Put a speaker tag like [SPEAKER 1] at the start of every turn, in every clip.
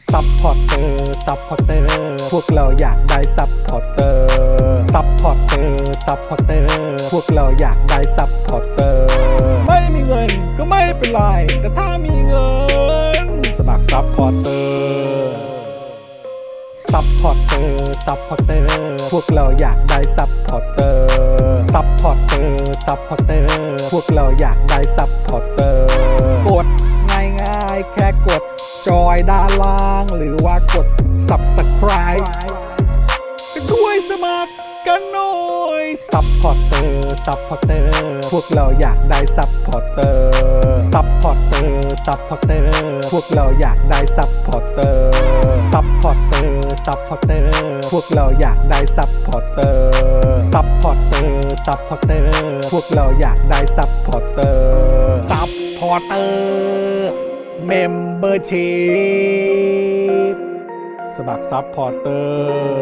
[SPEAKER 1] ซัพพอร์เตอร์ซัพพอร์เตอร์พวกเราอยากได้ซัพพอร์เตอร์ซัพพอร์เตอร์ซัพพอร์เตอร์พวกเราอยากได้ซัพพอร์เตอร์ไม่มีเงินก็ไม่เป็นไรแต่ถ้ามีเงินสมัครซัพพอร์เตอร์ซัพพอร์เตอร์ซัพพอร์เตอร์พวกเราอยากได้ซัพพอร์เตอร์ซัพพอร์เตอร์ซัพพอร์เตอร์พวกเราอยากได้ซัพพอร์เตอร์กดง่ายๆแค่กดจอยด้านล่างหรือว่ากด Subscribe ไปด้วยสมัครกันหน่อยซัพพอร์เตอร์ซัพพอร์เตอร์พวกเราอยากได้ซัพพอร์เตอร์ซัพพอร์เตอร์ซัพพอร์เตอร์พวกเราอยากได้ซัพพอร์เตอร์ซัพพอร์เตอร์ซัพพอร์เตอร์พวกเราอยากได้ซัพพอร์เตอร์ซัพพอร์เตอร์ซัพพอร์เตอร์พวกเราอยากได้ซัพพอร์เตอร์ซัพพอร์เตอร์เมมเบอร์ชีพสมัครซัพพอร์เตอร์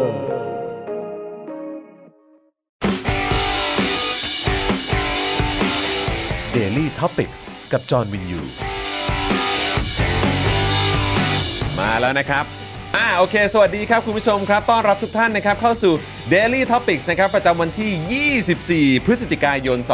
[SPEAKER 2] Daily Topics กับจอห์นวินยูมาแล้วนะครับโอเคสวัสดีครับคุณผู้ชมครับต้อนรับทุกท่านนะครับเข้าสู่ Daily Topics นะครับประจำวันที่ 24 พฤศจิกายน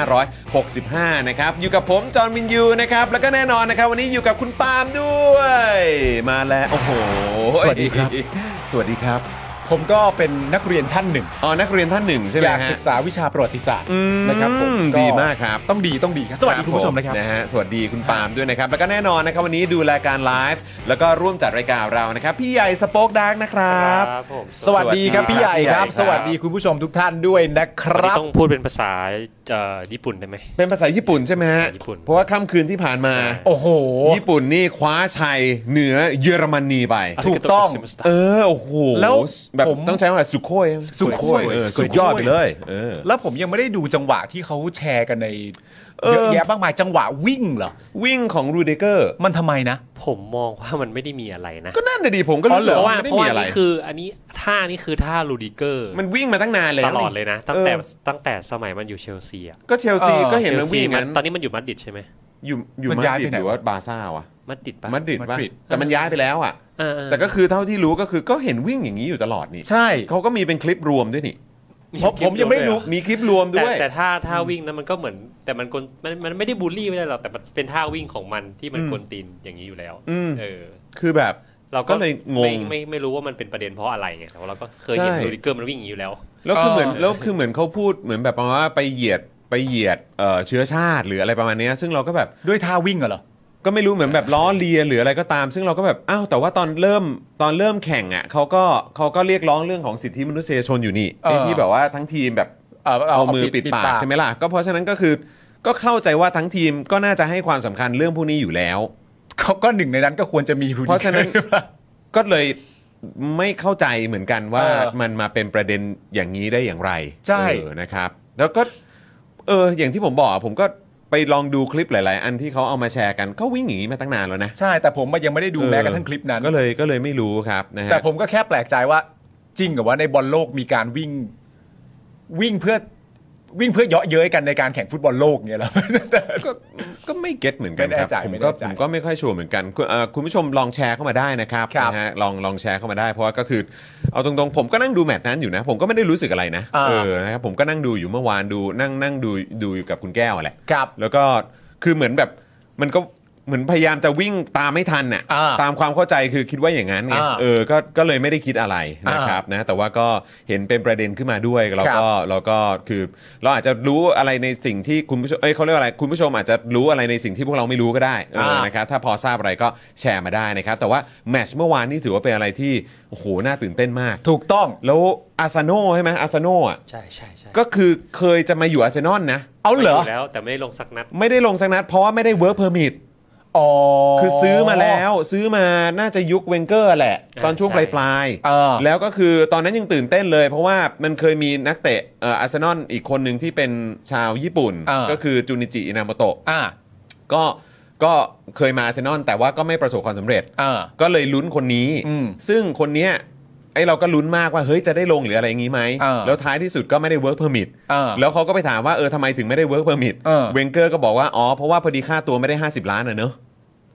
[SPEAKER 2] 2565 นะครับอยู่กับผมจอห์นวินยูนะครับแล้วก็แน่นอนนะครับวันนี้อยู่กับคุณปาล์มด้วยมาแล้วโอ้โหสวัสดีครับสวัสดีครับ
[SPEAKER 3] ผมก็เป็นนักเรียนท่านหนึ่ง
[SPEAKER 2] นักเรียนท่านหนึ่งใช่ไหม
[SPEAKER 3] อยากศึกษาวิชาประวัติศาสตร์นะครับผม
[SPEAKER 2] ดีมากครับ
[SPEAKER 3] ต้องดีครับสวัสดีคุณผู้ชมนะครับ
[SPEAKER 2] นะฮะสวัสดีคุณปาล์มด้วยนะครับแล้วก็แน่นอนนะครับวันนี้ดูรายการไลฟ์แล้วก็ร่วมจัดรายการเรานะครับพี่ใหญ่สป็อคดาร์กนะครับ
[SPEAKER 3] สวัสดีครับพี่ใหญ่ครับสวัสดีคุณผู้ชมทุกท่านด้วยนะครับ
[SPEAKER 4] ต้องพูดเป็นภาษาญี่ปุ่นได้ไหม
[SPEAKER 2] เป็นภาษาญี่ปุ่นใช่ไหมฮะเพราะว่าค่ำคืนที่ผ่านมา
[SPEAKER 3] โอ้โห
[SPEAKER 2] ญี่ปุ่นนี่คว้าชัยเหนือเยอรมนีไป
[SPEAKER 3] ถูกต้อง
[SPEAKER 2] โอ้โห
[SPEAKER 3] แล้ว
[SPEAKER 2] แบบต้องใช้ว่าสุโขยสุดยอดไปเลย
[SPEAKER 3] แล้วผมยังไม่ได้ดูจังหวะที่เขาแชร์กันในเยอะแยะมากมายจังหวะวิ่งเหรอ
[SPEAKER 2] วิ่งของรูเดเกอร์
[SPEAKER 3] มันทำไมนะ
[SPEAKER 4] ผมมองว่ามันไม่ได้มีอะไรนะ
[SPEAKER 2] ก็นั่นน่ะดิผมก็รู้สึกว่าไม่ได้มีอะไร
[SPEAKER 4] คืออันนี้ท่านี่คือท่ารูดิเกอร์
[SPEAKER 2] มันวิ่งมาตั้งนานเลย
[SPEAKER 4] ตลอดเลยนะตั้งแต่สมัยมันอยู่เชลซีอ่ะ
[SPEAKER 2] ก็เชลซีก็เห็นมันวิ่งมัน
[SPEAKER 4] ตอนนี้มันอยู่มาดริดใช่ไหม
[SPEAKER 2] อยู่มาดริดหรือว่าบาร์ซ่าวะ
[SPEAKER 4] มาดริดป่ะ
[SPEAKER 2] แต่มันย้ายไปแล้วอ่ะแต่ก็คือเท่าที่รู้ก็คือก็เห็นวิ่งอย่างนี้อยู่ตลอดนี่
[SPEAKER 3] ใช่
[SPEAKER 2] เขาก็มีเป็นคลิปรวมด้วยนี่
[SPEAKER 3] ผมยังไม่รู้
[SPEAKER 2] มีคลิปรวมด้วย
[SPEAKER 4] แต่ท่าวิ่งนั้นมันก็เหมือนแต่มันไม่ได้บูลลี่ไม่ได้หรอกแต่มันเป็นท่าวิ่งของมันที่มันกวนตีนอย่างนี้อยู่แล้ว
[SPEAKER 2] คือแบบ
[SPEAKER 4] เราก็เลยงงไม่รู้ว่ามันเป็นประเด็นเพราะอะไรไงแต่ว่าเราก็เคยเห็นรูดิเกอร์มันวิ่งอย่างนี้อยู่
[SPEAKER 2] แล้วคือเหมือนเขาพูดเหมือนแบบว่าไปเหยียดเชื้อชาติหรืออะไรประมาณนี้ซึ่งเราก็แบบ
[SPEAKER 3] ด้วยท่าวิ่งเหรอ
[SPEAKER 2] ก็ไม่รู้เหมือนแบบล้อเลียนหรืออะไรก็ตามซึ่งเราก็แบบแต่ว่าตอนเริ่มแข่งอ่ะเขาก็เรียกร้องเรื่องของสิทธิมนุษยชนอยู่นี่ที่แบบว่าทั้งทีมแบบเอามือปิดปากใช่ไหมล่ะก็เพราะฉะนั้นก็คือก็เข้าใจว่าทั้งทีมก็น่าจะให้ความสำคัญเรื่องพวกนี้อยู่แล้ว
[SPEAKER 3] เขาก็หนึ่งในนั้นก็ควรจะมี
[SPEAKER 2] เพราะฉะนั้นก็เลยไม่เข้าใจเหมือนกันว่ามันมาเป็นประเด็นอย่างนี้ได้อย่างไร
[SPEAKER 3] ใช่
[SPEAKER 2] นะครับแล้วก็อย่างที่ผมบอกผมก็ไปลองดูคลิปหลายๆอันที่เขาเอามาแชร์กันเขาวิ่งหนีมาตั้งนานแล้วนะ
[SPEAKER 3] ใช่แต่ผมยังไม่ได้ดูแม้กระทั่งคลิปนั้น
[SPEAKER 2] ก็เลยไม่รู้ครับนะฮะ
[SPEAKER 3] แต่ผมก็แค่แปลกใจว่าจริงกับว่าในบอลโลกมีการวิ่งเพื่อเยาะเย้ยกันในการแข่งฟุตบอลโลกเนี่ยหรอ
[SPEAKER 2] ก็ไม่เก็ตเหมือนกันครับผมก็ไม่ค่อยชัวร์เหมือนกันคุณผู้ชมลองแชร์เข้ามาได้นะครับนะฮะลองแชร์เข้ามาได้เพราะว่าก็คือเอาตรงๆผมก็นั่งดูแมตช์นั้นอยู่นะผมก็ไม่ได้รู้สึกอะไรนะนะครับผมก็นั่งดูอยู่เมื่อวานนั่งดูอยู่กับคุณแก้วแหละแล้วก็คือเหมือนแบบมันก็เหมือนพยายามจะวิ่งตามไม่ทันน่ะตามความเข้าใจคือคิดว่าอย่างนั้นไงก็เลยไม่ได้คิดอะไรนะครับนะแต่ว่าก็เห็นเป็นประเด็นขึ้นมาด้วยเราก็คือเราอาจจะรู้อะไรในสิ่งที่คุณผู้ชมเขาเรียกอะไรคุณผู้ชมอาจจะรู้อะไรในสิ่งที่พวกเราไม่รู้ก็ได้นะครับถ้าพอทราบอะไรก็แชร์มาได้นะครับแต่ว่าแมตช์เมื่อวานนี่ถือว่าเป็นอะไรที่โอ้โหน่าตื่นเต้นมาก
[SPEAKER 3] ถูกต้อง
[SPEAKER 2] แล้วอาร์เซนอลใช่ไหมอาร์เซนอลอ่ะ
[SPEAKER 4] ใช่
[SPEAKER 2] ก็คือเคยจะมาอยู่อาร์เซนอลนะ
[SPEAKER 3] เอาเหรอ
[SPEAKER 4] แล้วแต่ไม่ได้ลงสักนัด
[SPEAKER 2] เพราะว่าไม่ได้เวิร์กเพอร์มิทคือซื้อมาน่าจะยุคเวนเกอร์แหละตอนช่วงปลายแล้วก็คือตอนนั้นยังตื่นเต้นเลยเพราะว่ามันเคยมีนักเตะอาร์เซนอลอีกคนหนึ่งที่เป็นชาวญี่ปุ่นก็คือจูนิจิอินาโมโตะก็เคยมาอาร์เซนอลแต่ว่าก็ไม่ประสบความสำเร็จก็เลยลุ้นคนนี้ซึ่งคนเนี้ยเราก็ลุ้นมากว่าเฮ้ยจะได้ลงหรืออะไรอย่างงี้ไหมแล้วท้ายที่สุดก็ไม่ได้เวิร์กเพอร์มิทแล้วเขาก็ไปถามว่าทำไมถึงไม่ได้เวิร์กเพอร์มิทเวนเกอร์ก็บอกว่าเพราะว่าพอดีค่าตัวไม่ได้50 ล้านเนอะ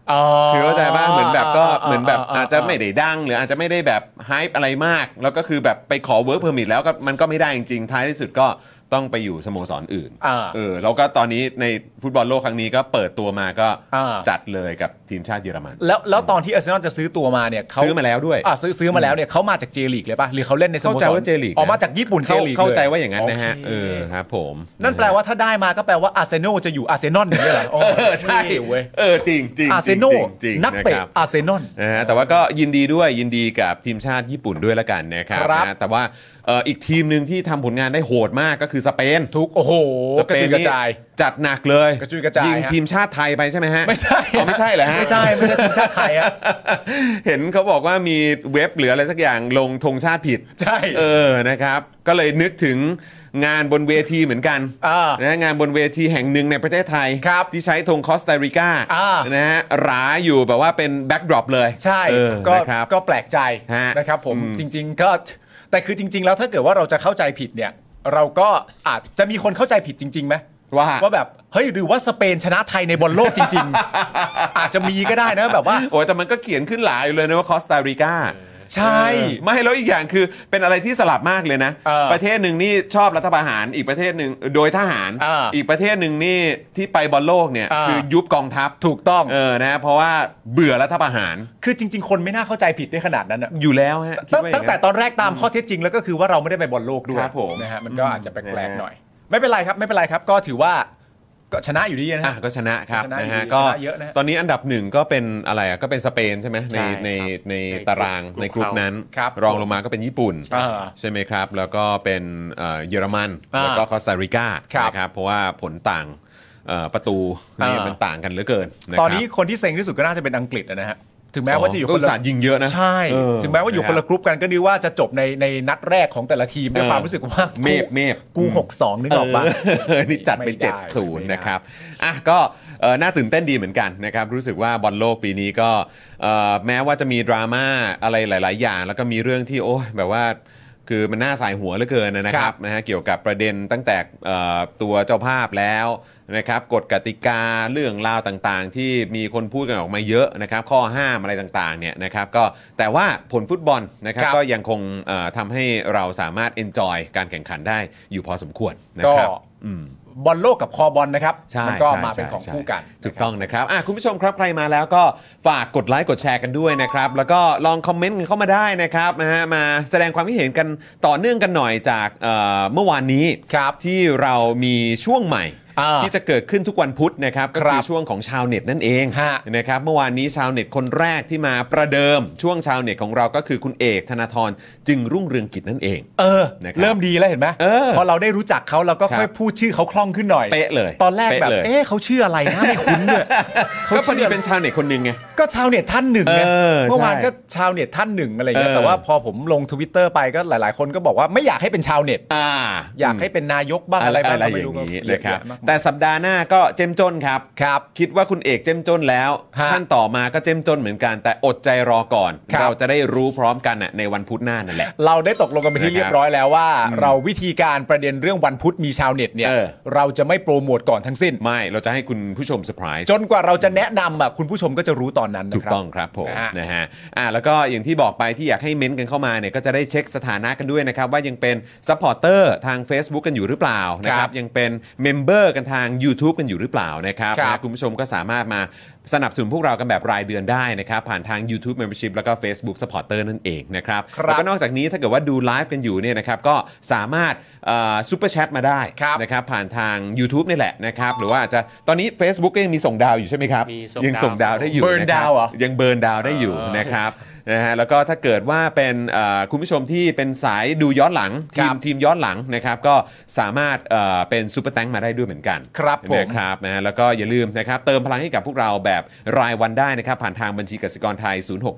[SPEAKER 2] คือเข้าใจป่ะเหมือนแบบก็เหมือนแบบอาจจะไม่ได้ดังหรืออาจจะไม่ได้แบบไฮป์อะไรมากแล้วก็คือแบบไปขอเวิร์กเพอร์มิทแล้วก็มันก็ไม่ได้จริงๆท้ายที่สุดก็ต้องไปอยู่สโมสรอื่นแล้วก็ตอนนี้ในฟุตบอลโลกครั้งนี้ก็เปิดตัวมาก็จัดเลยกับทีมชาติเยอรมัน
[SPEAKER 3] แล้วตอนที่อาร์เซนอลจะซื้อตัวมาเนี่ยเขา
[SPEAKER 2] ซื้อมาแล้วด้วย
[SPEAKER 3] ซื้อมาแล้วเนี่ยเขามาจากเจลีกเลยป่ะหรือเขาเล่นในสโมสร
[SPEAKER 2] เข้าใจว่าเจลีก
[SPEAKER 3] มาจากญี่ปุ่นเจลีก
[SPEAKER 2] เข้าใจว่าอย่างนั้นนะฮะครับผม
[SPEAKER 3] นั่นแปลว่าถ้าได้มาก็แปลว่าอาร์เซนอลจะอยู่อาร์เซนอลอย่างนี้เหรอ
[SPEAKER 2] ใช่จริงจริง
[SPEAKER 3] อาร์เซนอลนักเตะอาร์เซนอล
[SPEAKER 2] แต่ว่าก็ยินดีด้วยยินดีกับทีมชาติญี่ปุ่นด้วยละกันนะครับแต่ว่าอีกทีมหนึ่งที่ทำผลงานได้โหดมากก็คือสเปน
[SPEAKER 3] โอ้โห
[SPEAKER 2] กระจุยกระจายจัดหนักเลย
[SPEAKER 3] กระจุยกระจาย
[SPEAKER 2] ยิงทีมชาติไทยไปใช่ไหมฮะ
[SPEAKER 3] ไม่ใช่
[SPEAKER 2] ไม่ใช่เหรอฮะ
[SPEAKER 3] ไม่ใช่ทีมชาติไทย
[SPEAKER 2] เห็นเขาบอกว่ามีเว็บหรืออะไรสักอย่างลงธงชาติผิด
[SPEAKER 3] ใช่
[SPEAKER 2] นะครับก็เลยนึกถึงงานบนเวทีเหมือนกันนะงานบนเวทีแห่งหนึ่งในประเทศไทยที่ใช้ธงคอสตาริกานะฮะราอยู่แบบว่าเป็นแบ็กดรอปเลย
[SPEAKER 3] ใช่ก็แปลกใจนะครับผมจริงๆก็แต่คือจริงๆแล้วถ้าเกิดว่าเราจะเข้าใจผิดเนี่ยเราก็อาจจะมีคนเข้าใจผิดจริงๆไหมว่าแบบเฮ้ยหรือว่าสเปนชนะไทยในบอลโลกจริงๆ อาจจะมีก็ได้นะแบบว่า
[SPEAKER 2] โอ้แต่มันก็เขียนขึ้นหลายอยู่เลยนะว่าคอสตาริกา
[SPEAKER 3] ใช่
[SPEAKER 2] ไม่แล้วอีกอย่างคือเป็นอะไรที่สลับมากเลยนะประเทศหนึ่งนี่ชอบรัฐประหารอีกประเทศหนึ่งโดยทหารอีกประเทศหนึ่งนี่ที่ไปบอลโลกเนี่ยคือยุบกองทัพ
[SPEAKER 3] ถูกต้อง
[SPEAKER 2] นะเพราะว่าเบื่อรัฐประหาร
[SPEAKER 3] คือจริงๆคนไม่น่าเข้าใจผิดได้ขนาดนั้น
[SPEAKER 2] อยู่แล้วฮะ
[SPEAKER 3] ตั้งแต่ตอนแรกตามข้อเท็จจริงแล้วก็คือว่าเราไม่ได้ไปบอลโลกด้วยนะฮะมันก็อาจจะแปลกๆหน่อยไม่เป็นไรครับก็ถือว่าก็ชนะอยู่ดีนะ
[SPEAKER 2] ก็ชนะครับนะฮะก็ตอนนี้อันดับ1ก็เป็นอะไรก็เป็นสเปนใช่ไหมในตารางในกลุ่มนั้นรองลงมาก็เป็นญี่ปุ่นใช่ไหมครับแล้วก็เป็นเยอรมันแล้วก็คอสตาริกานะครับเพราะว่าผลต่างประตูนี่มันต่างกันเหลือเกิน
[SPEAKER 3] ตอนนี้คนที่เซ็งที่สุดก็น่าจะเป็นอังกฤษนะฮะถึงแม้ว่าจะอยู่คนละ
[SPEAKER 2] ยิงเยอะนะ
[SPEAKER 3] ใช่ถึงแม้ว่าอยู่คนละกรุ๊ปกันก็นึกว่าจะจบในนัดแรกของแต่ละทีมด้วยความรู้สึกว่า
[SPEAKER 2] เมฟ
[SPEAKER 3] กู6-2นึกออกป่ะ
[SPEAKER 2] นี่จัดไป 7-0 นะครับก็น่าตื่นเต้นดีเหมือนกันนะครับรู้สึกว่าบอลโลกปีนี้ก็แม้ว่าจะมีดราม่าอะไรหลายๆอย่างแล้วก็มีเรื่องที่โอ้แบบว่าคือมันน่าสายหัวเหลือเกินนะครับนะฮะเกี่ยวกับประเด็นตั้งแต่ตัวเจ้าภาพแล้วนะครับกฎกติกาเรื่องราวต่างๆที่มีคนพูดกันออกมาเยอะนะครับข้อห้ามอะไรต่างๆเนี่ยนะครับก็แต่ว่าผลฟุตบอลนะครับก็ยังคงทำให้เราสามารถ enjoy การแข่งขันได้อยู่พอสมควรนะครับ
[SPEAKER 3] บอลโลกกับคอบอลนะครับมันก็มาเป็นของคู่กัน
[SPEAKER 2] ถูกต้องนะครับคุณผู้ชมครับใครมาแล้วก็ฝากกดไลค์กดแชร์กันด้วยนะครับแล้วก็ลองคอมเมนต์กันเข้ามาได้นะครับนะฮะมาแสดงความคิดเห็นกันต่อเนื่องกันหน่อยจากเมื่อวานนี้ที่เรามีช่วงใหม่ที่จะเกิดขึ้นทุกวันพุธนะครับก็คือช่วงของชาวเน็ตนั่นเองนะครับเมื่อวานนี้ชาวเน็ตคนแรกที่มาประเดิมช่วงชาวเน็ตของเราก็คือคุณเอกธนาธรจึงรุ่งเรืองกิจนั่นเอง
[SPEAKER 3] เริ่มดีแล้วเห็นไหมพอเราได้รู้จักเขาเราก็ค่อยพูดชื่อเขาคล่องขึ้นหน่อย
[SPEAKER 2] เป๊ะเลย
[SPEAKER 3] ตอนแรกแบบเขาชื่ออะไรนะไม่คุ้นเลย
[SPEAKER 2] ก็พอดีเป็นชาวเน็ตคนนึงไง
[SPEAKER 3] ก็ชาวเน็ตท่านหนึ่งไงเมื่อวานก็ชาวเน็ตท่านหนึ่งอะไรเงี้ยแต่ว่าพอผมลง Twitter ไปก็หลายๆคนก็บอกว่าไม่อยากให้เป็นชาวเน็ตอยากให้เป็นนายกบ้างอะไรบ้าง
[SPEAKER 2] ไม่รู้นะครับแต่สัปดาห์หน้าก็เจ้มจนครับคิดว่าคุณเอกเจ้มจนแล้วท่านต่อมาก็เจ้มจนเหมือนกันแต่อดใจรอก่อนเราจะได้รู้พร้อมกันในวันพุธหน้านั่นแหละ
[SPEAKER 3] เราได้ตกลงกันไปที่เรียบร้อยแล้วว่าเราวิธีการประเด็นเรื่องวันพุธมีชาวเน็ตเนี่ยเราจะไม่โปรโมทก่อนทั้งสิ้น
[SPEAKER 2] ไม่เราจะให้คุณผู้ชมเซอร์ไพรส์
[SPEAKER 3] จนกว่าเราจะแนะนำคุณผู้ชมก็จะรู้ตอนนั้น
[SPEAKER 2] ถูกต้องครับผมนะฮะแล้วก็อย่างที่บอกไปที่อยากให้เม้นต์กันเข้ามาเนี่ยก็จะได้เช็คสถานะกันด้วยนะครับว่ายังเป็นซัพพอร์เตอร์ทาง Facebook กันอยู่หรือเปล่านะครับยังเป็นเมมเบอร์กันทาง YouTube กันอยู่หรือเปล่านะครับคุณผู้ชมก็สามารถมาสนับสนุนพวกเรากันแบบรายเดือนได้นะครับผ่านทาง YouTube Membership แล้วก็ Facebook Supporter นั่นเองนะครับแล้วก็นอกจากนี้ถ้าเกิดว่าดูไลฟ์กันอยู่เนี่ยนะครับก็สามารถซุปเปอร์แชทมาได้นะครับผ่านทาง YouTube นี่แหละนะครับหรือว่าอาจจะตอนนี้ Facebook ก็ยังมีส่งดาวอยู่ใช่ไหมครับยังส่งดาวได้อยู่
[SPEAKER 3] นะครับ
[SPEAKER 2] ยังเบิร์นดาวได้อยู่นะครับนะฮะแล้วก็ถ้าเกิดว่าเป็นคุณผู้ชมที่เป็นสายดูย้อนหลังทีมย้อนหลังนะครับก็สามารถเป็นซุปเปอร์แตงมาได้ด้วยเหมือนกัน
[SPEAKER 3] ครับผม
[SPEAKER 2] นะครับนะแล้วก็อย่าลืมนะครับเติมพลังให้กับพวกเราแบบรายวันได้นะครับผ่านทางบัญชีกสิกรไทย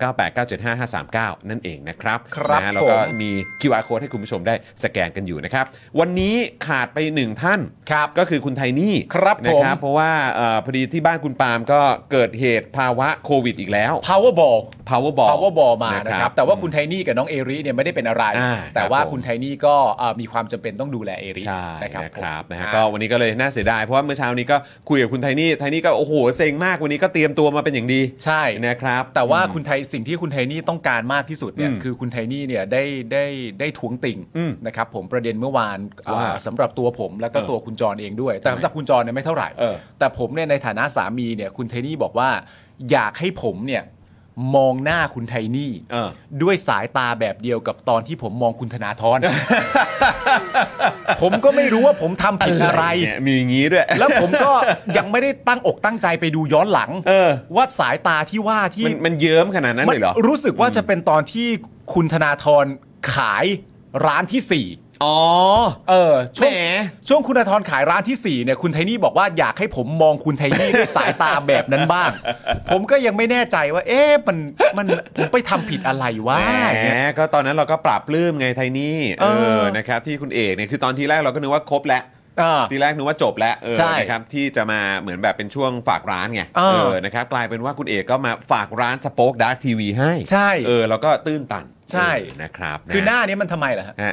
[SPEAKER 2] 0698975539นั่นเองนะครับนะแล้วก็มี QR Code ให้คุณผู้ชมได้สแกนกันอยู่นะครับวันนี้ขาดไป1ท่านก็คือคุณไทนี่นะครับเพราะว่าพอดีที่บ้านคุณปาล์มก็เกิดเหตุภาวะโควิดอีกแล้ว
[SPEAKER 3] Powerball มานะครับแต่ว่าคุณไทนี่กับน้องเอริเนี่ยไม่ได้เป็นอะไรแต่ว่าคุณไทนี่ก็มีความจำเป็นต้องดูแลเอริ
[SPEAKER 2] นะครับนะฮะก็วันนี้ก็เลยน่าเสียดายเพราะว่าเมื่อเช้านี้ก็คุยกับคุณไทนี่ก็โอ้โหเซ็งมากวันนี้ก็เตรียมตัวมาเป็นอย่างดี
[SPEAKER 3] ใช่
[SPEAKER 2] นะครับ
[SPEAKER 3] แต่ว่าคุณไทยสิ่งที่คุณไทนี่ต้องการมากที่สุดเนี่ยคือคุณไทนี่เนี่ยได้ท้วงติ่งนะครับผมประเด็นเมื่อวานสำหรับตัวผมแล้วก็ตัวคุณจรเองด้วยแต่สำหรับคุณจรเนี่ยไม่เท่าไหร่แต่ผมเนี่ยในฐานะสามีเนี่ยคุณไทนี่บอกว่าอยากให้ผมเนี่ยมองหน้าคุณไทนี่ด้วยสายตาแบบเดียวกับตอนที่ผมมองคุณธนาธร ผมก็ไม่รู้ว่าผมทำผิดอะไร
[SPEAKER 2] มีอย่างนี้ด้วย
[SPEAKER 3] แล้วผมก็ยังไม่ได้ตั้งอกตั้งใจไปดูย้อนหลังว่าสายตาที่ว่าที่
[SPEAKER 2] มันเยิ้มขนาดนั้นเลยเหรอ
[SPEAKER 3] รู้สึกว่าจะเป็นตอนที่คุณธนาธรขายร้านที่4
[SPEAKER 2] อ๋อ
[SPEAKER 3] ช่วงคุณธนาธรขายร้านที่4เนี่ยคุณไทนี่บอกว่าอยากให้ผมมองคุณไทนี่ด้วยสายตาแบบนั้นบ้างผมก็ยังไม่แน่ใจว่ามันผมไปทำผิดอะไรวะ
[SPEAKER 2] ก็ตอนนั้นเราก็ปรับปลื้มไงไทนี่นะครับที่คุณเอกเนี่ยคือตอนทีแรกเราก็นึกว่าครบแล้วทีแรกนึกว่าจบแล้วนะครับที่จะมาเหมือนแบบเป็นช่วงฝากร้านไงนะครับกลายเป็นว่าคุณเอกก็มาฝากร้านสโป๊กดาร์กทีวีให้
[SPEAKER 3] ใช่
[SPEAKER 2] เราก็ตื้นตัน
[SPEAKER 3] ใช่
[SPEAKER 2] นะครับ
[SPEAKER 3] คือหน้านี้มันทำไมล่ะฮะ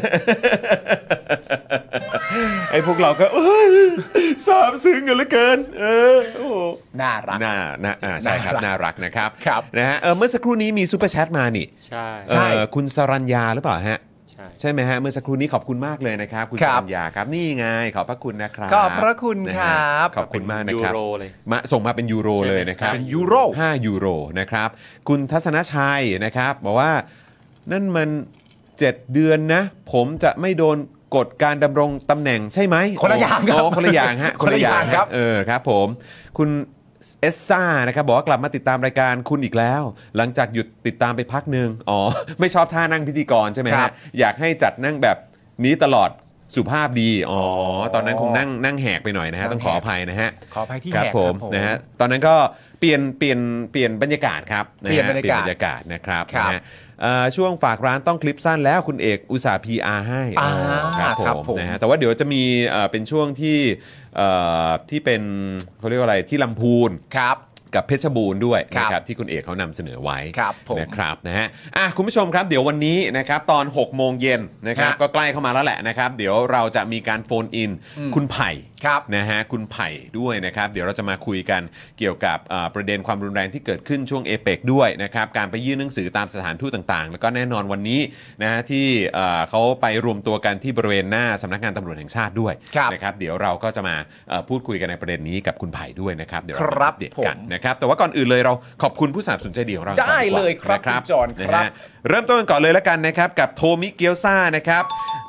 [SPEAKER 2] ไอ้พวกเราก็ซาบซึ้งกันเหลือเกิน
[SPEAKER 3] น่ารัก
[SPEAKER 2] ใช่ครับน่ารักนะครับ
[SPEAKER 3] นะ
[SPEAKER 2] ฮะเมื่อสักครู่นี้มีซุปเปอร์แชทมานี่
[SPEAKER 4] ใช่
[SPEAKER 2] คุณสรัญญาหรือเปล่าฮะใช่ไหมฮะเมื่อสักครู่นี้ขอบคุณมากเลยนะครับคุณสัญญาครับนี่ไงขอบพระคุณนะครับ
[SPEAKER 3] ขอบพระคุณครับ
[SPEAKER 2] ขอบคุณมากนะครับ
[SPEAKER 4] ยูโรเลย
[SPEAKER 2] มาส่งมาเป็นยูโรเลยนะครับ
[SPEAKER 3] เป็นยูโร
[SPEAKER 2] 5ยูโรนะครับคุณทัศนชัยนะครับบอกว่านั่นมัน7เดือนนะผมจะไม่โดนกฎการดำรงตำแหน่งใช่ไหม
[SPEAKER 3] คนละอย่างครับ
[SPEAKER 2] คนละอย่างฮะ
[SPEAKER 3] คนละอย่างครับ
[SPEAKER 2] ครับผมคุณเอสซ่านะครับบอกว่ากลับมาติดตามรายการคุณอีกแล้วหลังจากหยุดติดตามไปพักนึงไม่ชอบท่านั่งพิธีกรใช่ไหมฮะอยากให้จัดนั่งแบบนี้ตลอดสุภาพดีตอนนั้นคงนั่งแหกไปหน่อยนะฮะต้องขออภัยนะฮะ
[SPEAKER 3] ขออภัยที่แหก
[SPEAKER 2] ผมนะฮะตอนนั้นก็เปลี่ยนบรรยากาศครับ
[SPEAKER 3] เปลี่ยนบรรยากาศ
[SPEAKER 2] นะครับนะฮะช่วงฝากร้านต้องคลิปสั้นแล้วคุณเอกอุตสาห์ PR ให้
[SPEAKER 3] ครับผม
[SPEAKER 2] นะฮะแต่ว่าเดี๋ยวจะมีเป็นช่วงที่เป็นเขาเรียกว่าอะไรที่ลำพูนกับเพชรบูรณ์ด้วยนะครับที่คุณเอกเขานำเสนอไว้นะครับนะฮะคุณผู้ชมครับเดี๋ยววันนี้นะครับตอน6โมงเย็นนะครับก็ใกล้เข้ามาแล้วแหละนะครับเดี๋ยวเราจะมีการโฟนอินคุณไผ่นะฮะคุณไผ่ด้วยนะครับเดี๋ยวเราจะมาคุยกันเกี่ยวกับประเด็นความรุนแรงที่เกิดขึ้นช่วงเอเปกด้วยนะครับการไปยื่นหนังสือตามสถานทูตต่างๆแล้วก็แน่นอนวันนี้นะฮะที่เขาไปรวมตัวกันที่บริเวณหน้าสำนักงานตำรวจแห่งชาติด้วยนะครับเดี๋ยวเราก็จะมาพูดคุยกันในประเด็นนี้กับคุณไผ่ด้วยนะครับเดี๋ยวเราอัปเดตกันนะครับแต่ว่าก่อนอื่นเลยเราขอบคุณผู้สนับสนุนใจดีของเรา
[SPEAKER 3] ได้เลยครับคุณจอนครับ
[SPEAKER 2] เริ่มต้นกันก่อนเลยแล้วกันนะครับกับโทมิเกียวซ่านะครับ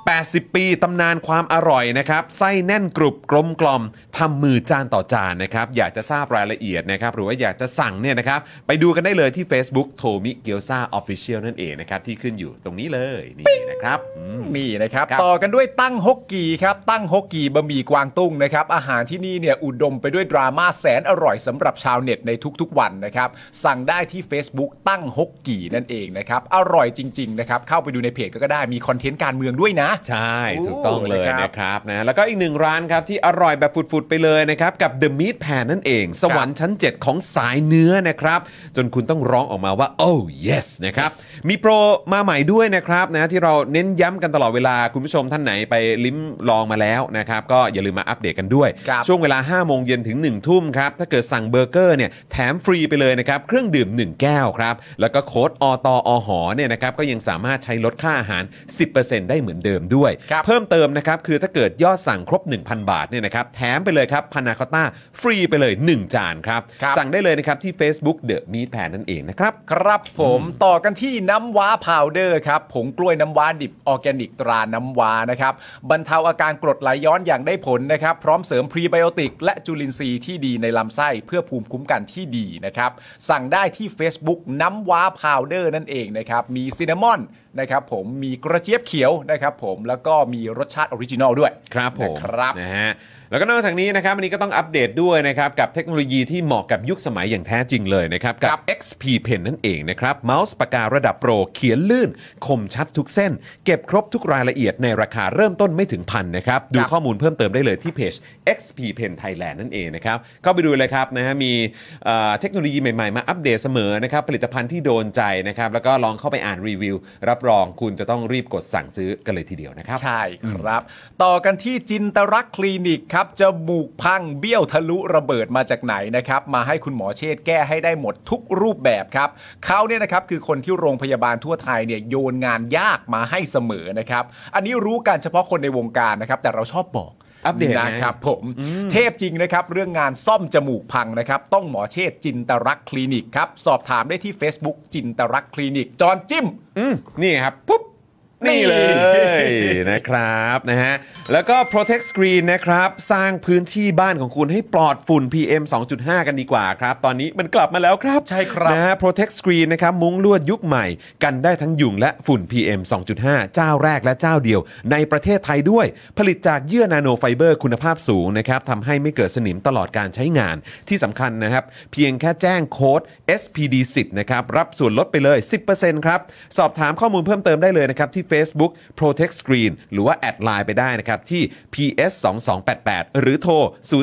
[SPEAKER 2] 80 ปีตำนานความอร่อยนะครับไส้แน่นกรุบกลมกล่อมทำมือจานต่อจานนะครับอยากจะทราบรายละเอียดนะครับหรือว่าอยากจะสั่งเนี่ยนะครับไปดูกันได้เลยที่ Facebook โทมิเกียวซ่า Official นั่นเองนะครับที่ขึ้นอยู่ตรงนี้เลยนี่นะครับ
[SPEAKER 3] นี่นะครับต่อกันด้วยตั้งฮกกีครับตั้งฮกกีบะหมี่กวางตุ้งนะครับอาหารที่นี่เนี่ยอุดมไปด้วยดราม่าแสนอร่อยสำหรับชาวเน็ตในทุกๆวันนะครับสั่งได้ที่ Facebook ตั้งฮกกีนั่นเองนะครับอร่อยจริงๆนะครับเข้าไปดูในเพจก็ได้มีคอนเทนต์การเมืองด้วยนะ
[SPEAKER 2] ใช่ถูกต้องเลยนะครับนะแล้วก็อีกหนึ่งร้านครับที่อร่อยแบบฝุดๆไปเลยนะครับกับ The Meat Pan นั่นเองสวรรค์ชั้น7ของสายเนื้อนะครับจนคุณต้องร้องออกมาว่า oh yes นะครับมีโปรมาใหม่ด้วยนะครับนะที่เราเน้นย้ำกันตลอดเวลาคุณผู้ชมท่านไหนไปลิ้มลองมาแล้วนะครับก็อย่าลืมมาอัปเดตกันด้วยช่วงเวลา 5 โมงเย็นถึง 1 ทุ่มครับถ้าเกิดสั่งเบอร์เกอร์เนี่ยแถมฟรีไปเลยนะครับเครื่องดื่ม1แก้วครับแล้วก็โค้ดอตอหเนี่ยนะครับก็ยังสามารถใช้ลดค่าอาหาร 10% ได้เหมือนเดิมด้วยเพิ่มเติมนะครับคือถ้าเกิดยอดสั่งครบ 1,000 บาทเนี่ยนะครับแถมไปเลยครับพานาคอตต้าฟรีไปเลย1จานครับสั่งได้เลยนะครับที่ Facebook The Meat Pan นั่นเองนะครับ
[SPEAKER 3] ครับผมต่อกันที่น้ำว้าพาวเดอร์ครับผงกล้วยน้ำว้าดิบออร์แกนิกตราน้ำว้านะครับบรรเทาอาการกรดไหลย้อนอย่างได้ผลนะครับพร้อมเสริมพรีไบโอติกและจุลินทรีย์ที่ดีในลำไส้เพื่อภูมิคุ้มกันที่ดีนะครับสั่งได้ที่ Facebook น้ำว้าพาวเดอร์นั่นเองนะครับมีซินนามอนนะครับผมมีกระเจี๊ยบเขียวนะครับผมแล้วก็มีรสชาติออริจินอลด้วย
[SPEAKER 2] ครับผม
[SPEAKER 3] ครับ
[SPEAKER 2] นะฮะแล้วก็นอกจากนี้นะครับวันนี้ก็ต้องอัปเดตด้วยนะครับกับเทคโนโลยีที่เหมาะกับยุคสมัยอย่างแท้จริงเลยนะครับกับ XP Pen นั่นเองนะครับเมาส์ปากการะดับโปรเขียนลื่นคมชัดทุกเส้นเก็บครบทุกรายละเอียดในราคาเริ่มต้นไม่ถึงพันนะครับดูข้อมูลเพิ่มเติมได้เลยที่เพจ XP Pen Thailand นั่นเองนะครับเข้าไปดูเลยครับนะฮะมีเทคโนโลยีใหม่ๆมาอัปเดตเสมอนะครับผลิตภัณฑ์ที่โดนใจนะครับแล้วก็ลองเข้าไปอ่านรีวิวรับรองคุณจะต้องรีบกดสั่งซื้อกันเลยทีเดียวนะครับ
[SPEAKER 3] ใช่ครับต่อกันที่จินตรักษณ์คลินิกครับครับจมูกพังเบี้ยวทะลุระเบิดมาจากไหนนะครับมาให้คุณหมอเชษฐ์แก้ให้ได้หมดทุกรูปแบบครับเขาเนี่ยนะครับคือคนที่โรงพยาบาลทั่วไทยเนี่ยโยนงานยากมาให้เสมอนะครับอันนี้รู้กันเฉพาะคนในวงการนะครับแต่เราชอบบอก
[SPEAKER 2] อัปเดต
[SPEAKER 3] นะครับผมเทพจริงนะครับเรื่องงานซ่อมจมูกพังนะครับต้องหมอเชษฐ์จินตรักษ์คลินิกครับสอบถามได้ที่ Facebook จินตรักษ์คลินิกจอนจิ้ม
[SPEAKER 2] นี่ครับปุ๊บนี่เลยนะครับนะฮะแล้วก็ Protect Screen นะครับสร้างพื้นที่บ้านของคุณให้ปลอดฝุ่น PM 2.5 กันดีกว่าครับตอนนี้มันกลับมาแล้วครับ
[SPEAKER 3] ใช่ครับ
[SPEAKER 2] นะฮะ Protect Screen นะครับมุ้งลวดยุคใหม่กันได้ทั้งยุงและฝุ่น PM 2.5 เจ้าแรกและเจ้าเดียวในประเทศไทยด้วยผลิตจากเยื่อนาโนไฟเบอร์คุณภาพสูงนะครับทำให้ไม่เกิดสนิมตลอดการใช้งานที่สำคัญนะครับเพียงแค่แจ้งโค้ด SPD10 นะครับรับส่วนลดไปเลย 10% ครับสอบถามข้อมูลเพิ่มเติมได้เลยนะครับที่ Facebook Protect Screen หรือว่าแอดไลน์ไปได้นะครับที่ PS2288 หรือโทร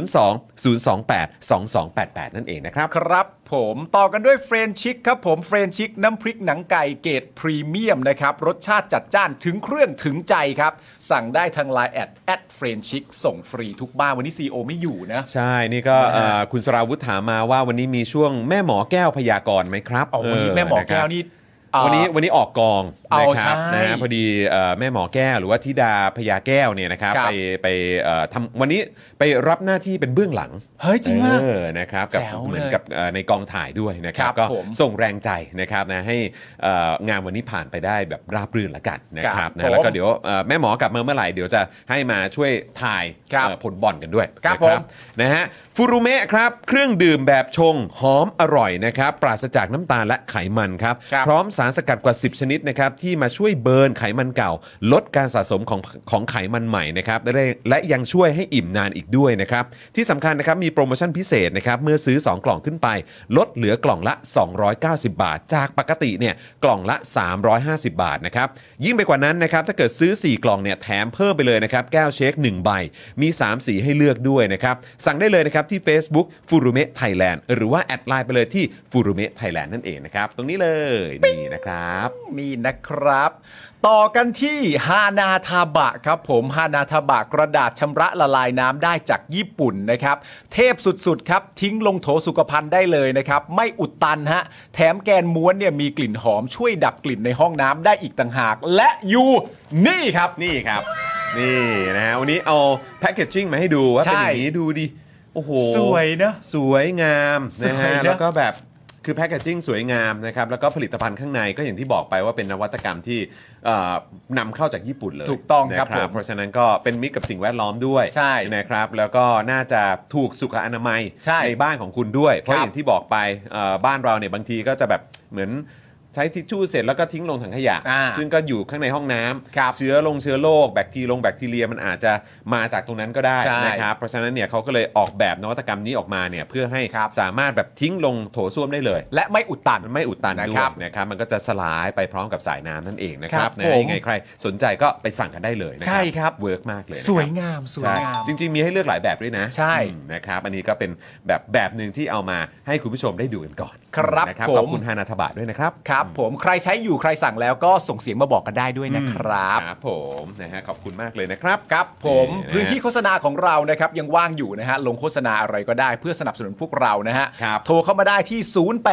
[SPEAKER 2] 02-028-2288 นั่นเองนะครับ
[SPEAKER 3] ครับผมต่อกันด้วยเฟรนชิกครับผมเฟรนชิกน้ำพริกหนังไก่เกรดพรีเมียมนะครับรสชาติจัดจ้านถึงเครื่องถึงใจครับสั่งได้ทาง Line แอดเฟรนชิกส่งฟรีทุกบ้านวันนี้ CEO ไม่อยู่นะ
[SPEAKER 2] ใช่นี่ก็คุณสราวุธถามมาว่าวันนี้มีช่วงแม่หมอแก้วพยากรณ์ไหมครับ
[SPEAKER 3] วันนี้แม่หมอแก้วนี่
[SPEAKER 2] วันนี้ออกกองนะครับนะพอดีแม่หมอแก้วหรือว่าธิดาพญาแก้วเนี่ยนะครับไปทำวันนี้ไปรับหน้าที่เป็นเบื้องหลัง
[SPEAKER 3] เฮ้ยจริงมาก
[SPEAKER 2] นะครับกับเหมือนกับในกองถ่ายด้วยนะครับก็ส่งแรงใจนะครับนะให้งานวันนี้ผ่านไปได้แบบราบรื่นละกันนะครับนะแล้วก็เดี๋ยวแม่หมอกลับมาเมื่อไหร่เดี๋ยวจะให้มาช่วยถ่ายผลบอลกันด้วย
[SPEAKER 3] นะครับ
[SPEAKER 2] นะฮะฟูรุเมะครับเครื่องดื่มแบบชงหอมอร่อยนะครับปราศจากน้ำตาลและไขมันครับพร้อมสารสกัดกว่า10ชนิดนะครับที่มาช่วยเบิร์นไขมันเก่าลดการสะสมของไขมันใหม่นะครับและยังช่วยให้อิ่มนานอีกด้วยนะครับที่สำคัญนะครับมีโปรโมชั่นพิเศษนะครับเมื่อซื้อ2กล่องขึ้นไปลดเหลือกล่องละ290บาทจากปกติเนี่ยกล่องละ350บาทนะครับยิ่งไปกว่านั้นนะครับถ้าเกิดซื้อ4กล่องเนี่ยแถมเพิ่มไปเลยนะครับแก้วเชค1ใบมี3สีให้เลือกด้วยนะครับสั่งได้เลยนะครับที่ Facebook Furume Thailand หรือว่าแอดไลน์ไปเลยที่ Furume Thailand นั่นเองนะครับตรงนี้เลยนี่นะครับ
[SPEAKER 3] นี่นะครับต่อกันที่ฮานาทาบะครับผมฮานาทาบะกระดาษชำระละลายน้ำได้จากญี่ปุ่นนะครับเทพสุดๆครับทิ้งลงโถสุขภัณฑ์ได้เลยนะครับไม่อุดตันฮะแถมแกนม้วนเนี่ยมีกลิ่นหอมช่วยดับกลิ่นในห้องน้ำได้อีกต่างหากและอยู่นี่ครับ
[SPEAKER 2] นี่นะฮะวันนี้เอาแพคเกจจิ้งมาให้ดูว่าเป็นอย่างนี้ดูดิโอ้โห
[SPEAKER 3] สวยนะ
[SPEAKER 2] สวยงามนะฮะแล้วก็แบบคือแพคเกจจิ้งสวยงามนะครับแล้วก็ผลิตภัณฑ์ข้างในก็อย่างที่บอกไปว่าเป็นนวัตกรรมที่นำเข้าจากญี่ปุ่นเลย
[SPEAKER 3] ถูกต้องครับ
[SPEAKER 2] เพราะฉะนั้นก็เป็นมิตรกับสิ่งแวดล้อมด้วยนะครับแล้วก็น่าจะถูกสุขอนามัยในบ้านของคุณด้วยเพราะอย่างที่บอกไปบ้านเราเนี่ยบางทีก็จะแบบเหมือนใช้ทิชชู่เสร็จแล้วก็ทิ้งลงถังขยะซึ่งก็อยู่ข้างในห้องน้ำเชื้อโรคแบคทีเรียมันอาจจะมาจากตรงนั้นก็ได้นะครับเพราะฉะนั้นเนี่ยเขาก็เลยออกแบบนวัตกรรมนี้ออกมาเนี่ยเพื่อให้สามารถแบบทิ้งลงโถส้วมได้เลย
[SPEAKER 3] และไม่อุดตัน
[SPEAKER 2] ด้วยนะครับมันก็จะสลายไปพร้อมกับสายน้ำนั่นเองนะครับยังไงใครสนใจก็ไปสั่งกันได้เลย
[SPEAKER 3] ใช่ครับ
[SPEAKER 2] เวิร์กมากเลย
[SPEAKER 3] สวยงาม
[SPEAKER 2] จริงๆมีให้เลือกหลายแบบด้วยนะ
[SPEAKER 3] ใช่
[SPEAKER 2] นะครับอันนี้ก็เป็นแบบนึงที่เอามาให้คุณผู้ชมได้ดูกันก่อน
[SPEAKER 3] ครับ
[SPEAKER 2] ขอบคุณฮานาทบะด้วยนะครับ
[SPEAKER 3] ครับผมใครใช้อยู่ใครสั่งแล้วก็ส่งเสียงมาบอกกันได้ด้วยนะครับ
[SPEAKER 2] ครับผมนะฮะขอบคุณมากเลยนะครับ
[SPEAKER 3] ครับผมพื้นที่โฆษณาของเรานะครับยังว่างอยู่นะฮะลงโฆษณาอะไรก็ได้เพื่อสนับสนุนพวกเรานะฮะโทรเข้ามาได้ที่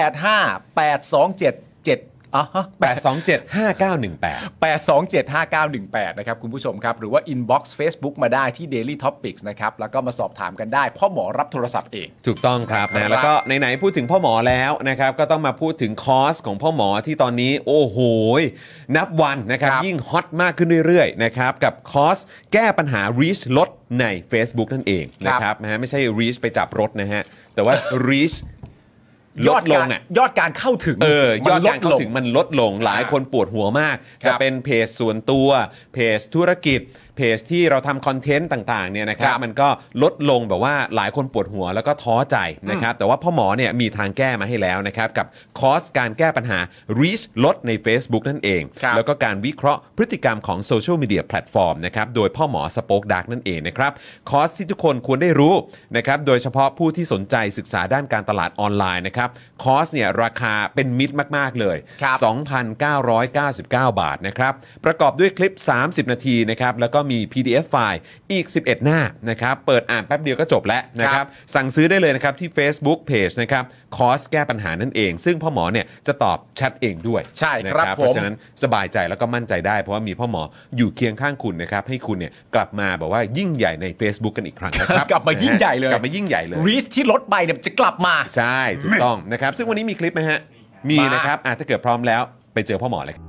[SPEAKER 3] 0858275918นะครับคุณผู้ชมครับหรือว่า inbox Facebook มาได้ที่ Daily Topics นะครับแล้วก็มาสอบถามกันได้พ่อหมอรับโทรศัพท์เอง
[SPEAKER 2] ถูกต้องครับนะแล้วก็ไหนๆพูดถึงพ่อหมอแล้วนะครับก็ต้องมาพูดถึงคอร์สของพ่อหมอที่ตอนนี้โอ้โหนับวันนะครับยิ่งฮอตมากขึ้นเรื่อยๆนะครับกับคอร์สแก้ปัญหา reach ลดใน Facebook นั่นเองนะครับนะฮะไม่ใช่ reach ไปจับรถนะฮะแต่ว่า reachยอ
[SPEAKER 3] ดการเข้าถึง
[SPEAKER 2] ยอดการเข้าถึงมันลดลงหลายคนปวดหัวมากจะเป็นเพจส่วนตัวเพจธุรกิจเพจที่เราทำคอนเทนต์ต่างๆเนี่ยนะครับมันก็ลดลงแบบว่าหลายคนปวดหัวแล้วก็ท้อใจนะครับแต่ว่าพ่อหมอเนี่ยมีทางแก้มาให้แล้วนะครับกับคอร์สการแก้ปัญหา reach ลดใน Facebook นั่นเองแล้วก็การวิเคราะห์พฤติกรรมของโซเชียลมีเดียแพลตฟอร์มนะครับโดยพ่อหมอสป็อคดักนั่นเองนะครับคอร์สที่ทุกคนควรได้รู้นะครับโดยเฉพาะผู้ที่สนใจศึกษาด้านการตลาดออนไลน์นะครับคอร์สเนี่ยราคาเป็นมิตรมากๆเลย 2,999 บาทนะครับประกอบด้วยคลิป30นาทีนะครับแล้วก็มี PDF ไฟล์อีก11หน้านะครับเปิดอ่านแป๊บเดียวก็จบแล้วนะครับสั่งซื้อได้เลยนะครับที่ Facebook Page นะครับคอร์สแก้ปัญหานั่นเองซึ่งพ่อหมอเนี่ยจะตอบแชทเองด้วย
[SPEAKER 3] ใช่ครับ
[SPEAKER 2] เพราะฉะนั้นสบายใจแล้วก็มั่นใจได้เพราะว่ามีพ่อหมออยู่เคียงข้างคุณนะครับให้คุณเนี่ยกลับมาแบบว่ายิ่งใหญ่ใน Facebook กันอีกครั้งนะครับ
[SPEAKER 3] กลับมายิ่งใหญ่เลย
[SPEAKER 2] กลับมายิ่งใหญ่เลย
[SPEAKER 3] รีชที่ลดไปเนี่ยจะกลับมา
[SPEAKER 2] ใช่ถูกต้องนะครับซึ่งวันนี้มีคลิปไหมฮะมีนะครับถ้าเกิดพร้อมแล้วไปเจอพ่อหมอเลย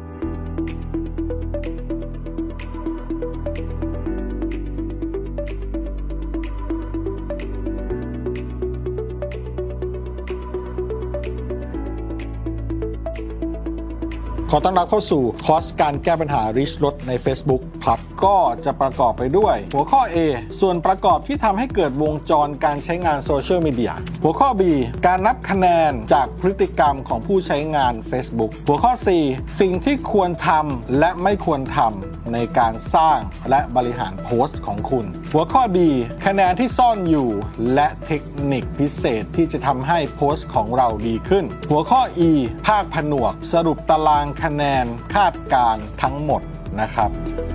[SPEAKER 1] ขอต้อนรับเข้าสู่คอร์สการแก้ปัญหาริชลดใน Facebook ครับก็จะประกอบไปด้วยหัวข้อ A ส่วนประกอบที่ทำให้เกิดวงจรการใช้งานโซเชียลมีเดียหัวข้อ B การนับคะแนนจากพฤติกรรมของผู้ใช้งาน Facebook หัวข้อ C สิ่งที่ควรทำและไม่ควรทำในการสร้างและบริหารโพสต์ของคุณหัวข้อ D คะแนนที่ซ่อนอยู่และเทคนิคพิเศษที่จะทำให้โพสต์ของเราดีขึ้นหัวข้อ E ภาคผนวกสรุปตารางคะแนนคาดการณ์ทั้งหมดนะครับ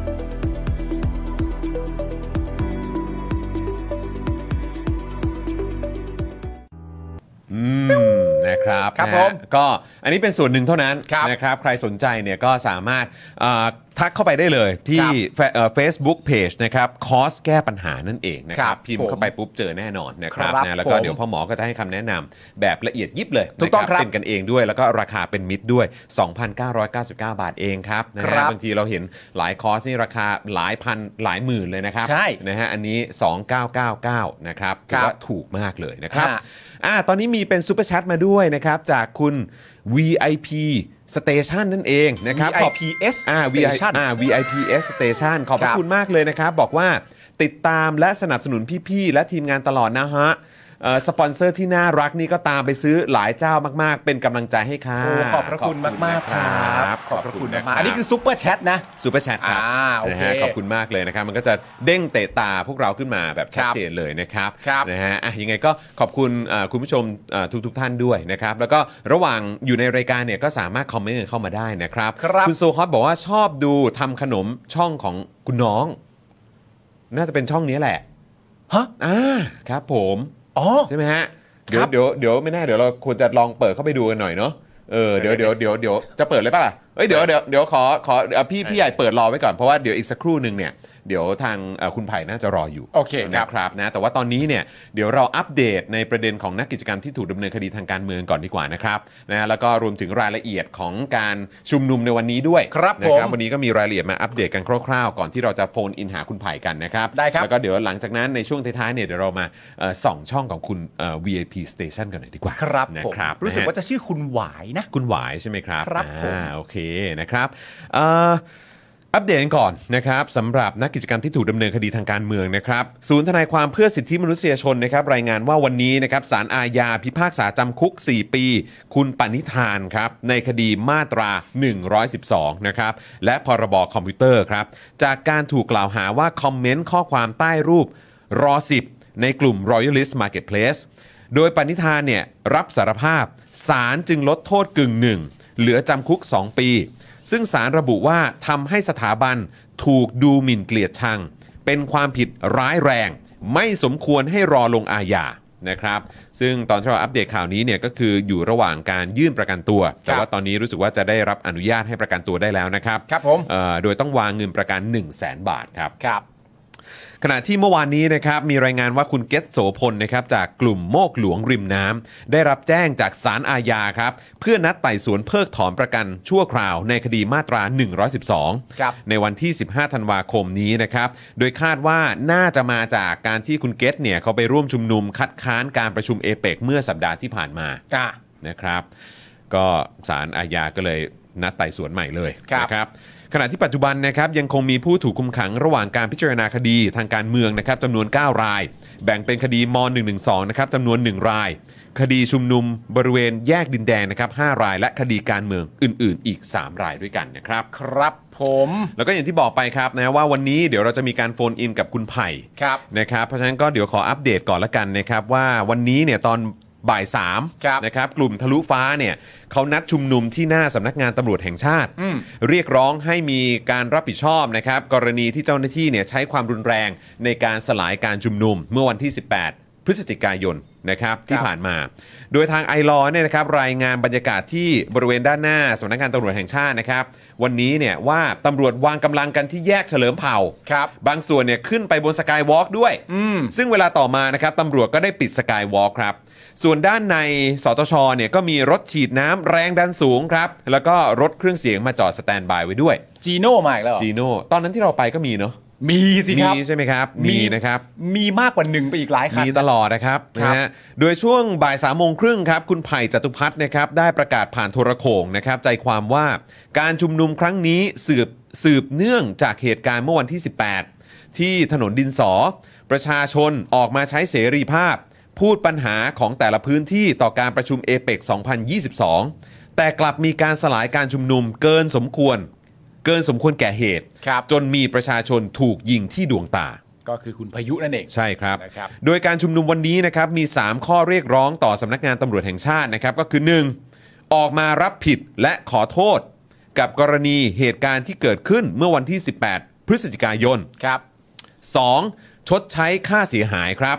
[SPEAKER 2] นะครับ
[SPEAKER 3] ครับผม
[SPEAKER 2] ก็อันนี้เป็นส่วนหนึ่งเท่านั้นนะครับใครสนใจเนี่ยก็สามารถทักเข้าไปได้เลยที่ Facebook Page นะครับคอร์สแก้ปัญหานั่นเองนะครับพิมพ์เข้าไปปุ๊บเจอแน่นอนนะครับนะแล้วก็เดี๋ยวพ่อหมอก็จะให้คำแนะนำแบบละเอียดยิบเลย
[SPEAKER 3] ถูกต้องครับ
[SPEAKER 2] เป็นกันเองด้วยแล้วก็ราคาเป็นมิตรด้วย 2,999 บาทเองครับนะฮะบางทีเราเห็นหลายคอร์สนี่ราคาหลายพันหลายหมื่นเลยนะครับนะฮะอันนี้ 2999 นะครับถือว่าถูกมากเลยนะครับตอนนี้มีเป็นซุปเปอร์แชทมาด้วยนะครับจากคุณ VIP Station นั่นเองนะครับ
[SPEAKER 3] VIPS Station
[SPEAKER 2] VIPS Station ขอบพระคุณมากเลยนะครับบอกว่าติดตามและสนับสนุนพี่ๆและทีมงานตลอดนะฮะสปอนเซอร์ที่น่ารักนี่ก็ตามไปซื้อหลายเจ้ามากๆเป็นกำลังใจให้ค่ะ
[SPEAKER 3] ขอบพระคุณมากๆครับขอบพระคุณมากๆอันนี้คือซุปเปอร์แชทนะ
[SPEAKER 2] ซุปเปอร์แชทครับนะฮะขอบคุณมากเลยนะครับมันก็จะเด้งเตะตาพวกเราขึ้นมาแบบชัดเจนเลยนะครับนะฮะยังไงก็ขอบคุณคุณผู้ชมทุกท่านด้วยนะครับแล้วก็ระหว่างอยู่ในรายการเนี่ยก็สามารถคอมเมนต์เข้ามาได้นะครับคุณโซฮอตบอกว่าชอบดูทำขนมช่องของคุณน้องน่าจะเป็นช่องนี้แหละ
[SPEAKER 3] ฮะ
[SPEAKER 2] ครับผมใช่ไหมฮะเดี๋ยวไม่แน่เดี๋ยวเราควรจะลองเปิดเข้าไปดูกันหน่อยเนาะเดี๋ยวจะเปิดเลยป่ะล่ะเดี๋ยวขอพี่ใหญ่เปิดรอไว้ก่อนเพราะว่าเดี๋ยวอีกสักครู่นึงเนี่ยเดี๋ยวทางคุณไผ่น่าจะรออยู่
[SPEAKER 3] โอเค
[SPEAKER 2] นะครับนะแต่ว่าตอนนี้เนี่ยเดี๋ยวเราอัปเดตในประเด็นของนักกิจกรรมที่ถูกดำเนินคดีทางการเมืองก่อนดีกว่านะครับนะแล้วก็รวมถึงรายละเอียดของการชุมนุมในวันนี้ด้วยนะครับวันนี้ก็มีรายละเอียดมาอัปเดตกันคร่าวๆก่อนที่เราจะโฟนอินหาคุณไผ่กันนะครับ
[SPEAKER 3] ได้ครับ
[SPEAKER 2] แล้วก็เดี๋ยวหลังจากนั้นในช่วงท้ายๆเนี่ยเดี๋ยวเรามาส่องช่องของคุณ VIP Station กันหน่อยดีกว่า
[SPEAKER 3] ครับ
[SPEAKER 2] นะครับ
[SPEAKER 3] รู้สึกว่าจะชื่อคุณหวายนะ
[SPEAKER 2] คุณหวายใช่ไหมครับ
[SPEAKER 3] ครับ
[SPEAKER 2] โอเคนะครับอัปเดตกันก่อนนะครับสำหรับนักกิจกรรมที่ถูกดำเนินคดีทางการเมืองนะครับศูนย์ทนายความเพื่อสิทธิมนุษยชนนะครับรายงานว่าวันนี้นะครับศาลอาญาพิพากษาจำคุก4ปีคุณปณิธานครับในคดีมาตรา112นะครับและพรบคอมพิวเตอร์ครับจากการถูกกล่าวหาว่าคอมเมนต์ข้อความใต้รูปร10ในกลุ่ม Royalist Marketplace โดยปณิธานเนี่ยรับสารภาพศาลจึงลดโทษกึ่งหนึ่งเหลือจำคุก2ปีซึ่งศาลระบุว่าทำให้สถาบันถูกดูหมิ่นเกลียดชังเป็นความผิดร้ายแรงไม่สมควรให้รอลงอาญานะครับซึ่งตอนที่เราอัปเดตข่าวนี้เนี่ยก็คืออยู่ระหว่างการยื่นประกันตัวแต่ว่าตอนนี้รู้สึกว่าจะได้รับอนุญาตให้ประกันตัวได้แล้วนะครับ
[SPEAKER 3] ครับผม
[SPEAKER 2] โดยต้องวางเงินประกัน 100,000 บาทครับ
[SPEAKER 3] ครับ
[SPEAKER 2] ขณะที่เมื่อวานนี้นะครับมีรายงานว่าคุณเกษโสพลนะครับจากกลุ่มโมกหลวงริมน้ำได้รับแจ้งจากศาลอาญาครับเพื่อนัดไต่สวนเพิกถอนประกันชั่วคราวในคดีมาตรา112ในวันที่15ธันวาคมนี้นะครับโดยคาดว่าน่าจะมาจากการที่คุณเกษเนี่ยเขาไปร่วมชุมนุมคัดค้านการประชุมเอเปกเมื่อสัปดาห์ที่ผ่านมานะครับก็ศาลอาญาก็เลยนัดไต่สวนใหม่เลยนะครับขณะที่ปัจจุบันนะครับยังคงมีผู้ถูกคุมขังระหว่างการพิจารณาคดีทางการเมืองนะครับจำนวน9รายแบ่งเป็นคดีม.112 นะครับจำนวน1รายคดีชุมนุมบริเวณแยกดินแดงนะครับ5รายและคดีการเมืองอื่นๆอีก3รายด้วยกันนะครับ
[SPEAKER 3] ครับผม
[SPEAKER 2] แล้วก็อย่างที่บอกไปครับนะว่าวันนี้เดี๋ยวเราจะมีการโฟนอินกับคุณไผ่นะครับเพราะฉะนั้นก็เดี๋ยวขออัปเดตก่อนละกันนะครับว่าวันนี้เนี่ยตอนบ่าย3นะครับกลุ่มทะลุฟ้าเนี่ยเขานัดชุมนุมที่หน้าสำนักงานตำรวจแห่งชาติเรียกร้องให้มีการรับผิดชอบนะครับกรณีที่เจ้าหน้าที่เนี่ยใช้ความรุนแรงในการสลายการชุมนุมเมื่อวันที่18พฤศจิกายนนะครับที่ผ่านมาโดยทางไอลอเนี่ยนะครับรายงานบรรยากาศที่บริเวณด้านหน้าสำนักงานตำรวจแห่งชาตินะครับวันนี้เนี่ยว่าตำรวจวางกำลังกันที่แยกเฉลิมเผ่าบางส่วนเนี่ยขึ้นไปบนสกายวอล์กด้วยซึ่งเวลาต่อมานะครับตำรวจก็ได้ปิดสกายวอล์กครับส่วนด้านในสตชเนี่ยก็มีรถฉีดน้ำแรงดันสูงครับแล้วก็รถเครื่องเสียงมาจอดสแตนด์บายไว้ด้วย
[SPEAKER 3] จีโน่มาอีกแล้ว
[SPEAKER 2] จีโน่ตอนนั้นที่เราไปก็มีเนาะ
[SPEAKER 3] มีสิครับ
[SPEAKER 2] มีใช่ไหมครับมีนะครับ
[SPEAKER 3] มีมากกว่า1ไปอีกหลายคัน
[SPEAKER 2] มีตลอดนะครับนะฮะโดยช่วงบ่าย3 โมงครึ่งครับคุณไผ่จตุพัฒน์นะครับได้ประกาศผ่านโทรโข่งนะครับใจความว่าการชุมนุมครั้งนี้สืบเนื่องจากเหตุการณ์เมื่อวันที่18ที่ถนนดินสอประชาชนออกมาใช้เสรีภาพพูดปัญหาของแต่ละพื้นที่ต่อการประชุมเอเปก2022แต่กลับมีการสลายการชุมนุมเกินสมควรแก่เหตุจนมีประชาชนถูกยิงที่ดวงตา
[SPEAKER 3] ก็คือคุณพายุนั่นเอง
[SPEAKER 2] ใช่ครับโดยการชุมนุมวันนี้นะครับมี3ข้อเรียกร้องต่อสำนักงานตำรวจแห่งชาตินะครับก็คือ 1. ออกมารับผิดและขอโทษกับกรณีเหตุการณ์ที่เกิดขึ้นเมื่อวันที่18พฤศจิกายน
[SPEAKER 3] ครับ
[SPEAKER 2] 2. ชดใช้ค่าเสียหายครับ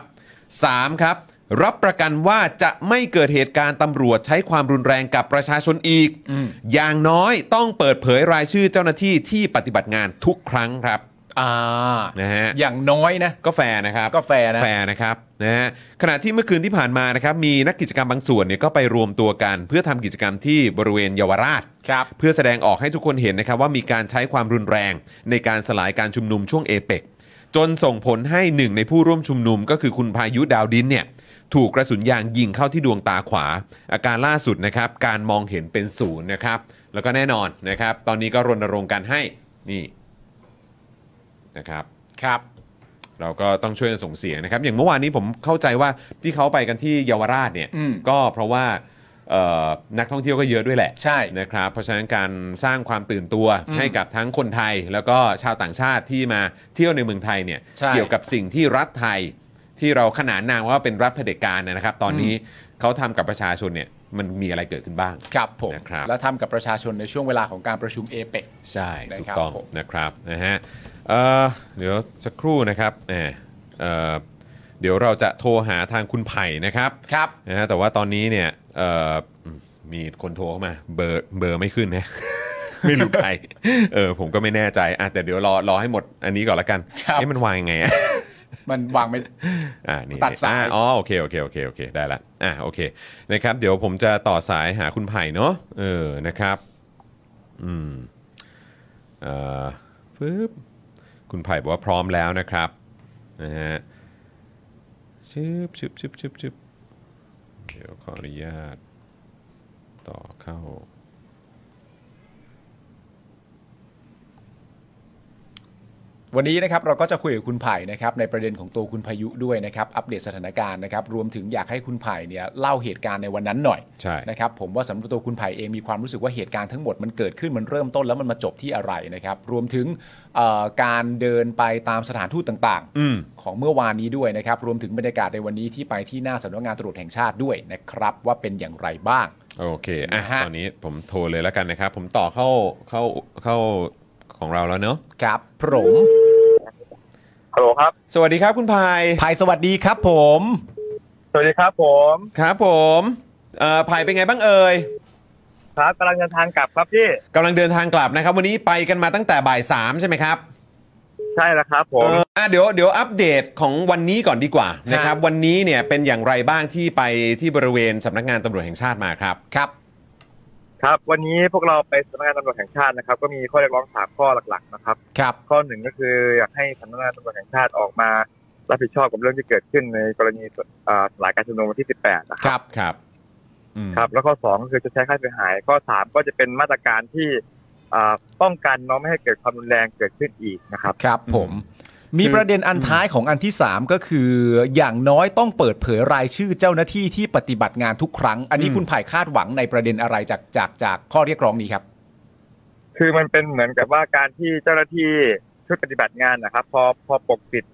[SPEAKER 2] 3. ครับรับประกันว่าจะไม่เกิดเหตุการณ์ตำรวจใช้ความรุนแรงกับประชาชนอีกอย่างน้อยต้องเปิดเผยรายชื่อเจ้าหน้าที่ที่ปฏิบัติงานทุกครั้งครับนะฮะ
[SPEAKER 3] อย่างน้อยนะ
[SPEAKER 2] ก็แฟร์นะครับ
[SPEAKER 3] ก็แฟร์
[SPEAKER 2] นะครับนะฮะขณะที่เมื่อคืนที่ผ่านมานะครับมีนักกิจกรรมบางส่วนเนี่ยก็ไปรวมตัวกันเพื่อทำกิจกรรมที่บริเวณเยาวราชเพื่อแสดงออกให้ทุกคนเห็นนะครับว่ามีการใช้ความรุนแรงในการสลายการชุมนุมช่วงเอเปกจนส่งผลให้หนึ่งในผู้ร่วมชุมนุมก็คือคุณพายุดาวดินเนี่ยถูกกระสุนยางยิงเข้าที่ดวงตาขวาอาการล่าสุดนะครับการมองเห็นเป็นศูนย์นะครับแล้วก็แน่นอนนะครับตอนนี้ก็รณรงค์กันให้นี่นะครับเราก็ต้องช่วยกันส่งเสียงนะครับอย่างเมื่อวานนี้ผมเข้าใจว่าที่เขาไปกันที่เยาวราชเนี่ยก็เพราะว่านักท่องเที่ยวก็เยอะด้วยแหละ
[SPEAKER 3] ใช่
[SPEAKER 2] นะครับเพราะฉะนั้นการสร้างความตื่นตัวให้กับทั้งคนไทยแล้วก็ชาวต่างชาติที่มาเที่ยวในเมืองไทยเนี่ยเกี่ยวกับสิ่งที่รัฐไทยที่เราขนานนามว่าเป็นรัฐเผด็จการนะครับตอนนี้เขาทำกับประชาชนเนี่ยมันมีอะไรเกิดขึ้นบ้าง
[SPEAKER 3] ครับผมแล้วทำกับประชาชนในช่วงเวลาของการประชุมเอเปก
[SPEAKER 2] ใช่ถูกต้องนะครับนะฮะเดี๋ยวสักครู่นะครับเดี๋ยวเราจะโทรหาทางคุณไผ่นะครับนะฮะแต่ว่าตอนนี้เนี่ยมีคนโทรเข้ามาเบอร์ไม่ขึ้นนะ ไม่รู้ใครผมก็ไม่แน่ใจแต่เดี๋ยวรอให้หมดอันนี้ก่อนละกันมันวางยังไง
[SPEAKER 3] มันวางไม่
[SPEAKER 2] นี่ตัดสายโอเคได้ละโอเคนะครับเดี๋ยวผมจะต่อสายหาคุณไผ่เนาะนะครับปึ๊บคุณไผ่บอกว่าพร้อมแล้วนะครับนะฮะชึบเดี๋ยวขออนุญาตต่อเข้า
[SPEAKER 3] วันนี้นะครับเราก็จะคุยกับคุณไผ่นะครับในประเด็นของตัวคุณพายุด้วยนะครับอัปเดตสถานการณ์นะครับรวมถึงอยากให้คุณไผ่เนี่ยเล่าเหตุการณ์ในวันนั้นหน่อยนะครับผมว่าสำหรับตัวคุณไผ่เองมีความรู้สึกว่าเหตุการณ์ทั้งหมดมันเกิดขึ้นมันเริ่มต้นแล้วมันมาจบที่อะไรนะครับรวมถึงการเดินไปตามสถานทูตต่างๆของเมื่อวานนี้ด้วยนะครับรวมถึงบรรยากาศในวันนี้ที่ไปที่หน้าสำนักงานตำรวจแห่งชาติด้วยนะครับว่าเป็นอย่างไรบ้าง
[SPEAKER 2] โอเคตอนนี้ผมโทรเลยแล้วกันนะครับผมต่อเข้าของเราแล้วเนอะ
[SPEAKER 3] ครับผม
[SPEAKER 5] ฮัลโหลครับ
[SPEAKER 2] สวัสดีครับคุณไผ่
[SPEAKER 3] สวัสดีครับผม
[SPEAKER 5] สวัสดีครับผม
[SPEAKER 2] ครับผมไผ่เป็นไงบ้างเอ่ย
[SPEAKER 5] ครับกำลังเดินทางกลับครับพี่
[SPEAKER 2] กำลังเดินทางกลับนะครับวันนี้ไปกันมาตั้งแต่บ่าย3ใช่ไหมครับ
[SPEAKER 5] ใช่แล้วครับผม
[SPEAKER 2] เดี๋ยวอัปเดตของวันนี้ก่อนดีกว่านะครับวันนี้เนี่ยเป็นอย่างไรบ้างที่ไปที่บริเวณสำนักงานตำรวจแห่งชาติมาครับ
[SPEAKER 5] ครับวันนี้พวกเราไปสำนักงานตำรวจแห่งชาตินะครับก็มีข้อเรียกร้อง3ข้อหลักๆนะครับข้อ1ก็คืออยากให้สำนักงานตำรวจแห่งชาติออกมารับผิดชอบกับเรื่องที่เกิดขึ้นในกรณีสลายการชุมนุมวันที่18นะครับครับแล้วข้อ2ก็คือจะใช้ค่าเสียหายข้อ3ก็จะเป็นมาตรการที่ป้องกันไม่ให้เกิดความรุนแรงเกิดขึ้นอีกนะครับ
[SPEAKER 3] ครับผมมีประเด็นอันท้ายของอันที่3ก็คืออย่างน้อยต้องเปิดเผยรายชื่อเจ้าหน้าที่ที่ปฏิบัติงานทุกครั้งอันนี้คุณไผ่คาดหวังในประเด็นอะไรจากข้อเรียกร้องนี้ครับ
[SPEAKER 5] คือมันเป็นเหมือนกับว่าการที่เจ้าหน้าที่ชุดปฏิบัติงานนะครับพอปกปิด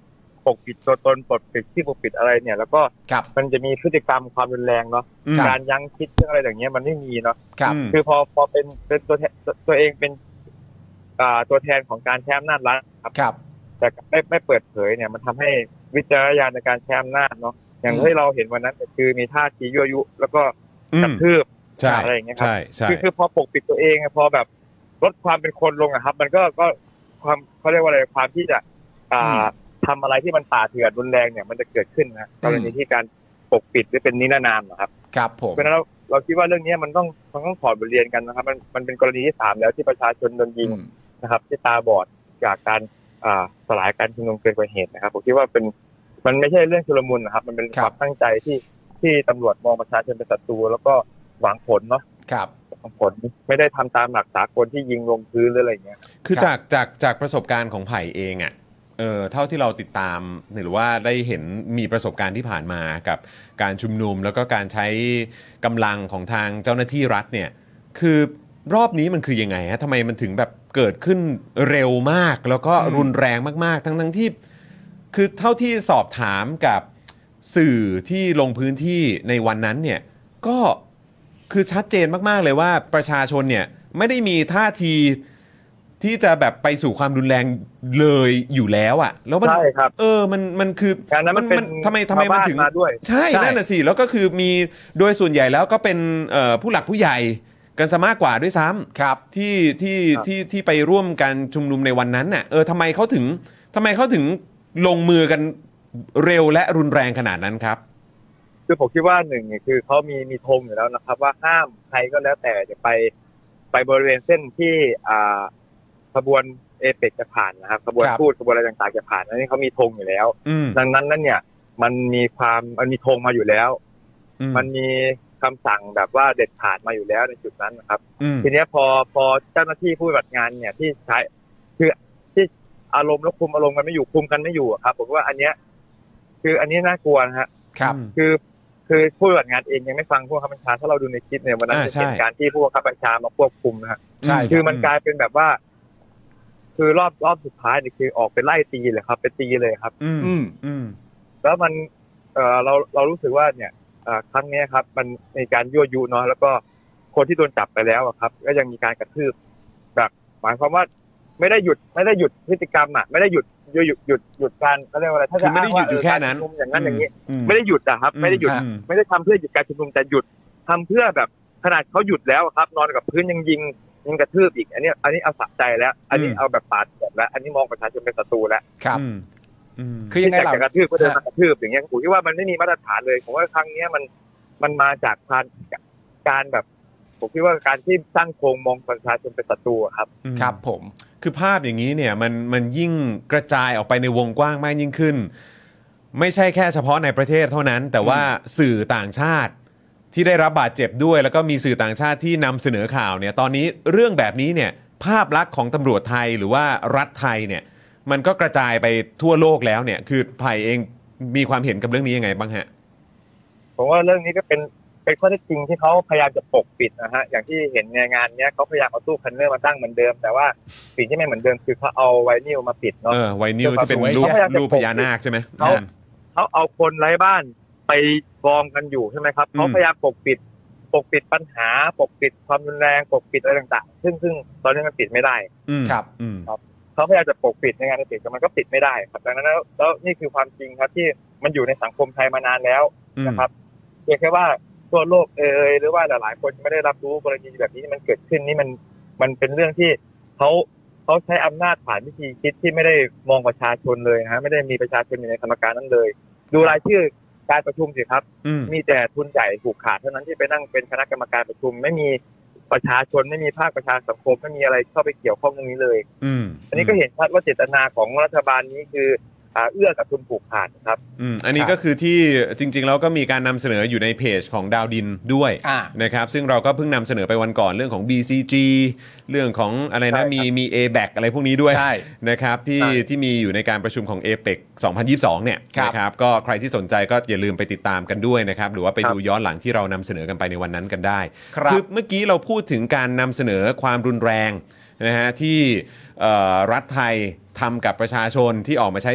[SPEAKER 5] ปกปิดตัวตนปกปิดที่ปกปิดอะไรเนี่ยแล้วก็มันจะมีพฤติกรรมความรุนแรงเนาะการยั้งคิดเรื่องอะไรอย่างเงี้ยมันไม่มีเนาะคือพอเป็นตัวเองเป็นตัวแทนของการใช้อำนาจรัฐครับแต่ไม่เปิดเผยเนี่ยมันทำให้วิจารณญาณในการใช้อำนาจเนาะอย่างที่เราเห็นวันนั้นคือมีท่าทียั่วยุแล้วก็กระทืบอะไรอย่างเงี้ยครับคือพอปกปิดตัวเองพอแบบลดความเป็นคนลงอะครับมันก็ความเขาเรียกว่าอะไรความที่จะทำอะไรที่มันป่าเถื่อนรุนแรงเนี่ยมันจะเกิดขึ้นนะกรณีที่การปกปิดหรือเป็นนิรนามนะครับ
[SPEAKER 3] ครับผม
[SPEAKER 5] เพราะฉะนั้นเราคิดว่าเรื่องนี้มันต้องถอดบทเรียนกันนะครับมันเป็นกรณีที่3แล้วที่ประชาชนโดนยิงนะครับที่ตาบอดจากการสลายการชุมนุมเกินกว่าเหตุนะครับผมคิดว่ามันไม่ใช่เรื่องชุลมุนนะครับมันเป็นความตั้งใจที่ตำรวจมองประชาชนเป็นศัตรูแล้วก็หวังผลเนาะ
[SPEAKER 3] ครับ
[SPEAKER 5] ผลไม่ได้ทำตามหลักสากลที่ยิงลงพื้นหรืออะไรเงี้ย
[SPEAKER 2] คือจากประสบการณ์ของไผ่เองอ่ะเท่าที่เราติดตามหรือว่าได้เห็นมีประสบการณ์ที่ผ่านมากับการชุมนุมแล้วก็การใช้กำลังของทางเจ้าหน้าที่รัฐเนี่ยคือรอบนี้มันคือยังไงฮะทำไมมันถึงแบบเกิดขึ้นเร็วมากแล้วก็รุนแรงมากๆทั้งที่คือเท่าที่สอบถามกับสื่อที่ลงพื้นที่ในวันนั้นเนี่ยก็คือชัดเจนมากๆเลยว่าประชาชนเนี่ยไม่ได้มีท่าทีที่จะแบบไปสู่ความรุนแรงเลยอยู่แล้วอ่ะแล้วมัน
[SPEAKER 5] ใช่ครับ
[SPEAKER 2] มันคือมันทำไมมันถึงใช่นั่นน่ะสิแล้วก็คือมีโดยส่วนใหญ่แล้วก็เป็นผู้หลักผู้ใหญ่กันซะมากกว่าด้วยซ้ำ
[SPEAKER 3] ครับ
[SPEAKER 2] ที่ไปร่วมการชุมนุมในวันนั้นน่ะทำไมเขาถึงลงมือกันเร็วและรุนแรงขนาดนั้นครับ
[SPEAKER 5] คือผมคิดว่าหนึ่งคือเขามีธงอยู่แล้วนะครับว่าห้ามใครก็แล้วแต่จะไปบริเวณเส้นที่ขบวนเอเปกจะผ่านนะครับขบวนพูดขบวนอะไรต่างๆจะผ่านอันนี้เขามีธงอยู่แล้วดังนั้นนั่นเนี่ยมันมีธงมาอยู่แล้วมันมีคำสั่งแบบว่าเด็ดขาดมาอยู่แล้วในจุดนั้นนะครับทีนี้พอเจ้าหน้าที่ผู้ปฏิบัติงานเนี่ยที่ใช้คือที่อารมณ์แล้วคุมอารมณ์กันไม่อยู่คุมกันไม่อยู่ครับผมว่าอันนี้น่ากลัวนะฮะ
[SPEAKER 3] ครับ
[SPEAKER 5] คือผู้ปฏิบัติงานเองยังไม่ฟังผู้บังคับบัญชาถ้าเราดูในคลิปเนี่ยวันนั้นจะเป็นการที่ผู้บังคับบัญชามาควบคุมนะฮะ
[SPEAKER 3] ใช่
[SPEAKER 5] คือมันกลายเป็นแบบว่าคือรอบสุดท้ายนี่คือออกไปไล่ตีเลยครับไปตีเลยครับแล้วมันเรารู้สึกว่าเนี่ยครั้งนี้ครับมันมีการยั่วยุเนาะแล้วก็คนที่โดนจับไปแล้วครับก็ยังมีการกระทืบแบบหมายความว่าไม่ได้หยุดพฤติกรรมอ่ะไม่ได้หยุดการเขาเรียกว่าอะไร
[SPEAKER 2] ถ้าจะไม่ได้หยุดอยู่แค่นั้น
[SPEAKER 5] อย่างนั้นอย่างนี้ไม่ได้หยุดนะครับไม่ได้หยุดไม่ได้ทำเพื่อหยุดการชุมนุมแต่หยุดทำเพื่อแบบขนาดเขาหยุดแล้วครับนอนกับพื้นยังยิงกระทืบอีกอันนี้เอาสะใจแล้วอันนี้เอาแบบปาดแบบแล้วอันนี้มองประชาชนเป็นศัตรูแล้ว
[SPEAKER 3] ครับคือยังไงล่ะ
[SPEAKER 5] กระทืบก็เดินมากระทืบอย่างเงี้ยผมคิดว่ามันไม่มีมาตรฐานเลยผมว่าครั้งนี้มันมาจากการแบบผมคิดว่าการที่สร้างโครงมองประชาชนเป็นศัตรูครับ
[SPEAKER 3] ครับผม
[SPEAKER 2] คือภาพอย่างนี้เนี่ยมันยิ่งกระจายออกไปในวงกว้างมากยิ่งขึ้นไม่ใช่แค่เฉพาะในประเทศเท่านั้นแต่ว่าสื่อต่างชาติที่ได้รับบาดเจ็บด้วยแล้วก็มีสื่อต่างชาติที่นำเสนอข่าวเนี่ยตอนนี้เรื่องแบบนี้เนี่ยภาพลักษณ์ของตำรวจไทยหรือว่ารัฐไทยเนี่ยมันก็กระจายไปทั่วโลกแล้วเนี่ยคือไผ่เองมีความเห็นกับเรื่องนี้ยังไงบ้างฮะ
[SPEAKER 5] ผมว่าเรื่องนี้ก็เป็นข้อเท็จจริงที่เขาพยายามจะปกปิดนะฮะอย่างที่เห็นในงานเนี้ยเขาพยายามเอาตู้คันเนอร์มาตั้งเหมือนเดิมแต่ว่าสิ่งที่ไม่เหมือนเดิมคือเขาเอาไวนิลมาปิดเนาะ
[SPEAKER 2] ไวนิลที่เป็นรูปพญานาคใช่ไหม
[SPEAKER 5] เขาเอาคนไร้บ้านไปกองกันอยู่ใช่ไหมครับเขาพยายามปกปิดปัญหาปกปิดความรุนแรงปกปิดอะไรต่างๆซึ่งตอนนี้มันปิดไม่ได้
[SPEAKER 3] ครับ
[SPEAKER 5] เขาพยายามจะปกปิดในงานในสิ่งแต่มันก็ปิดไม่ได้ครับดังนั้นแล้วนี่คือความจริงครับที่มันอยู่ในสังคมไทยมานานแล้วนะครับเพียงแค่ว่าทั่วโลกหรือว่าหลายๆคนไม่ได้รับรู้กรณีแบบนี้มันเกิดขึ้นนี่มันเป็นเรื่องที่เขาใช้อำนาจผ่านวิธีคิดที่ไม่ได้มองประชาชนเลยฮะไม่ได้มีประชาชนอยู่ในสมการนั้นเลยดูรายชื่อการประชุมสิครับมีแต่ทุนใหญ่ผูกขาดเท่านั้นที่ไปนั่งเป็นคณะกรรมการประชุมไม่มีประชาชนไม่มีภาคประชาสังคมไม่มีอะไรเข้าไปเกี่ยวข้องตรงนี้เลยอันนี้ก็เห็นชัดว่าเจตนาของรัฐบาลนี้คือเอื้อกับทุนผูกขาดครับ
[SPEAKER 2] อันนี้ก็คือที่จริงๆแล้วก็มีการนำเสนออยู่ในเพจของดาวดินด้วยนะครับซึ่งเราก็เพิ่งนำเสนอไปวันก่อนเรื่องของ BCG เรื่องของอะไรนะมี ABAC อะไรพวกนี้ด้วยนะครับที่มีอยู่ในการประชุมของ APEC 2022เนี่ยนะครับก็ใครที่สนใจก็อย่าลืมไปติดตามกันด้วยนะครับหรือว่าไปดูย้อนหลังที่เรานำเสนอกันไปในวันนั้นกันได้คือเมื่อกี้เราพูดถึงการนำเสนอความรุนแรงนะฮะที่รัฐไทยทำกับประชาชนที่ออกมาใช้สิทธิ์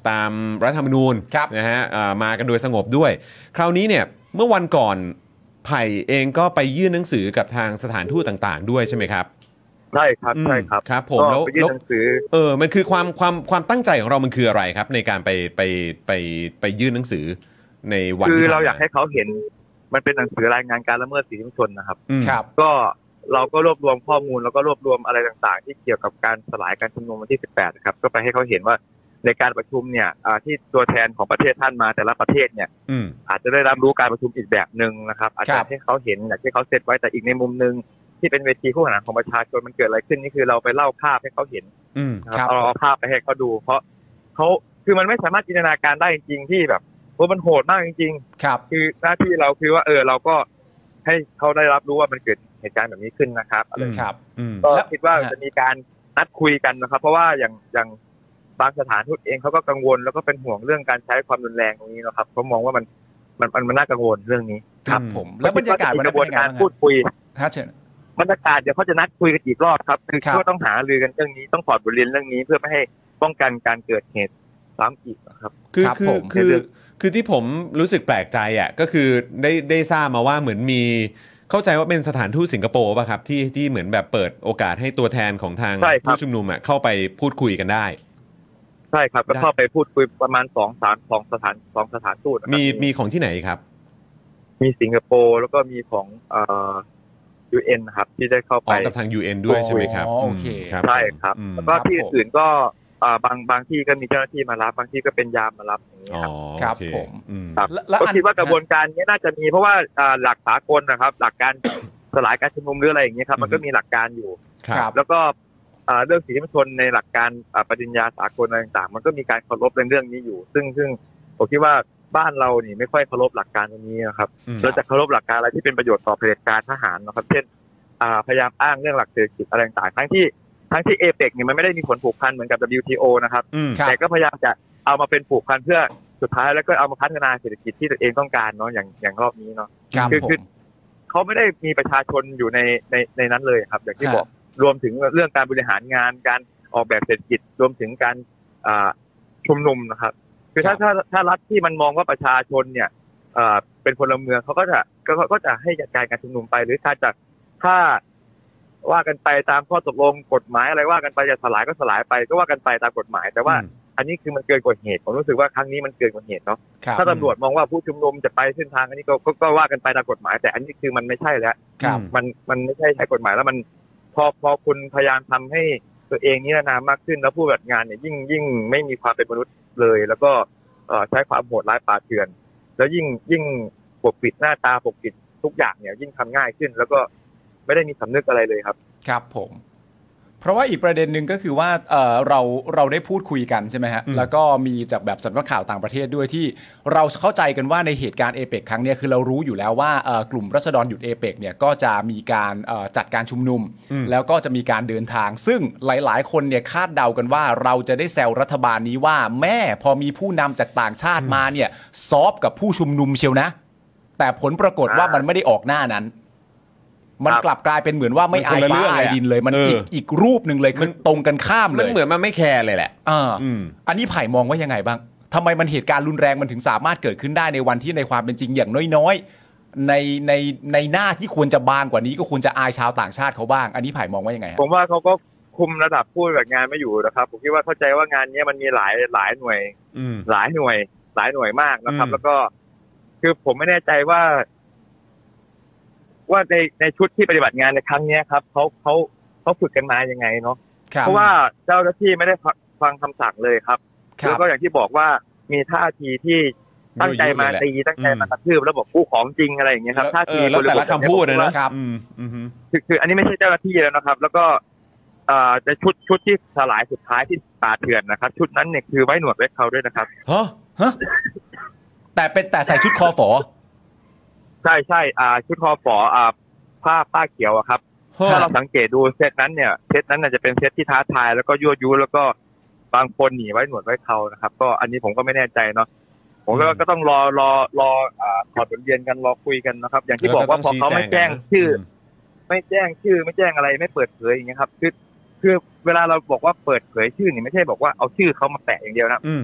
[SPEAKER 2] ตามรัฐธรรมนูญนะฮะมากันโดยสงบด้วยคราวนี้เนี่ยเมื่อวันก่อนไผ่เองก็ไปยื่นหนังสือกับทางสถานทูตต่างๆด้วยใช่ไหมครับ
[SPEAKER 5] ใช่ครับใช่ครับ
[SPEAKER 2] ครับผมแล้ว
[SPEAKER 5] ยื่นหนังสือ
[SPEAKER 2] มันคือความตั้งใจของเรามันคืออะไรครับในการไปยื่นหนังสือในวัน
[SPEAKER 5] คือเราอยากให้เขาเห็นมันเป็นหนังสือรายงานการละเมิดสิทธิมนุษยชนนะครับก็เราก็รวบรวมข้อมูลแล้วก็รวบรวมอะไรต่างๆที่เกี่ยวกับการสลายการชุมนุมวันที่18นะครับก็ไปให้เขาเห็นว่าในการประชุมเนี่ยที่ตัวแทนของประเทศท่านมาแต่ละประเทศเนี่ยอาจจะได้รับรู้การประชุมอีกแบบนึงนะครับอาจจะให้เขาเห็นอยากให้เขาเซตไว้แต่อีกในมุมนึงที่เป็นเวทีคู่ขนานของประชาชนมันเกิดอะไรขึ้นนี่คือเราไปเล่าภาพให้เขาเห็นเอาภาพไปให้เขาดูเพราะเขาคือมันไม่สามารถจินตนาการได้จริงๆที่แบบมันโหดมากจริงๆคือหน้าที่เราคือว่าเราก็ให้เขาได้รับรู้ว่ามันเกิดเหตุการณ์แบบนี้ขึ้นนะครับอะไรครับก็คิดว่าจะมีการนัดคุยกันนะครับเพราะว่าอย่างบางสถานทูตเองเขาก็กังวลแล้วก็เป็นห่วงเรื่องการใช้ความรุนแรงตรงนี้นะครับเขามองว่ามันน่ากังวลเรื่องนี้
[SPEAKER 3] ครับผมแล้วบรรยากาศ
[SPEAKER 5] กระบวนการพูดคุยบรรยากาศเดี๋ยวเขาจะนัดคุยกันอีกรอบครับคือก็ต้องหารือกันเรื่องนี้ต้องถอดบทเรียนเรื่องนี้เพื่อไม่ให้ป้องกันการเกิดเหตุซ้ำอีกนะครับ
[SPEAKER 2] คือที่ผมรู้สึกแปลกใจอ่ะก็คือได้ทราบมาว่าเหมือนมีเข้าใจว่าเป็นสถานทูตสิงคโปร์ป่ะครับที่เหมือนแบบเปิดโอกาสให้ตัวแทนของทางผู้ชุมนุมอ่ะเข้าไปพูดคุยกันได้
[SPEAKER 5] ใช่ครับก็เข้าไปพูดคุยประมาณ2 สถานทูต
[SPEAKER 2] มีของที่ไหนครับ
[SPEAKER 5] มีสิงคโปร์แล้วก็มีของUN ครับที่ได้เข้าไป
[SPEAKER 2] กับทาง UN ด้วยใช่ไหมครับ
[SPEAKER 3] โอเค
[SPEAKER 5] ใช่ครับแล้วก็ที่อื่นก็บางที่ก็มีเจ้าหน้าที่มารับบางที่ก็เป็นยามมารับอย่างนี้
[SPEAKER 3] ครับผม
[SPEAKER 5] แล้วคิดว่ากระบวนการนี้น่าจะมีเพราะว่าหลักสากลนะครับหลักการสลายการชุมนุมหรืออะไรอย่างเงี้ยครับมันก็มีหลักการอยู่แล้วก็เรื่องสิทธิมนุษยชนในหลักการปฏิญญาสากลอะไรต่างๆมันก็มีการเคารพในเรื่องนี้อยู่ซึ่งผมคิดว่าบ้านเรานี่ไม่ค่อยเคารพหลักการตรงนี้นะครับเราจะเคารพหลักการอะไรที่เป็นประโยชน์ต่อเผด็จการทหารนะครับเช่นพยายามอ้างเรื่องหลักเศรษฐกิจอะไรต่างๆทั้งที่เอเปกเนี่ยมันไม่ได้มีผลผูกพันเหมือนกับ WTO นะครับแต่ก็พยายามจะเอามาเป็นผูกพันเพื่อสุดท้ายแล้วก็เอามาพัฒนาเศรษฐกิจที่ตัวเองต้องการเนาะอย่างรอบนี้เนาะคือเขาไม่ได้มีประชาชนอยู่ในนั้นเลยครับอย่างที่บอกรวมถึงเรื่องการบริหารงานการออกแบบเศรษฐกิจรวมถึงการชุมนุมนะครับคือถ้ารัฐที่มันมองว่าประชาชนเนี่ยเป็นพลเมืองเขาก็จะให้จัดการการชุมนุมไปหรือถ้าว่ากันไปตามข้อตกลงกฎหมายอะไรว่ากันไปจะสลายก็สลายไปก็ว่ากันไปตามกฎหมายแต่ว่าอันนี้คือมันเกินกว่าเหตุผมรู้สึกว่าครั้งนี้มันเกินกว่าเหตุเนาะถ้าตำรวจมองว่าผู้ชุมนุมจะไปเส้นทางอันนี้ก็ว่ากันไปตามกฎหมายแต่อันนี้คือมันไม่ใช่แล้วมันไม่ใช่กฎหมายแล้วมันพอคุณพยายามทำให้ตัวเองนิรนามมากขึ้นแล้วผู้ปฏิบัติงานเนี่ยยิ่งไม่มีความเป็นมนุษย์เลยแล้วก็ใช้ความโหดร้ายป่าเถื่อนแล้วยิ่งปกปิดหน้าตาปกปิดทุกอย่างเนี่ยยิ่งทำง่ายขึ้นแล้วก็ไม่ได้มีสำนึกอะไรเลยครับ
[SPEAKER 3] ครับผมเพราะว่าอีกประเด็นหนึ่งก็คือว่าเราได้พูดคุยกันใช่ไหมฮะแล้วก็มีจากแบบสำนักข่าวต่างประเทศด้วยที่เราเข้าใจกันว่าในเหตุการณ์เอเปกครั้งนี้คือเรารู้อยู่แล้วว่ากลุ่มราษฎรหยุดเอเปกเนี่ยก็จะมีการจัดการชุมนุมแล้วก็จะมีการเดินทางซึ่งหลายๆคนเนี่ยคาดเดากันว่าเราจะได้แซวรัฐบาลนี้ว่าแม่พอมีผู้นำจากต่างชาติมาเนี่ยซอฟกับผู้ชุมนุมเชียวนะแต่ผลปรากฏว่ามันไม่ได้ออกหน้านั้นมันกลับกลายเป็นเหมือนว่าไม่อายฟ้าอายดินเลยมันอีกรูปหนึ่งเลยคือตรงกันข้ามเลย
[SPEAKER 2] มันเหมือนมันไม่แคร์เลยแหละ
[SPEAKER 3] อันนี้ไผ่มองว่ายังไงบ้างทำไมมันเหตุการณ์รุนแรงมันถึงสามารถเกิดขึ้นได้ในวันที่ในความเป็นจริงอย่างน้อยๆในหน้าที่ควรจะบางกว่านี้ก็ควรจะอายชาวต่างชาติเขาบ้างอันนี้ไผ่มองว่ายังไง
[SPEAKER 5] ผมว่าเขาก็คุมระดับผู้แบบงานไม่อยู่นะครับผมคิดว่าเข้าใจว่างานนี้มันมีหลายหน่วยหลายหน่วยมากนะครับแล้วก็คือผมไม่แน่ใจว่าในชุดที่ปฏิบัติงานในครั้งนี้ครับเขาฝึกกันมายังไงเนาะเพราะว่าเจ้าหน้าที่ไม่ได้ฟังคำสั่งเลยครับแล้วก็อย่างที่บอกว่ามีท่าทีที่ตั้งใจมาตีตั้งใจมากระทืบแล้วบอกผู้ของจริงอะไรอย่างเงี้ยครับท่าที
[SPEAKER 2] แล้วแต่ละคำพูดนะครับ
[SPEAKER 5] คืออันนี้ไม่ใช่เจ้าหน้าที่แล้วนะครับแล้วก็จะชุดที่สลายสุดท้ายที่ป่าเถื่อนนะครับชุดนั้นเนี่ยคือไว้หนวดไว้เขาด้วยนะครับ
[SPEAKER 3] ฮะแต่ใส่ชุดคอฝอ
[SPEAKER 5] ใช่ชุดคอฝอผ้าเขียวอะครับถ้าเราสังเกตดูเซตนั้นจะเป็นเซตที่ท้าทายแล้วก็ยั่วยุแล้วก็บางคนหนีไว้หนวดไว้เขานะครับก็อันนี้ผมก็ไม่แน่ใจเนาะผมก็ต้องรอถอดบทเรียนกันรอคุยกันนะครับอย่างที่บอกว่าพอเขาไม่แจ้งชื่อไม่แจ้งอะไรไม่เปิดเผยอย่างเงี้ยครับคือเวลาเราบอกว่าเปิดเผยชื่อนี่ไม่ใช่บอกว่าเอาชื่อเขามาแปะอย่างเดียวนะ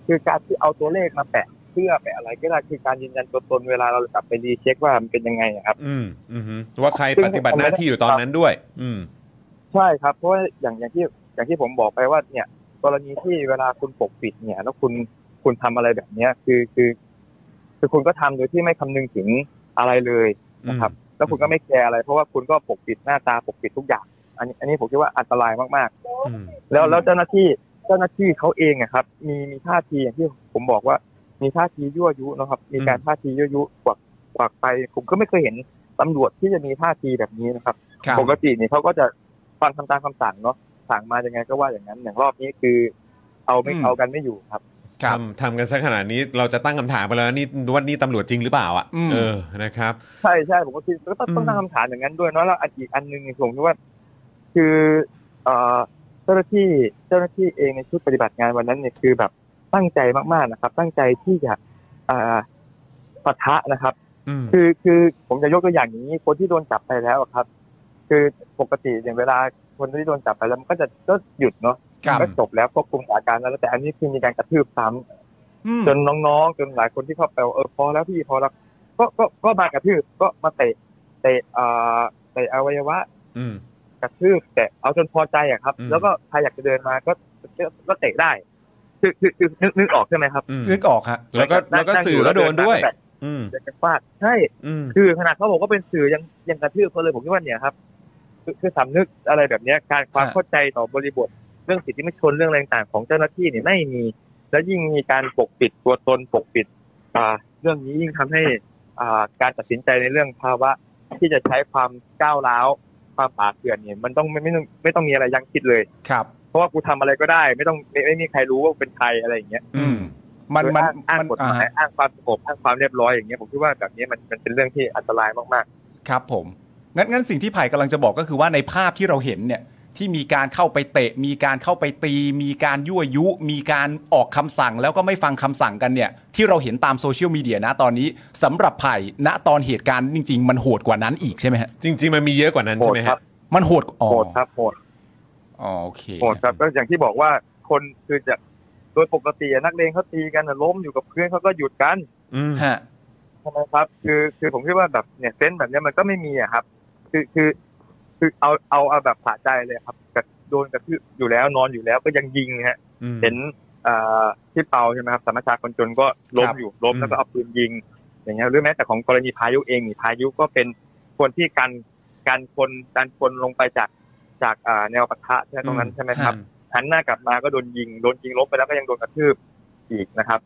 [SPEAKER 5] คือการที่เอาตัวเลขมาแปะเพื่อแปะอะไรก็ได้คือการยืนยันตัวตนเวลาเรากลับไปรีเช็คว่ามันเป็นยังไงครับ
[SPEAKER 2] ว่าใครปฏิบัติหน้าที่อยู่ตอนนั้นด้วย
[SPEAKER 5] ใช่ครับเพราะว่าอย่างที่ผมบอกไปว่าเนี่ยกรณีที่เวลาคุณปกปิดเนี่ยแล้วคุณทำอะไรแบบเนี้ยคือคุณก็ทำโดยที่ไม่คำนึงถึงอะไรเลยนะครับแล้วคุณก็ไม่แคร์อะไรเพราะว่าคุณก็ปกปิดหน้าตาปกปิดทุกอย่างอันนี้ผมคิดว่าอันตรายมากๆแล้วเจ้าหน้าที่เขาเองอะครับมีท่าทีอย่างที่ผมบอกว่ามีท่าทียั่วยุนะครับมีการท่าทียั่วยุกวักไปผมก็ไม่เคยเห็นตำรวจที่จะมีท่าทีแบบนี้นะครับปกติเนี่ยเขาก็จะฟังตามคำสั่งเนาะสั่งมายังไงก็ว่าอย่างนั้นอย่างรอบนี้คือเอากันไม่อยู่ครับ
[SPEAKER 2] ทำกันซะขนาดนี้เราจะตั้งคำถามไปแล้วนี่ว่านี่ตำรวจจริงหรือเปล่าอ่ะนะครับ
[SPEAKER 5] ใช่ผมก็คิดก็ต้องตั้งคำถามอย่างนั้นด้วยเนาะแล้วอีกอันนึงผมคิดว่าคือเจ้าหน้าที่เองในชุดปฏิบัติงานวันนั้นเนี่ยคือแบบตั้งใจมากๆนะครับตั้งใจที่จะปะทะนะครับคือผมจะยกตัวอย่างอย่างนี้คนที่โดนจับไปแล้วครับคือปกติอย่างเวลาคนที่โดนจับไปแล้วมันก็หยุดเนาะก็จบแล้วควบคุมสถานการณ์แล้วแต่อันนี้คือมีการกระทืบซ้ำจนน้องๆจนหลายคนที่เข้าไปพอแล้วพี่พอแล้วก็มากระทืบก็มาเตะอวัยวะกระทืบแต่เอาจนพอใจอะครับแล้วก็ใครอยากจะเดินมาก็เตะได้คือนึกออกใช่ไหมครับ
[SPEAKER 3] นึกออกฮะ
[SPEAKER 2] แล้วก็สื่อก็โดนด้วย
[SPEAKER 5] จะฟาดใช่คือขนาดเขาบอกว่าเป็นสื่อยังกระทืบเขาเลยผมคิดว่าเนี่ยครับคือสำนึกอะไรแบบนี้การความเข้าใจต่อบริบทเรื่องสิทธิมนุษยชนเรื่องอะไรต่างๆของเจ้าหน้าที่เนี่ยไม่มีแล้วยิ่งมีการปกปิดตัวตนปกปิดเรื่องนี้ยิ่งทำให้การตัดสินใจในเรื่องภาวะที่จะใช้ความก้าวร้าวความป่าเถื่อนเนี่ยมันต้องไม่ต้องมีอะไรยั้งคิดเลย
[SPEAKER 3] ครับ
[SPEAKER 5] เพราะว่ากูทำอะไรก็ได้ไม่มีใครรู้ว่าเป็นใครอะไรอย่างเงี้ย
[SPEAKER 3] มัน
[SPEAKER 5] อ้างกฎหมายอ้างความสงบอ้างความเรียบร้อยอย่างเงี้ยผมคิดว่าแบบนี้มันเป็นเรื่องที่อันตรายมาก
[SPEAKER 3] ๆครับผมงั้นสิ่งที่ไผ่กำลังจะบอกก็คือว่าในภาพที่เราเห็นเนี่ยที่มีการเข้าไปเตะมีการเข้าไปตีมีการยั่วยุมีการออกคำสั่งแล้วก็ไม่ฟังคำสั่งกันเนี่ยที่เราเห็นตามโซเชียลมีเดียนะตอนนี้สำหรับไผ่ณตอนเหตุการณ์จริงๆมันโหดกว่านั้นอีกใช่ไหมฮะ
[SPEAKER 2] จริงๆมันมีเยอะกว่านั้นใช่ไหมครับ
[SPEAKER 3] มันโหด
[SPEAKER 5] ครับโหด
[SPEAKER 3] โอเค
[SPEAKER 5] โหดครับก็อย่างที่บอกว่าคนคือจะโดยปกตินักเลงเขาตีกันล้มอยู่กับเพื่อนเขาก็หยุดกัน
[SPEAKER 3] ฮะ
[SPEAKER 5] ใช่ไหมครับคือผมคิดว่าแบบเนี่ยเซนส์แบบนี้มันก็ไม่มีอะครับคือเอาแบบสะใจเลยครับโดนกระทืบอยู่แล้วนอนอยู่แล้วก็ยังยิงฮะเห็นที่เปาใช่ไหมครับสมัชชาคนจนก็ล้มแล้วก็เอาปืนยิงอย่างเงี้ยหรือแม้แต่ของกรณีพายุเองนี่พายุก็เป็นคนที่การคนลงไปจากแนวปะทะใช่ตรงนั้นใช่ไหมครับหันหน้ากลับมาก็โดนยิงล้มไปแล้วก็ยังโดนกระทืบอีกนะครับ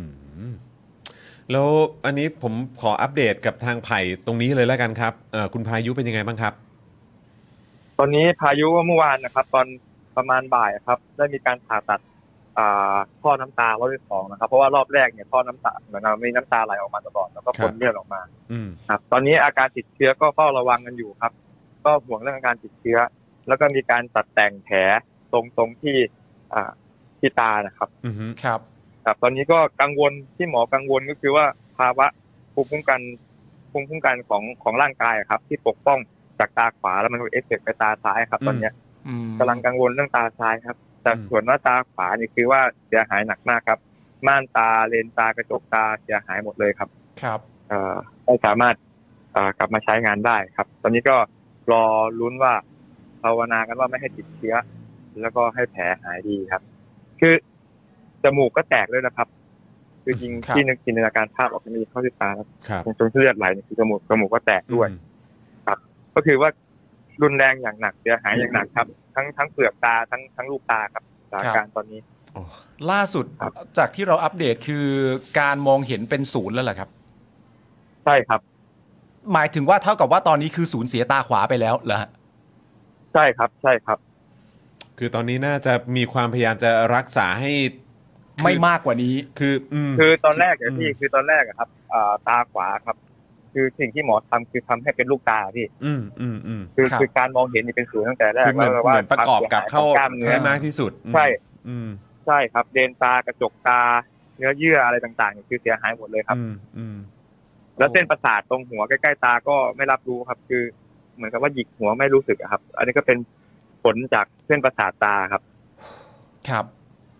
[SPEAKER 2] แล้วอันนี้ผมขออัปเดตกับทางไผ่ตรงนี้เลยแล้วกันครับคุณพายุเป็นยังไงบ้างครับ
[SPEAKER 5] ตอนนี้พายุเมื่อวานนะครับตอนประมาณบ่ายครับได้มีการผ่าตัดท่อน้ำตารอบที่2นะครับเพราะว่ารอบแรกเนี่ยท่อน้ำตาเหมือนมีน้ำตาไหลออกมาตลอดแล้วก็พ่นเลือดออกมาครับตอนนี้อาการติดเชื้อก็เฝ้าระวังกันอยู่ครับก็ห่วงเรื่องอาการติดเชื้อแล้วก็มีการตัดแต่งแผลตรงที่ตานะครับ
[SPEAKER 3] ครับ
[SPEAKER 5] ตอนนี้ก็กังวลที่หมอกังวลก็คือว่าภาวะภูมิคุ้มกันของร่างกายครับที่ปกป้องจากตาขวาแล้วมันเอฟเฟกต์ไปตาซ้ายครับตอนนี้กำลังกังวลเรื่องตาซ้ายครับแต่ส่วนว่าตาขวานี่คือว่าเสียหายหนักมากครับม่านตาเลนตากระจกตาเสียหายหมดเลยครับ
[SPEAKER 3] ครับ
[SPEAKER 5] ไม่สามารถกลับมาใช้งานได้ครับตอนนี้ก็รอลุ้นว่าภาวนากันว่าไม่ให้ติดเชื้อแล้วก็ให้แผลหายดีครับคือจมูกก็แตกเลยนะครับคือจริงที่นึกจินตนาการภาพออกมาเข้าที่ตาครับจนเลือดไหลนี่คือจมูกก็แตกด้วยครับก็คือว่ารุนแรงอย่างหนักเสียหายอย่างหนักครับทั้งเปลือกตาทั้งลูกตาครับสถานการณ์ตอนนี้
[SPEAKER 3] ล่าสุดจากที่เราอัปเดตคือการมองเห็นเป็น0แล้วเหรอครับ
[SPEAKER 5] ใช่ครับ
[SPEAKER 3] หมายถึงว่าเท่ากับว่าตอนนี้คือสูญเสียตาขวาไปแล้วเหรอฮะ
[SPEAKER 5] ใช่ครับ
[SPEAKER 2] คือตอนนี้น่าจะมีความพยายามจะรักษาให้
[SPEAKER 3] ไม่มากกว่านี้
[SPEAKER 5] คือตอนแรกพี่คือตอนแรกครับตาขวาครับคือสิ่งที่หมอทำคือทำให้เป็นลูกตาพี่คือการมองเห็นนี่เป็นศูนย์ตั้งแต่แรก
[SPEAKER 2] คือเหมือนประกอบกับเข้าให้มากที่สุด
[SPEAKER 5] ใช่ครับเลนตากระจกตาเนื้อเยื่ออะไรต่างๆคือเสียหายหมดเลยครับแล้วเส้นประสาทตรงหัวใกล้ๆตาก็ไม่รับรู้ครับคือเหมือนกับว่าหยิกหัวไม่รู้สึกครับอันนี้ก็เป็นผลจากเส้นประสาทตาครับ
[SPEAKER 2] ครับ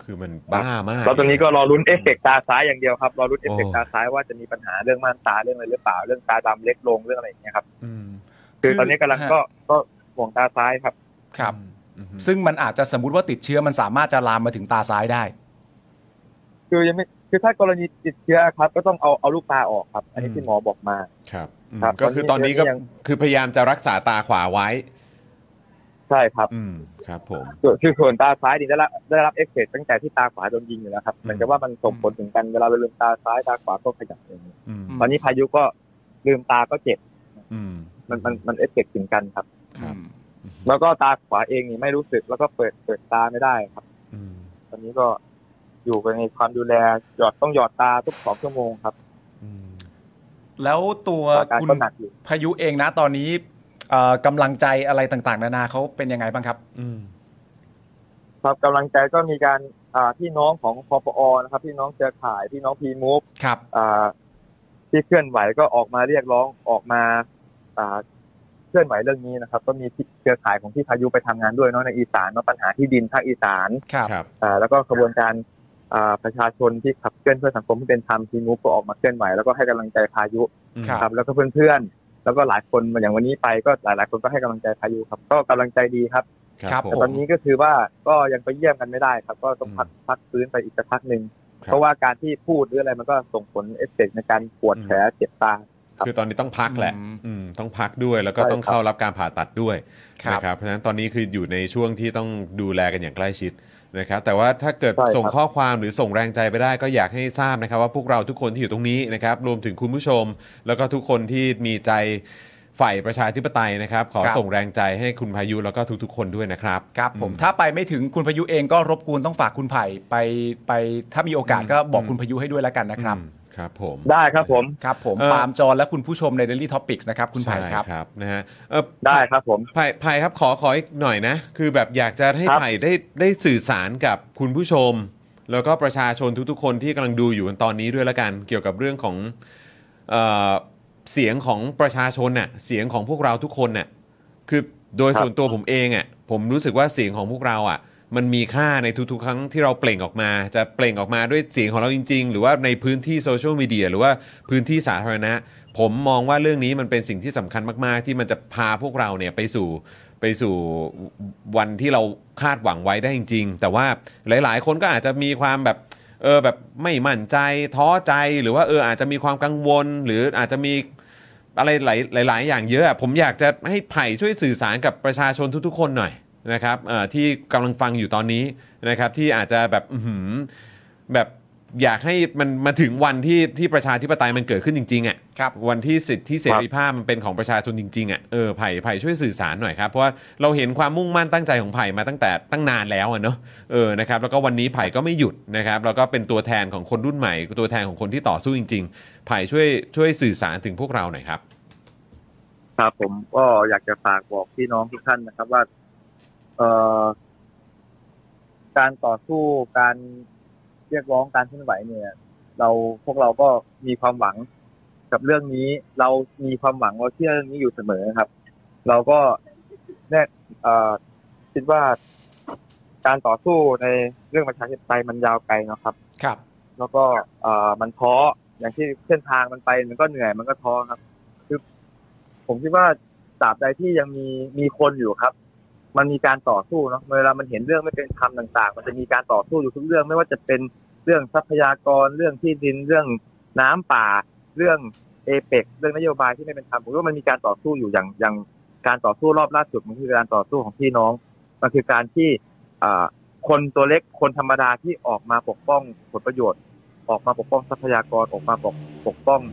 [SPEAKER 2] คือมันบ้ามาก
[SPEAKER 5] แล้วตอนนี้ก็รอลุ้นเอฟเฟกต์ตาซ้ายอย่างเดียวครับรอลุ้นเอฟเฟกต์ตาซ้ายว่าจะมีปัญหาเรื่องม่านตาเรื่องอะไรหรือเปล่าเรื่องตาดำเล็กลงเรื่องอะไรอย่างเงี้ยครับคือตอนนี้กำลังก็ห่วงตาซ้ายครับ
[SPEAKER 3] ครับซึ่งมันอาจจะสมมุติว่าติดเชื้อมันสามารถจะลามมาถึงตาซ้ายได้
[SPEAKER 5] คือยังไม่คือถ้ากรณีติดเชื้อครับก็ต้องเอาลูกตาออกครับอันนี้ที่หมอบอกมา
[SPEAKER 2] ครับก็คือตอนนี้ก็คือพยายามจะรักษาตาขวาไว้
[SPEAKER 5] ใช่ครับ
[SPEAKER 2] ครับผม
[SPEAKER 5] คือส่วนตาซ้ายนี่ได้รับเอฟเฟกต์ตั้งแต่ที่ตาขวาโดนยิงอยู่แล้วครับเหมือนกับว่ามันส่งผลถึงกันเวลาเราลืมตาซ้ายตาขวาก็ขยับอย่างนี้ตอนนี้พายุก็ลืมตาก็เจ็บมันเอฟเฟกต์ถึงกันครับแล้วก็ตาขวาเองนี่ไม่รู้สึกแล้วก็เปิดตาไม่ได้ครับตอนนี้ก็อยู่ในความดูแลต้องหยอดตาทุก2 ชั่วโมงครับ
[SPEAKER 3] แล้วตัวคุณพายุเองนะตอนนี้กำลังใจอะไรต่างๆนานาเขาเป็นยังไงบ้างครับ
[SPEAKER 5] ครับกำลังใจก็มีการพี่น้องของคปอนะครับพี่น้องเครือข่ายพี่น้องพีมูฟ
[SPEAKER 3] ครับ
[SPEAKER 5] ที่เคลื่อนไหวก็ออกมาเรียกร้องออกมาเคลื่อนไหวเรื่องนี้นะครับก็มีเครือข่ายของพี่พายุไปทำงานด้วยเนาะในอีสานเนาะปัญหาที่ดินภาคอีสาน
[SPEAKER 3] ครับ
[SPEAKER 5] แล้วก็กระบวนการประชาชนที่ขับเคลื่อนเพื่อสังคมที่เป็นธรรมพีมูฟก็ออกมาเคลื่อนไหวแล้วก็ให้กำลังใจพายุครับแล้วก็เพื่อนๆแล้วก็หลายคนอย่างวันนี้ไปก็หลายๆคนก็ให้กำลังใจพายุครับก็กำลังใจดีครับแต่ตอนนี้ก็คือว่าก็ยังไปเยี่ยมกันไม่ได้ครับก็ต้องพักฟื้นไปอีกสักพักนึงเพราะว่าการที่พูดหรืออะไรมันก็ส่งผลเอฟเฟกต์ในการปวดแผลเจ็บตา
[SPEAKER 2] คือตอนนี้ต้องพักแหละต้องพักด้วยแล้วก็ต้องเข้ารับการผ่าตัดด้วยนะครับเพราะฉะนั้นตอนนี้คืออยู่ในช่วงที่ต้องดูแลกันอย่างใกล้ชิดนะครับแต่ว่าถ้าเกิดส่งข้อความหรือส่งแรงใจไปได้ก็อยากให้ทราบนะครับว่าพวกเราทุกคนที่อยู่ตรงนี้นะครับรวมถึงคุณผู้ชมแล้วก็ทุกคนที่มีใจฝ่ายประชาธิปไตยนะครับขอส่งแรงใจให้คุณพายุแล้วก็ทุกๆคนด้วยนะครับ
[SPEAKER 3] ครับผมถ้าไปไม่ถึงคุณพายุเองก็รบกวนต้องฝากคุณไผ่ไปถ้ามีโอกาสก็บอกคุณพายุให้ด้วยแล้วกันนะครับ
[SPEAKER 2] ครับผม
[SPEAKER 5] ได้ครับผม
[SPEAKER 3] ครับผมปาล์มจอนและคุณผู้ชมใน Daily Topics นะครับคุณไผ่
[SPEAKER 2] ครับนะฮะ
[SPEAKER 5] ได้ครับผม
[SPEAKER 2] ไผ่ครับขออีกหน่อยนะคือแบบอยากจะให้ไผ่ได้สื่อสารกับคุณผู้ชมแล้วก็ประชาชนทุกๆคนที่กำลังดูอยู่ตอนนี้ด้วยละกันเกี่ยวกับเรื่องของเสียงของประชาชนน่ะเสียงของพวกเราทุกคนน่ะคือโดยส่วนตัวผมเองอ่ะผมรู้สึกว่าเสียงของพวกเราอ่ะมันมีค่าในทุกๆครั้งที่เราเปล่งออกมาจะเปล่งออกมาด้วยเสียงของเราจริงๆหรือว่าในพื้นที่โซเชียลมีเดียหรือว่าพื้นที่สาธารณะผมมองว่าเรื่องนี้มันเป็นสิ่งที่สำคัญมากๆที่มันจะพาพวกเราเนี่ยไปสู่วันที่เราคาดหวังไว้ได้จริงๆแต่ว่าหลายๆคนก็อาจจะมีความแบบแบบไม่มั่นใจท้อใจหรือว่าอาจจะมีความกังวลหรืออาจจะมีอะไรหลายอย่างเยอะผมอยากจะให้ไผ่ช่วยสื่อสารกับประชาชนทุกๆคนหน่อยนะครับที่กำลังฟังอยู่ตอนนี้นะครับที่อาจจะแบบแบบอยากให้มันมาถึงวันที่ประชาธิปไตยมันเกิดขึ้นจริงๆอ่ะวันที่สิทธิเสรีภาพมันเป็นของประชาชนจริงๆอ่ะไผ่ช่วยสื่อสารหน่อยครับเพราะว่าเราเห็นความมุ่งมั่นตั้งใจของไผ่มาตั้งนานแล้วเนาะนะครับแล้วก็วันนี้ไผ่ก็ไม่หยุดนะครับแล้วก็เป็นตัวแทนของคนรุ่นใหม่ตัวแทนของคนที่ต่อสู้จริงๆไผ่ช่วยสื่อสารถึงพวกเราหน่อยครับ
[SPEAKER 5] ครับผมก็อยากจะฝากบอกพี่น้องทุกท่านนะครับว่าการต่อสู้การเรียกร้องการเคลื่อนไหวเนี่ยพวกเราก็มีความหวังกับเรื่องนี้เรามีความหวังเราเชื่อเรื่องนี้อยู่เสมอครับเราก็คิดว่าการต่อสู้ในเรื่องประชาธิปไตยมันยาวไกลนะครับ
[SPEAKER 3] ครับ
[SPEAKER 5] แล้วก็มันท้ออย่างที่เส้นทางมันไปมันก็เหนื่อยมันก็ท้อครับคือผมคิดว่าตราบใดที่ยังมีคนอยู่ครับมันมีการต่อสู้เนาะเวลามันเห็นเรื่องไม่เป็นธรรมต่างๆมันจะมีการต่อสู้อยู่ทุกเรื่องไม่ว่าจะเป็นเรื่องทรัพยากรเรื่องที่ดินเรื่องน้ำป่าเรื่องเอเปกเรื่องนโยบายที่ไม่เป็นธรรมผมว่ามันมีการต่อสู้อยู่อย่างการต่อสู้รอบล่าสุดมันคือการต่อสู้ของพี่น้องมันคือการที่คนตัวเล็กคนธรรมดาที่ออกมาปกป้องผลประโยชน์ออกมาปกป้องทรัพยากรออกมาปกป้อง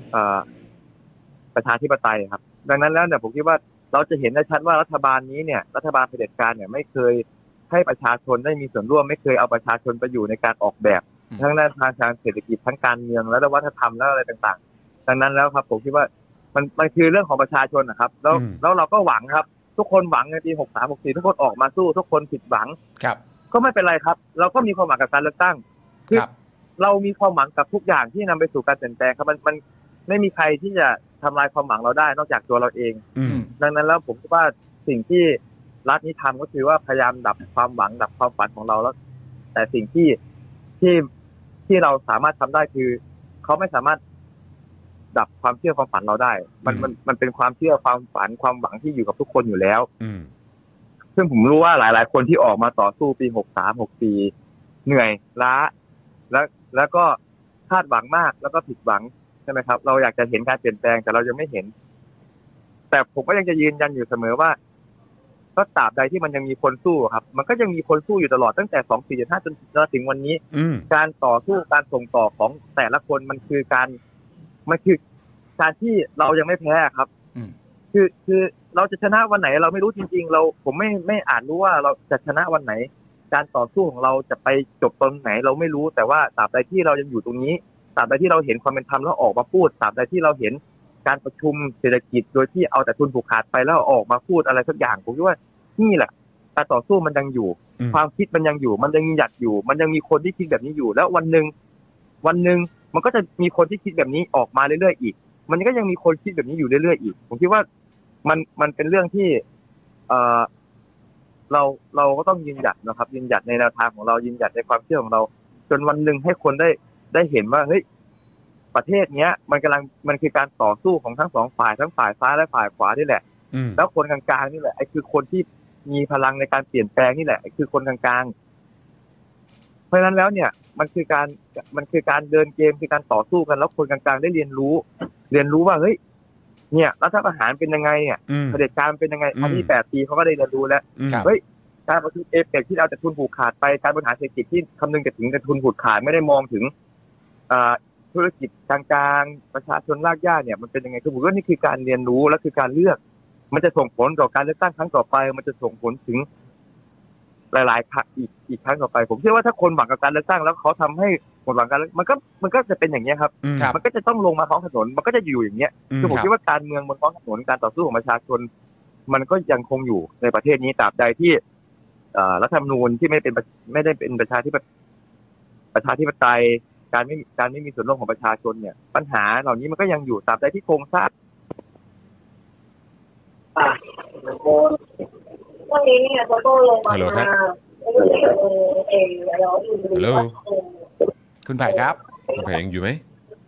[SPEAKER 5] ประชาธิปไตยครับดังนั้นแล้วเนี่ยผมคิดว่าเราจะเห็นได้ชัดว่ารัฐบาลนี้เนี่ยรัฐบาลเผด็จการเนี่ยไม่เคยให้ประชาชนได้มีส่วนร่วมไม่เคยเอาประชาชนไปอยู่ในการออกแบบทั้งด้านทางเศรษฐกิจทั้งการเมืองและวัฒนธรรมและอะไรต่างๆดังนั้นแล้วครับผมคิดว่ามันคือเรื่องของประชาชนนะครับแล้วเราก็หวังครับทุกคนหวังในปี63 64ทุกคนออกมาสู้ทุกคนผิดหวัง
[SPEAKER 3] ครับ
[SPEAKER 5] ก็ไม่เป็นไรครับเราก็มีความหวังกับการเลือกตั้งคือเรามีความหวังกับทุกอย่างที่นำไปสู่การเปลี่ยนแปลงครับมันไม่มีใครที่จะทำลายความหวังเราได้นอกจากตัวเราเองดังนั้นแล้วผมคิดว่าสิ่งที่รัฐนี้ทำก็คือว่าพยายามดับความหวังดับความฝันของเราแล้วแต่สิ่งที่เราสามารถทำได้คือเขาไม่สามารถดับความเชื่อความฝันเราได้มันเป็นความเชื่อความฝันความหวังที่อยู่กับทุกคนอยู่แล้วซึ่งผมรู้ว่าหลายๆคนที่ออกมาต่อสู้ปี63 64เหนื่อยล้าแล้วก็คาดหวังมากแล้วก็ผิดหวังใช่ไหมครับเราอยากจะเห็นการเปลี่ยนแปลงแต่เรายังไม่เห็นแต่ผมก็ยังจะยืนยันอยู่เสมอว่าก็ตราบใดที่มันยังมีคนสู้ครับมันก็ยังมีคนสู้อยู่ตลอดตั้งแต่2475จนถึงวันนี้การต่อสู้การส่งต่อของแต่ละคนมันคือการที่เรายังไม่แพ้ครับคือเราจะชนะวันไหนเราไม่รู้จริงๆผมไม่อาจรู้ว่าเราจะชนะวันไหนการต่อสู้ของเราจะไปจบตรงไหนเราไม่รู้แต่ว่าตราบใดที่เรายังอยู่ตรงนี้ตราบใดที่เราเห็นความเป็นธรรมแล้วออกมาพูดตราบใดที่เราเห็นการประชุมเศรษฐกิจโดยที่เอาแต่ทุนผูกขาดไปแล้วออกมาพูดอะไรสักอย่างผมคิดว่านี่แหละการต่อสู้มันยังอยู่ความคิดมันยังอยู่มันยังหยัดอยู่มันยังมีคนที่คิดแบบนี้อยู่แล้ววันหนึ่งมันก็จะมีคนที่คิดแบบนี้ออกมาเรื่อยๆอีกมันก็ยังมีคนคิดแบบนี้อยู่เรื่อยๆอีกผมคิดว่ามันเป็นเรื่องที่เราก็ต้องยืนหยัดนะครับยืนหยัดในแนวทางของเรายืนหยัดในความเชื่อของเราจนวันหนึ่งให้คนได้เห็นว่าเฮ้ยประเทศเนี้ยมันคือการต่อสู้ของทั้งสองฝ่ายทั้งฝ่ายซ้ายและฝ่ายขวานี่แหละแล้วคนกลางๆนี่แหละไอ้คือคนที่มีพลังในการเปลี่ยนแปลงนี่แหละไอ้คือคนกลางๆเพราะฉะนั้นแล้วเนี่ยมันคือการเดินเกมคือการต่อสู้กันแล้วคนกลางๆได้เรียนรู้ว่าเฮ้ยเนี่ยรัฐประหารเป็นยังไงเนี่ยเผด็จการเป็นยังไงอันนี้8 ปีเขาก็ได้เรียนรู้แล้วเฮ้ยการประชุมเอเปกที่เอาแต่ทุนผูกขาดไปการบริหารเศรษฐกิจที่คำนึงแต่ถึงแต่ทุนผูกขาดไม่ได้มองถึงธุรกิจกลางๆประชาชนรากหญ้าเนี่ยมันเป็นยังไงคือผมว่านี่คือการเรียนรู้และคือการเลือกมันจะส่งผลต่อการเลือกตั้งครั้งต่อไปมันจะส่งผลถึงหลายๆครั้งอีกครั้งต่อไปผมเชื่อว่าถ้าคนหวังกับการเลือกตั้งแล้วเขาทำให้หมดหวังกันมันก็จะเป็นอย่างนี้ครับมันก็จะต้องลงมาท้องถนนมันก็จะอยู่อย่างเงี้ยคือผมคิดว่าการเมืองบนท้องถนนการต่อสู้ของประชาชนมันก็ยังคงอยู่ในประเทศนี้ตราบใดที่รัฐธรรมนูญที่ไม่ได้เป็นประชาธิปไตยการไม่มีส่วนร่วมของประชาชนเนี่ยปัญหาเหล่านี้มันก็ยังอยู่ตราบใดที่โครงสร้าง
[SPEAKER 6] วันนี้เนี่ยเขาก็ลงมา
[SPEAKER 2] ฮัลโหลครับฮัลโหล
[SPEAKER 3] คุณไผ่ครับ
[SPEAKER 2] คุณไผ่ยังอยู่ไหม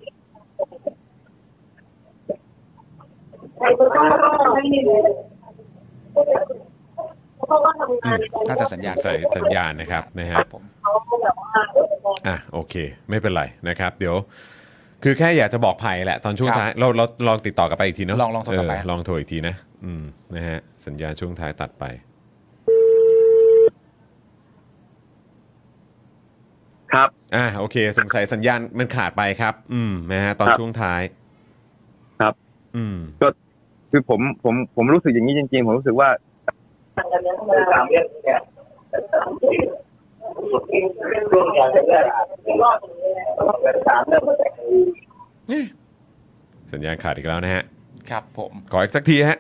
[SPEAKER 3] น่าจะสัญญาณ
[SPEAKER 2] ใส่สัญญาณนะครับนะฮะโอเคไม่เป็นไรนะครับเดี๋ยวคือแค่อยากจะบอกไผ่แหละตอนช่วงท้ายเราลองติดต่อกลับไปอีกทีเนาะ
[SPEAKER 3] ลองโทรกลับไป
[SPEAKER 2] ลองโทรอีกทีนะนะฮะสัญญาณช่วงท้ายตัดไป
[SPEAKER 5] ครับ
[SPEAKER 2] โอเคสงสัยสัญญาณมันขาดไปครับนะฮะตอนช่วงท้าย
[SPEAKER 5] ครับก็คือผมรู้สึกอย่างนี้จริงๆผมรู้สึกว่า
[SPEAKER 2] สัญญาณขาดอีกแล้วนะฮะ
[SPEAKER 3] ครับผม
[SPEAKER 2] ขออีกสักทีฮะ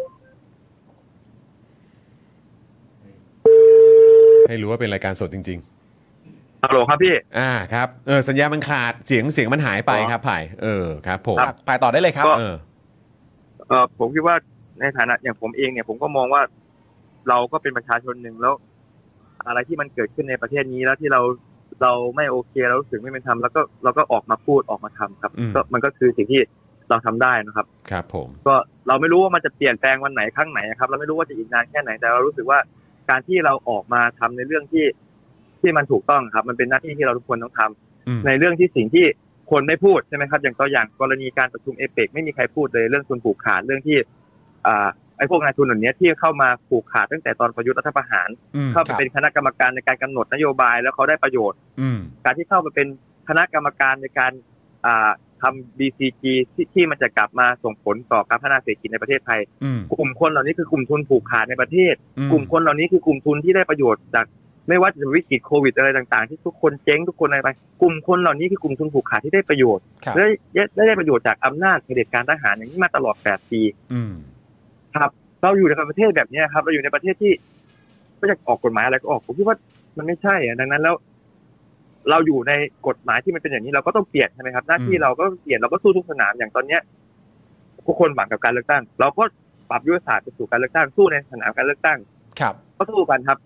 [SPEAKER 2] ให้รู้ว่าเป็นรายการสดจริง
[SPEAKER 5] ๆฮัลโหลครับพี่
[SPEAKER 2] ครับสัญญาณมันขาดเสียงมันหายไปครับไผ่ครับผม
[SPEAKER 3] ไผ่ต่อได้เลยครับ
[SPEAKER 5] ผมคิดว่าในฐานะอย่างผมเองเนี่ยผมก็มองว่าเราก็เป็นประชาชนหนึ่งแล้วอะไรที่มันเกิดขึ้นในประเทศนี้แล้วที่เราไม่โอเคเรารู้สึกไม่เป็นธรรมแล้วก็เราก็ออกมาพูดออกมาทำครับก็มันก็คือสิ่งที่เราทำได้นะครับ
[SPEAKER 2] ครับผม
[SPEAKER 5] ก็เราไม่รู้ว่ามันจะเปลี่ยนแปลงวันไหนครั้งไหนครับเราไม่รู้ว่าจะอีกนานแค่ไหนแต่เรารู้สึกว่าการที่เราออกมาทำในเรื่องที่มันถูกต้องครับมันเป็นหน้าที่ที่เราทุกคนต้องทำในเรื่องที่สิ่งที่คนไม่พูดใช่ไหมครับอย่างตัวอย่างกรณีการประชุมเอเปกไม่มีใครพูดเลยเรื่องทุนผูกขาดเรื่องที่ไอ้พวกนายทุนเหล่านี้ที่เข้ามาผูกขาดตั้งแต่ตอนประยุทธ์รัฐประหารเข้าไปเป็นคณะกรรมการในการกำหนดนโยบายแล้วเขาได้ประโยชน์การที่เข้ามาเป็นคณะกรรมการในการทำ BCG ที่มันจะกลับมาส่งผลต่อการพัฒนาเศรษฐกิจในประเทศไทยกลุ่มคนเหล่านี้คือกลุ่มทุนผูกขาดในประเทศกลุ่มคนเหล่านี้คือกลุ่มทุนที่ได้ประโยชน์จากไม่ว่าจะวิกฤตโควิดอะไรต่างๆที่ทุกคนเจ๊งทุกคนอะไรไปกลุ่มคนเหล่านี้คือกลุ่มทุนผูกขาดที่ได้ประโยชน์ได้ประโยชน์จากอำนาจเผด็จการทหารอย่างนี้มาตลอด8 ปีครับเราอยู่ในประเทศแบบนี้ครับเราอยู่ในประเทศที่ก็จะออกกฎหมายอะไรก็ออกผมคิดว่ามันไม่ใช่ดังนั้นแล้วเราอยู่ในกฎหมายที่มันเป็นอย่างนี้เราก็ต้องเปลี่ยนใช่ไหมครับหน้าที่เราก็เปลี่ยนเราก็สู้ทุกสนามอย่างตอนเนี้ยทุกคนหวังกับการเลือกตั้งเราก็ปรับยุทธศาสตร์ไปสู่การเลือกตั้งสู้ในสนามการเลือกตั้ง
[SPEAKER 3] ครับ
[SPEAKER 5] ก็สู้กันครับ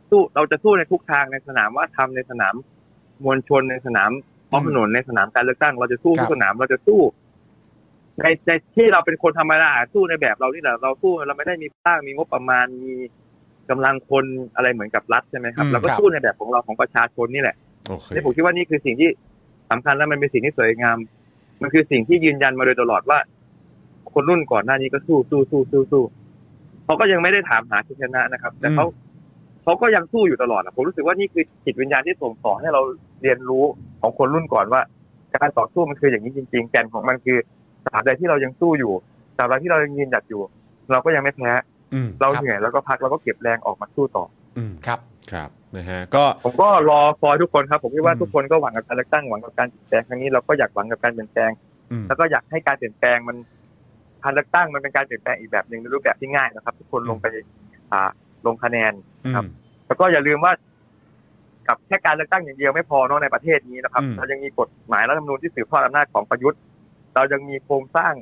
[SPEAKER 5] เราจะสู้ในทุกทางในสนามว่าทำในสนามมวลชนในสนามท้องถนนในสนามการเลือกตั้งเราจะสู้ทุกสนามเราจะสู้ในที่เราเป็นคนธรรมดาสู้ในแบบเรานี่แหละเราสู้เราไม่ได้มีสร้างมีงบประมาณมีกำลังคนอะไรเหมือนกับรัฐใช่ไหมครับเราก็สู้ในแบบของเราของประชาชนนี่แหละที่ผมคิดว่านี่คือสิ่งที่สำคัญและมันเป็นสิ่งที่สวยงามมันคือสิ่งที่ยืนยันมาโดยตลอดว่าคนรุ่นก่อนหน้านี้ก็สู้เขาก็ยังไม่ได้ถามหาชัยชนะนะครับแต่เขาก็ยังสู้อยู่ตลอดผมรู้สึกว่านี่คือจิตวิญญาณที่ส่งต่อให้เราเรียนรู้ของคนรุ่นก่อนว่าการต่อสู้มันคืออย่างนี้จริงๆแก่นของมันคือตราบใดที่เรายังสู้อยู่ตราบใดที่เรายังยืนหยัดอยู่เราก็ยังไม่แพ้เราเหนื่อยแล้วก็พักแล้วก็เก็บแรงออกมาสู้ต่อ
[SPEAKER 2] ครับนะฮะก็
[SPEAKER 5] ผมก็รอคอยทุกคนครับผมคิดว่าทุกคนก็หวังกับการเลือกตั้งหวังกับการเปลี่ยนแปลงครั้งนี้เราก็อยากหวังกับการเปลี่ยนแปลงแล้วก็อยากให้การเปลี่ยนแปลงมันการเลือกตั้งมันเป็นการเปลี่ยนแปลงอีกแบบนึงในรูปแบบที่ง่ายนะครับทุกคนลงไปลงคะแนนครับแล้วก็อย่าลืมว่ากับแค่การเลือกตั้งอย่างเดียวไม่พอเนาะในประเทศนี้นะครับเรายังมีกฎหมายรัฐธรรมนูญที่สืบทอดอำนาจของประยุทธ์เรายังมีโครงสร้าง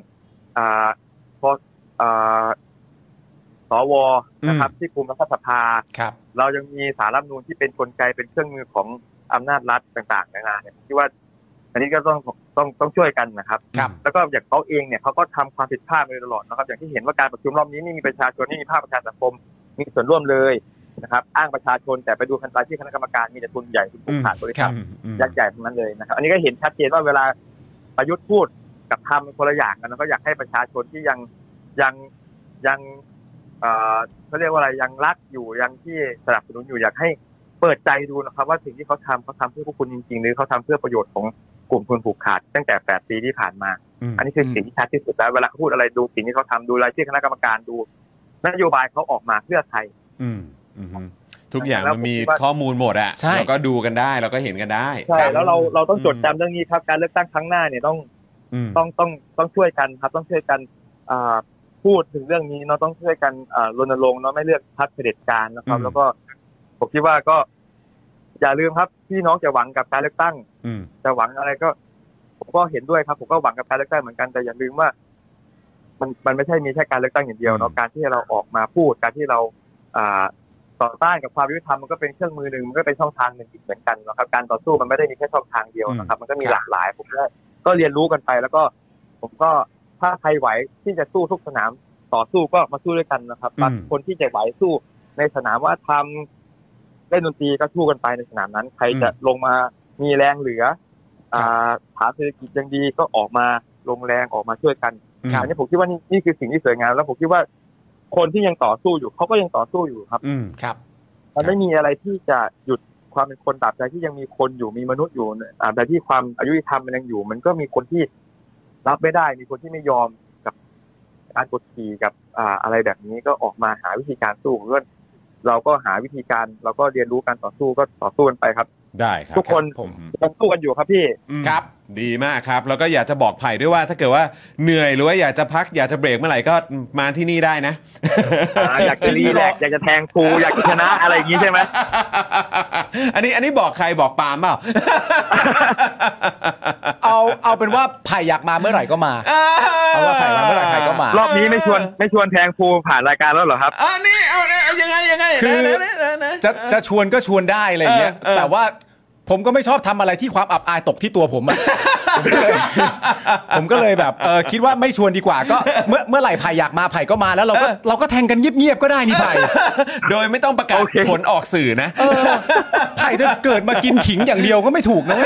[SPEAKER 5] สวนะครับที่คุมรัฐสภาเรายังมีศาลรัฐธรรมนูญที่เป็นกลไกเป็นเครื่องมือของอำนาจรัฐต่างๆนานาเนี่ยที่ว่าอันนี้ก็ต้องช่วยกันนะครับแล้วก็อย่างเขาเองเนี่ยเขาก็ทำความผิดพลาดมาโดยตลอดนะครับอย่างที่เห็นว่าการประชุมรอบนี้ไม่มีประชาชนไม่มีภาคประชาสังคมมีส่วนร่วมเลยนะครับอ้างประชาชนแต่ไปดูรายชื่อคณะกรรมการมีแต่ทุนใหญ่ทุนผูกขาดบริษัทยักษ์ใหญ่ทั้งนั้นเลยนะครับอันนี้ก็เห็นชัดเจนว่าเวลาประยุทธ์พูดกับทำคนละอย่างกันแล้วก็อยากให้ประชาชนที่ยังเขาเรียกว่าอะไรยังรักอยู่ยังที่สนับสนุนอยู่อยากให้เปิดใจดูนะครับว่าสิ่งที่เขาทำเพื่อพวกคุณจริงๆหรือเขาทำเพื่อประโยชน์ของกลุ่มทุนผูกขาดตั้งแต่8 ปีที่ผ่านมาอันนี้คือสิ่งที่ชัดที่สุดแล้วเวลาเขาพูดอะไรดูสิ่งที่เขาทำดูรายชื่อคณะกรรมการดูนโยบายเขาออกมาเพื่อใคร
[SPEAKER 2] ทุกอย่างมันมีข้อมูลหมดอ่ะเราก็ดูกันได้เราก็เห็นกันได้
[SPEAKER 5] ใช่แล้วเราต้องจดจำเรื่องนี้ครับการเลือกตั้งครั้งหน้าเนี่ยต้องช่วยกันครับต้องช่วยกันพูดถึงเรื่องนี้เนาะต้องช่วยกันรณรงค์เนาะไม่เลือกพรรคเผด็จการนะครับแล้วก็ผมคิดว่าก็อย่าลืมครับพี่น้องจะหวังกับการเลือกตั้งจะหวังอะไรก็ผมก็เห็นด้วยครับผมก็หวังกับการเลือกตั้งเหมือนกันแต่อย่าลืมว่ามันไม่ใช่มีแค่การเลือกตั้งอย่างเดียวเนาะการที่เราออกมาพูดการที่เราต่อต้านกับความยุติธรรมมันก็เป็นเครื่องมือนึงมันก็เป็นช่องทางนึงอีกเหมือนกันนะครับการต่อสู้มันไม่ได้มีแค่ช่องทางเดียวนะครับมันก็มีหลากหลายผมก็เรียนรู้กันไปแล้วก็ผมก็ถ้าใครไหวที่จะสู้ทุกสนามต่อสู้ก็มาสู้ด้วยกันนะครับบางคนที่จะไหวสู้ในสนามว่าทำเล่นดนตรีก็สู้กันไปในสนามนั้นใครจะลงมามีแรงเหลือฐานเศรษฐกิจยังดีก็ออกมาลงแรงออกมาช่วยกันอันนี้ผมคิดว่านี่คือสิ่งที่สวยงามแล้วผมคิดว่าคนที่ยังต่อสู้อยู่เขาก็ยังต่อสู้อยู่ครับมันไม่มีอะไรที่จะหยุดความเป็นคนตราบใดที่ยังมีคนอยู่มีมนุษย์อยู่ตราบใดที่ความอายุธรรมมันยังอยู่มันก็มีคนที่รับไม่ได้มีคนที่ไม่ยอมกับการกดขี่กับอะไรแบบนี้ก็ออกมาหาวิธีการสู้เพื่อนเราก็หาวิธีการเราก็เรียนรู้การต่อสู้ก็ต่อสู้กันไปครับ
[SPEAKER 2] ได้ครับ
[SPEAKER 5] ทุกคนยังสู้กันอยู่ครับพี่
[SPEAKER 2] ครับดีมากครับแล้วก็อยากจะบอกไผ่ด้วยว่าถ้าเกิดว่าเหนื่อยหรือว่าอยากจะพักอยากจะเบรกเมื่อไหร่ก็มาที่นี่ได้นะ
[SPEAKER 5] อยากจะรีแลกซ์อยากจะแทงครูอยากจะชนะอะไรอย่างนี้ใช่ไหม
[SPEAKER 2] อันนี้บอกใครบอกปาล์มเปล่า
[SPEAKER 3] เอาเป็นว่าไผ่อยากมาเมื่อไหร่ก็มาเอาว่าไผ่มาเมื่อไหร่ไผ่ก็มาร
[SPEAKER 5] อบนี้ไม่ชวนแทงครูผ่านรายการแล้วเหรอครับ
[SPEAKER 2] นี่เอายังไง
[SPEAKER 3] คือจะชวนก็ชวนได้อะไรอย่างเงี้ยแต่ว่าผมก็ไม่ชอบทำอะไรที่ความอับอายตกที่ตัวผมอ่ะผมก็เลยแบบคิดว่าไม่ชวนดีกว่าก็เมื่อไหร่ไผ่อยากมาไผ่ก็มาแล้วเราก็แทงกันเงียบๆก็ได้นี่ไผ่
[SPEAKER 2] โดยไม่ต้องประกาศผลออกสื่อนะ
[SPEAKER 3] ไผ่จะเกิดมากินขิงอย่างเดียวก็ไม่ถูกนะ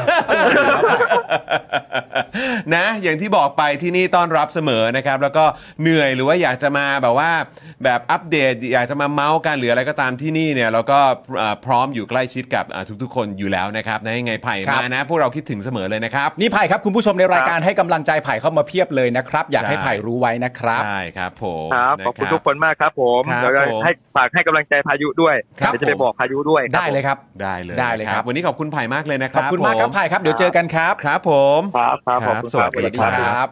[SPEAKER 2] นะอย่างที่บอกไปที่นี่ต้อนรับเสมอนะครับแล้วก็เหนื่อยหรือว่าอยากจะมาแบบว่าแบบอัปเดตอยากจะมาเมาส์กันหรืออะไรก็ตามที่นี่เนี่ยเราก็พร้อมอยู่ใกล้ชิดกับทุกๆคนอยู่แล้วนะครับนะยังไงไผ่มานะพวกเราคิดถึงเสมอเลยนะครับ
[SPEAKER 3] นี่ไผ่ครับคุณผู้ชมในรายการให้กำลังใจไผ่เข้ามาเพียบเลยนะครับอยากให้ไผ่รู้ไว้นะครับ
[SPEAKER 2] ใช่ครับผม
[SPEAKER 5] ครับขอบคุณทุกคนมากครับผมเดี๋ยวให้ฝากให้กำลังใจพายุด้วยเดี๋ยวจะไปบอกพายุด้วย
[SPEAKER 3] ได้เลยครับ
[SPEAKER 2] ได้เลยครับวันนี้ขอบคุณไผ่มากเลยนะครับ
[SPEAKER 3] ขอบคุณมากครับไผ่ครับเดี๋ยวเจอกันครับ
[SPEAKER 2] ครับผม
[SPEAKER 5] ครับ
[SPEAKER 2] สวัสดีครับ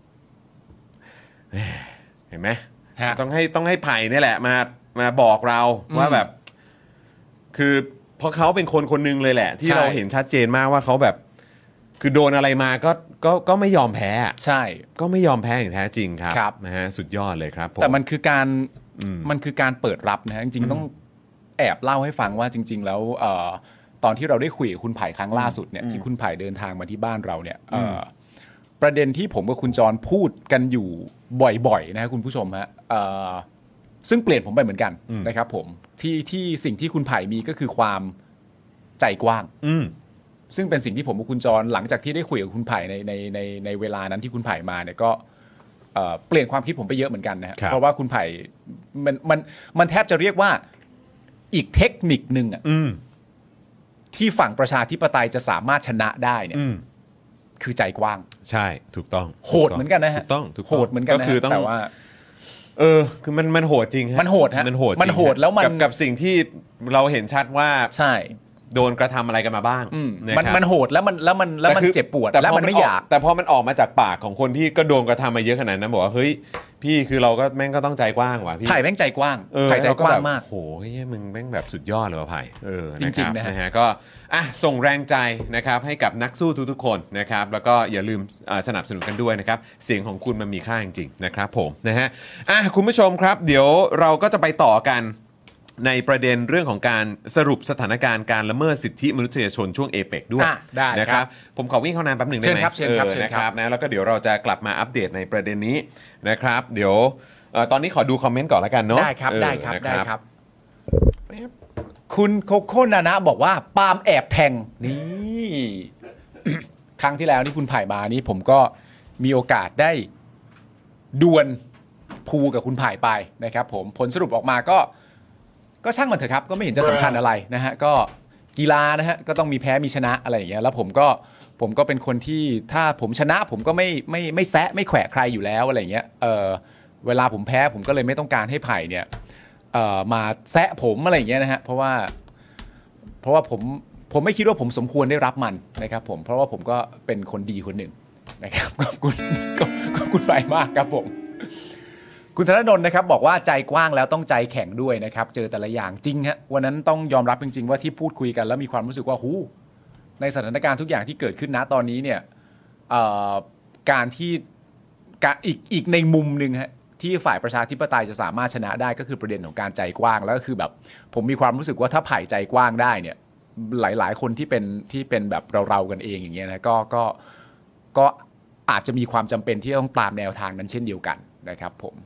[SPEAKER 2] เห็นไหมต้องให้ไผ่นี่แหละมาบอกเราว่าแบบคือเพราะเขาเป็นคนนึงเลยแหละที่เราเห็นชัดเจนมากว่าเขาแบบคือโดนอะไรมาก็ไม่ยอมแพ้
[SPEAKER 3] ใช่
[SPEAKER 2] ก็ไม่ยอมแพ้อย่างแท้จริงครับนะฮะสุดยอดเลยครับ
[SPEAKER 3] แต่มันคือการเปิดรับนะฮะจริงๆแอบเล่าให้ฟังว่าจริงๆแล้วตอนที่เราได้คุยกับคุณไผ่ครั้งล่าสุดเนี่ยที่คุณไผ่เดินทางมาที่บ้านเราเนี่ยประเด็นที่ผมกับคุณจรพูดกันอยู่บ่อยๆนะคุณผู้ชมฮะซึ่งเปลี่ยนผมไปเหมือนกันนะครับผมที่สิ่งที่คุณไผ่มีก็คือความใจกว้างซึ่งเป็นสิ่งที่ผมกับคุณจรหลังจากที่ได้คุยกับคุณไผ่ในเวลานั้นที่คุณไผ่มาเนี่ยก็เปลี่ยนความคิดผมไปเยอะเหมือนกันนะเพราะว่าคุณไผ่มันแทบจะเรียกว่าอีกเทคนิคนึงอ่ะที่ฝั่งประชาธิปไตยจะสามารถชนะได้เนี่ยคือใจกว้าง
[SPEAKER 2] ใช่ถูกต้อง
[SPEAKER 3] โหดเหมือนกันนะฮะ
[SPEAKER 2] ถูกต้อง
[SPEAKER 3] โหดเหมือนกันนะแต่ว่า
[SPEAKER 2] คือมันโหดจริงฮะ
[SPEAKER 3] มันโหดฮะ
[SPEAKER 2] มันโหด
[SPEAKER 3] แล้วมัน
[SPEAKER 2] กับสิ่งที่เราเห็นชัดว่า
[SPEAKER 3] ใช่
[SPEAKER 2] โดนกระทำอะไรกันมาบ้าง
[SPEAKER 3] มันโหดแล้วมันเจ็บปวดแล้วมันไม่อยาก
[SPEAKER 2] แต่พอมันออกมาจากปากของคนที่ก็โดนกระทำมาเยอะขนาดนั้นบอกว่าเฮ้ยพี่คือเราก็แม่งก็ต้องใจกว้างว่ะพี่
[SPEAKER 3] ไผ่แม่งใจกว้างไผ่ใจกว้างมาก
[SPEAKER 2] โหเฮ้ยมึงแม่งแบบสุดยอดเลยว่ะไผ่
[SPEAKER 3] จริงๆ
[SPEAKER 2] นะฮะก็ส่งแรงใจนะครับให้กับนักสู้ทุกๆคนนะครับแล้วก็อย่าลืมสนับสนุนกันด้วยนะครับเสียงของคุณมันมีค่าจริงๆนะครับผมนะฮะคุณผู้ชมครับเดี๋ยวเราก็จะไปต่อกันในประเด็นเรื่องของการสรุปสถานการณ์การละเมิดสิทธิมนุษยชนช่วงเอเปกด้วยนะครับผมขอวิ่งเข้าน้ำแป๊บหนึ่งได้ไหม
[SPEAKER 3] เชิญครับ
[SPEAKER 2] นะครับนะแล้วก็เดี๋ยวเราจะกลับมาอัปเดตในประเด็นนี้นะครับเดี๋ยวตอนนี้ขอดูคอมเมนต์ก่อนแล้วกันเนาะ
[SPEAKER 3] ได้ครับคุณโคโค่นานะบอกว่าปาล์มแอบแทงนี่ ครั้งที่แล้วนี่คุณไผ่มานี่ผมก็มีโอกาสได้ดวลพูกับคุณไผ่ไปนะครับผมผลสรุปออกมาก็ช่างมันเถอะครับก็ไม่เห็นจะสำคัญอะไรนะฮะก็กีฬานะฮะก็ต้องมีแพ้มีชนะอะไรอย่างเงี้ยแล้วผมก็เป็นคนที่ถ้าผมชนะผมก็ไม่แซะไม่แขวะใครอยู่แล้วอะไรอย่างเงี้ยเวลาผมแพ้ผมก็เลยไม่ต้องการให้ไผ่เนี่ยมาแซะผมอะไรอย่างเงี้ยนะฮะเพราะว่าผมไม่คิดว่าผมสมควรได้รับมันนะครับผมเพราะว่าผมก็เป็นคนดีคนหนึ่งนะครับขอบคุณไผ่มากครับผมคุณธนดลนะครับบอกว่าใจกว้างแล้วต้องใจแข็งด้วยนะครับเจอแต่ละอย่างจริงฮะวันนั้นต้องยอมรับจริงๆว่าที่พูดคุยกันแล้วมีความรู้สึกว่าในสถานการณ์ทุกอย่างที่เกิดขึ้นณตอนนี้เนี่ยการที่อีกในมุมนึงฮะที่ฝ่ายประชาธิปไตยจะสามารถชนะได้ก็คือประเด็นของการใจกว้างแล้วก็คือแบบผมมีความรู้สึกว่าถ้าไผ่ใจกว้างได้เนี่ยหลายๆคนที่เป็นแบบเรากันเองอย่างเงี้ยนะก็อาจจะมีความจำเป็นที่ต้องตามแนวทางนั้นเช่นเดียวกันนะครับผม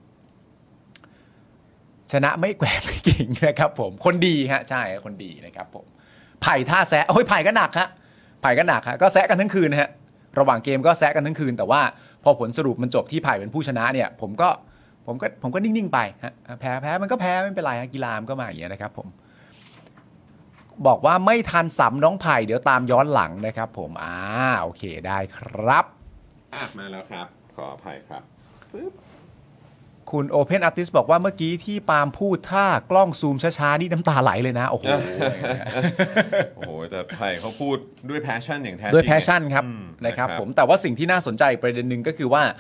[SPEAKER 3] ชนะไม่แกว่งไม่เก่งนะครับผมคนดีฮะใช่คนดีนะครับผมไผ่ท่าแซะโอ้ยไผ่ก็หนักฮะไผ่ก็หนักฮะก็แซะกันทั้งคืนฮะระหว่างเกมก็แซะกันทั้งคืนแต่ว่าพอผลสรุปมันจบที่ไผ่เป็นผู้ชนะเนี่ยผมก็นิ่งๆไปฮะแพ้มันก็แพ้ไม่เป็นไรฮะกีฬามันก็มาอย่างเงี้ยนะครับผมบอกว่าไม่ทันสำน้องไผ่เดี๋ยวตามย้อนหลังนะครับผมโอเคได้ครับ
[SPEAKER 2] มาแล้วครับขออภัยครับ
[SPEAKER 3] คุณ Open Artist บอกว่าเมื่อกี้ที่ปาล์มพูดถ้ากล้องซูมช้าๆนี่น้ำตาไหลเลยนะโอ้โห
[SPEAKER 2] โอ้โหแต่ไผ่เขาพูดด้วย passion อย่างแท้จริง
[SPEAKER 3] ด้วย passion ครับนะครับผมแต่ว่าสิ่งที่น่าสนใจประเด็นหนึ่งก็คือว่า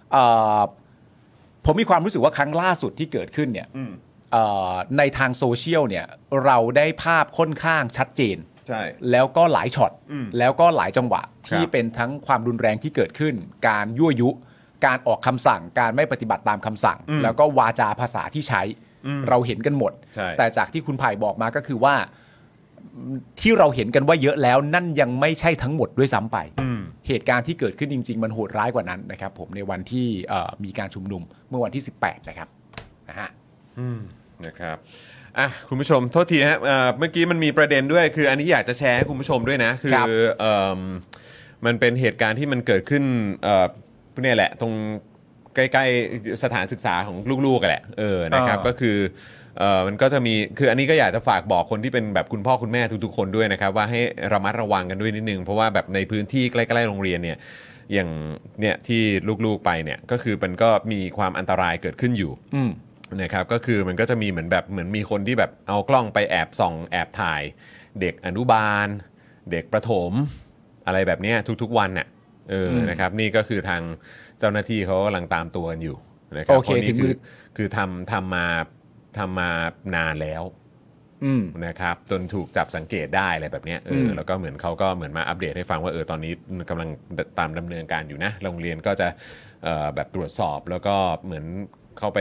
[SPEAKER 3] ผมมีความรู้สึกว่าครั้งล่าสุดที่เกิดขึ้นเนี่ยในทางโซเชียลเนี่ยเราได้ภาพค่อนข้างชัดเจน
[SPEAKER 2] ใช่
[SPEAKER 3] แล้วก็หลายช็อตแล้วก็หลายจังหวะที่เป็นทั้งความรุนแรงที่เกิดขึ้นการยั่วยุการออกคำสั่งการไม่ปฏิบัติตามคำสั่งแล้วก็วาจาภาษาที่ใช้เราเห็นกันหมดแต่จากที่คุณไผ่บอกมาก็คือว่าที่เราเห็นกันว่าเยอะแล้วนั่นยังไม่ใช่ทั้งหมดด้วยซ้ำไปเหตุการณ์ที่เกิดขึ้นจริงๆมันโหดร้ายกว่านั้นนะครับผมในวันที่มีการชุมนุมเมื่อวันที่18นะครับ
[SPEAKER 2] นะครับคุณผู้ชมโทษทีฮะเมื่อกี้มันมีประเด็นด้วยคืออันนี้อยากจะแชร์ให้คุณผู้ชมด้วยนะคือมันเป็นเหตุการณ์ที่มันเกิดขึ้นเนี่ยแหละตรงใกล้ๆสถานศึกษาของลูกๆกันแหละนะครับก็คือมันก็จะมีคืออันนี้ก็อยากจะฝากบอกคนที่เป็นแบบคุณพ่อคุณแม่ทุกๆคนด้วยนะครับว่าให้ระมัดระวังกันด้วยนิดนึงเพราะว่าแบบในพื้นที่ใกล้ๆโรงเรียนเนี่ยอย่างเนี่ยที่ลูกๆไปเนี่ยก็คือมันก็มีความอันตรายเกิดขึ้นอยู่นะครับก็คือมันก็จะมีเหมือนมีคนที่แบบเอากล้องไปแอบส่องแอบถ่ายเด็กอนุบาลเด็กประถมอะไรแบบนี้ทุกๆวันน่ะนะครับนี่ก็คือทางเจ้าหน้าที่เขากำลังตามตัวกันอยู่นะครับเพราะนี่คือทำมานานแล้วนะครับจนถูกจับสังเกตได้อะไรแบบนี้แล้วก็เหมือนเขาก็เหมือนมาอัปเดตให้ฟังว่าตอนนี้กำลังตามดำเนินการอยู่นะโรงเรียนก็จะแบบตรวจสอบแล้วก็เหมือนเข้าไป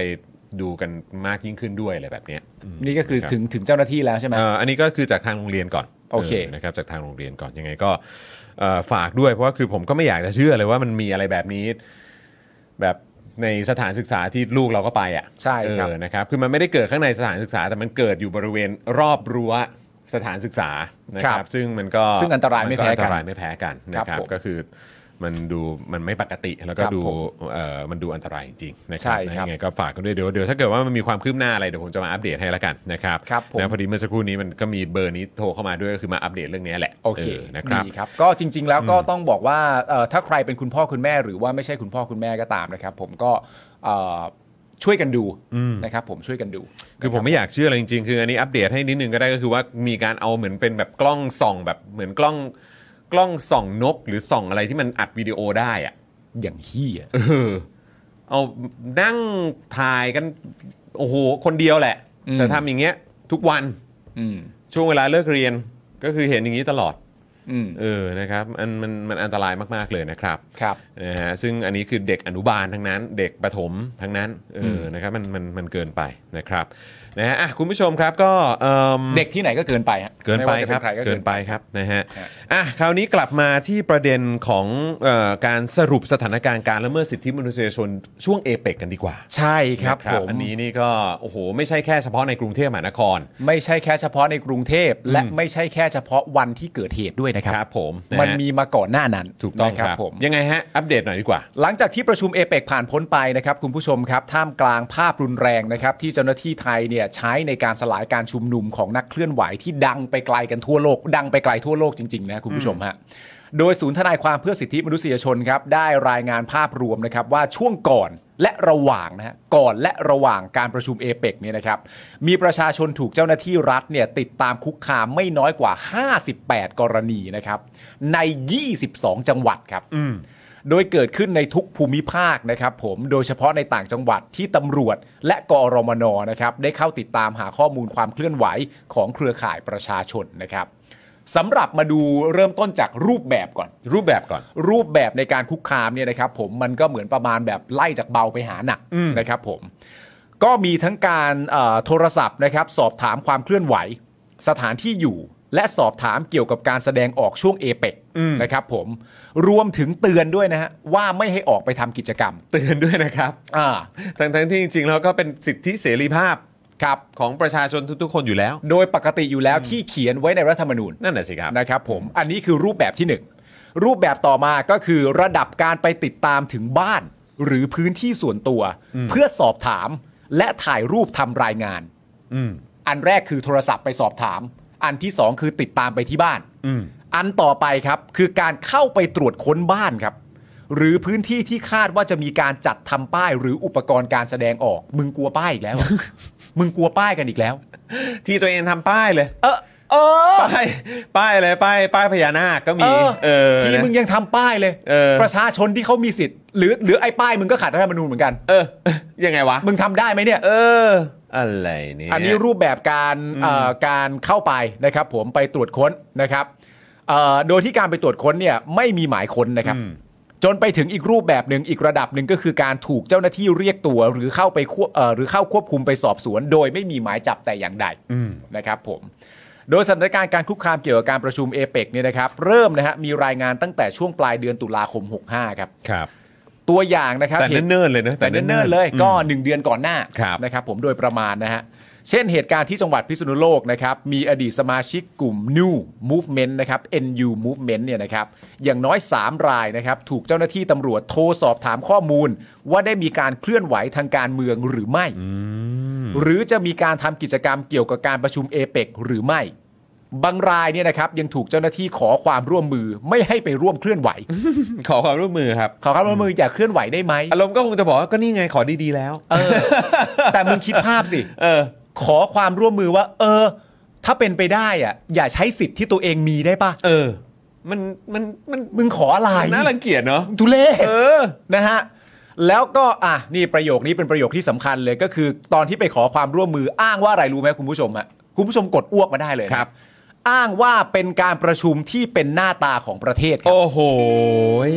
[SPEAKER 2] ดูกันมากยิ่งขึ้นด้วยอะไรแบบนี้
[SPEAKER 3] นี่ก็คือถึงเจ้าหน้าที่แล้วใช่ไหม
[SPEAKER 2] อันนี้ก็คือจากทางโรงเรียนก่อน
[SPEAKER 3] โอเค
[SPEAKER 2] นะครับจากทางโรงเรียนก่อนยังไงก็ฝากด้วยเพราะว่าคือผมก็ไม่อยากจะเชื่อเลยว่ามันมีอะไรแบบนี้แบบในสถานศึกษาที่ลูกเราก็ไปอ่ะ
[SPEAKER 3] ใช่ครับ
[SPEAKER 2] นะครับคือมันไม่ได้เกิดข้างในสถานศึกษาแต่มันเกิดอยู่บริเวณรอบรั้วสถานศึกษานะครับซึ่ง
[SPEAKER 3] อันตรายไม่แพ้
[SPEAKER 2] กันนะครับก็คือมันไม่ปกติแล้วก็ดูมันดูอันตรายจริงๆนะครับยังไงก็ฝากกันด้วยเดี๋ยวถ้าเกิดว่ามันมีความคืบหน้าอะไรเดี๋ยวผมจะมาอัปเดตให้แล้วกันนะครับนะพอดีเมื่อสักครู่นี้มันก็มีเบอร์นี้โทรเข้ามาด้วยก็คือมาอัปเดตเรื่องนี้แหละ
[SPEAKER 3] โอเค
[SPEAKER 2] นะครับ
[SPEAKER 3] ดีครับก็จริงๆแล้วก็ต้องบอกว่าถ้าใครเป็นคุณพ่อคุณแม่หรือว่าไม่ใช่คุณพ่อคุณแม่ก็ตามนะครับผมก็ช่วยกันดูนะครับผมช่วยกันดู
[SPEAKER 2] คือผมไม่อยากเชื่ออะไรจริงๆคืออันนี้อัปเดตให้นิดนึงก็ได้ก็คือว่ามีการเอาเหมือนเป็นแบบกล้องส่องแบบเหมือนกล้องส่องนกหรือส่องอะไรที่มันอัดวิดีโอได้อะ
[SPEAKER 3] อย่างเหี้ย
[SPEAKER 2] เอานั่งถ่ายกันโอ้โหคนเดียวแหละแต่ทำอย่างเงี้ยทุกวันช่วงเวลาเลิกเรียนก็คือเห็นอย่างนี้ตลอดนะครับมันอันตรายมากๆเลยนะครับนะฮะซึ่งอันนี้คือเด็กอนุบาลทั้งนั้นเด็กประถมทั้งนั้นนะครับมันเกินไปนะครับนะฮะคุณผู้ชมครับก็
[SPEAKER 3] เด็กที่ไหนก็เกินไป
[SPEAKER 2] เกินไปครับเกินไปครับนะฮะคราวนี้กลับมาที่ประเด็นของการสรุปสถานการณ์การละเมิดสิทธิมนุษยชนช่วงเอเปกกันดีกว่า
[SPEAKER 3] ใช่ครับผม
[SPEAKER 2] อันนี้นี่ก็โอ้โหไม่ใช่แค่เฉพาะในกรุงเทพมหานคร
[SPEAKER 3] ไม่ใช่แค่เฉพาะในกรุงเทพและไม่ใช่แค่เฉพาะวันที่เกิดเหตุด้วยนะครับ
[SPEAKER 2] ผม
[SPEAKER 3] มันมีมาก่อนหน้านั้น
[SPEAKER 2] ถูกต้องครับผมยังไงฮะอัปเดตหน่อยดีกว่า
[SPEAKER 3] หลังจากที่ประชุมเอเปกผ่านพ้นไปนะครับคุณผู้ชมครับท่ามกลางภาพรุนแรงนะครับที่เจ้าหน้าที่ไทยเนี่ยใช้ในการสลายการชุมนุมของนักเคลื่อนไหวที่ดังไปไกลกันทั่วโลกดังไปไกลทั่วโลกจริงๆนะคุณผู้ชมฮะโดยศูนย์ทนายความเพื่อสิทธิมนุษยชนครับได้รายงานภาพรวมนะครับว่าช่วงก่อนและระหว่างนะฮะก่อนและระหว่างการประชุมเอเปกเนี่ยนะครับมีประชาชนถูกเจ้าหน้าที่รัฐเนี่ยติดตามคุกคามไม่น้อยกว่า58กรณีนะครับใน22จังหวัดครับโดยเกิดขึ้นในทุกภูมิภาคนะครับผมโดยเฉพาะในต่างจังหวัดที่ตำรวจและกอรมนนะครับได้เข้าติดตามหาข้อมูลความเคลื่อนไหวของเครือข่ายประชาชนนะครับสำหรับมาดูเริ่มต้นจากรูปแบบรูปแบบในการคุกคามเนี่ยนะครับผมมันก็เหมือนประมาณแบบไล่จากเบาไปหาหนักนะครับผมก็มีทั้งการโทรศัพท์นะครับสอบถามความเคลื่อนไหวสถานที่อยู่และสอบถามเกี่ยวกับการแสดงออกช่วงเอเปกนะครับผมรวมถึงเตือนด้วยนะฮะว่าไม่ให้ออกไปทำกิจกรรม
[SPEAKER 2] เตือนด้วยนะครับทั้งที่จริงๆแล้วก็เป็นสิทธิเสรีภาพ
[SPEAKER 3] ครับ
[SPEAKER 2] ของประชาชนทุกๆคนอยู่แล้ว
[SPEAKER 3] โดยปกติอยู่แล้วที่เขียนไว้ในรัฐธรรมนูญ
[SPEAKER 2] นั่นแหละสิครับ
[SPEAKER 3] นะครับผมอันนี้คือรูปแบบที่1รูปแบบต่อมาก็คือระดับการไปติดตามถึงบ้านหรือพื้นที่ส่วนตัวเพื่อสอบถามและถ่ายรูปทำรายงานอันแรกคือโทรศัพท์ไปสอบถามอันที่2คือติดตามไปที่บ้านอันต่อไปครับคือการเข้าไปตรวจค้นบ้านครับหรือพื้นที่ที่คาดว่าจะมีการจัดทำป้ายหรืออุปกรณ์การแสดงออกมึงกลัวป้ายอีกแล้ว มึงกลัวป้ายกันอีกแล้ว
[SPEAKER 2] ที่ตัวเองทำป้ายเลยป้ายอะไรป้ายพญานาคก็มี
[SPEAKER 3] ที่มึงยังทำป้ายเลยประชาชนที่เขามีสิทธิ์หรือไอ้ป้ายมึงก็ขัดรัฐธรรมนูญเหมือนกัน
[SPEAKER 2] ยังไงวะ
[SPEAKER 3] มึงทำได้ไหมเนี่ย
[SPEAKER 2] อะไรเนี่ย
[SPEAKER 3] อันนี้รูปแบบการเข้าไปนะครับผมไปตรวจค้นนะครับโดยที่การไปตรวจค้นเนี่ยไม่มีหมายค้นนะครับจนไปถึงอีกรูปแบบหนึ่งอีกระดับหนึ่งก็คือการถูกเจ้าหน้าที่เรียกตัวหรือเข้าควบคุมไปสอบสวนโดยไม่มีหมายจับแต่อย่างใดนะครับผมโดยสถานการณ์การคุกคามเกี่ยวกับการประชุมเอเปกเนี่ยนะครับเริ่มนะฮะมีรายงานตั้งแต่ช่วงปลายเดือนตุลาคม65ครับตัวอย่างนะครับ
[SPEAKER 2] แต่เนิ่นๆเลยนะ
[SPEAKER 3] แต่เนิ่นๆเลยก็1เดือนก่อนหน้านะครับผมโดยประมาณนะฮะเช่นเหตุการณ์ที่จังหวัดพิษณุโลกนะครับมีอดีตสมาชิกกลุ่ม New Movement นะครับ NU Movement เนี่ยนะครับอย่างน้อย3รายนะครับถูกเจ้าหน้าที่ตำรวจโทรสอบถามข้อมูลว่าได้มีการเคลื่อนไหวทางการเมืองหรือไม่หรือจะมีการทำกิจกรรมเกี่ยวกับการประชุมเอเปกหรือไม่บางรายเนี่ยนะครับยังถูกเจ้าหน้าที่ขอความร่วมมือไม่ให้ไปร่วมเคลื่อนไหว
[SPEAKER 2] ขอความร่วมมือครับ
[SPEAKER 3] ขอความร่วมมืออย่าเคลื่อนไหวได้ไหม
[SPEAKER 2] อารมณ์ก็คงจะบอกว่าก็นี่ไงขอดีๆแล้ว
[SPEAKER 3] แต่มึงคิดภาพสิขอความร่วมมือว่าถ้าเป็นไปได้อ่ะอย่าใช้สิทธิ์ที่ตัวเองมีได้ป่ะ
[SPEAKER 2] มัน
[SPEAKER 3] มึงขออะไร
[SPEAKER 2] น่ารังเกียจเนาะ
[SPEAKER 3] ทุเรศนะฮะแล้วก็นี่ประโยคนี้เป็นประโยคที่สำคัญเลยก็คือตอนที่ไปขอความร่วมมืออ้างว่าอะไรรู้ไหมคุณผู้ชมอ่ะคุณผู้ชมกดอ้วกมาได้เลย
[SPEAKER 2] ครับ
[SPEAKER 3] อ้างว่าเป็นการประชุมที่เป็นหน้าตาของประเทศครับ
[SPEAKER 2] โอ้โห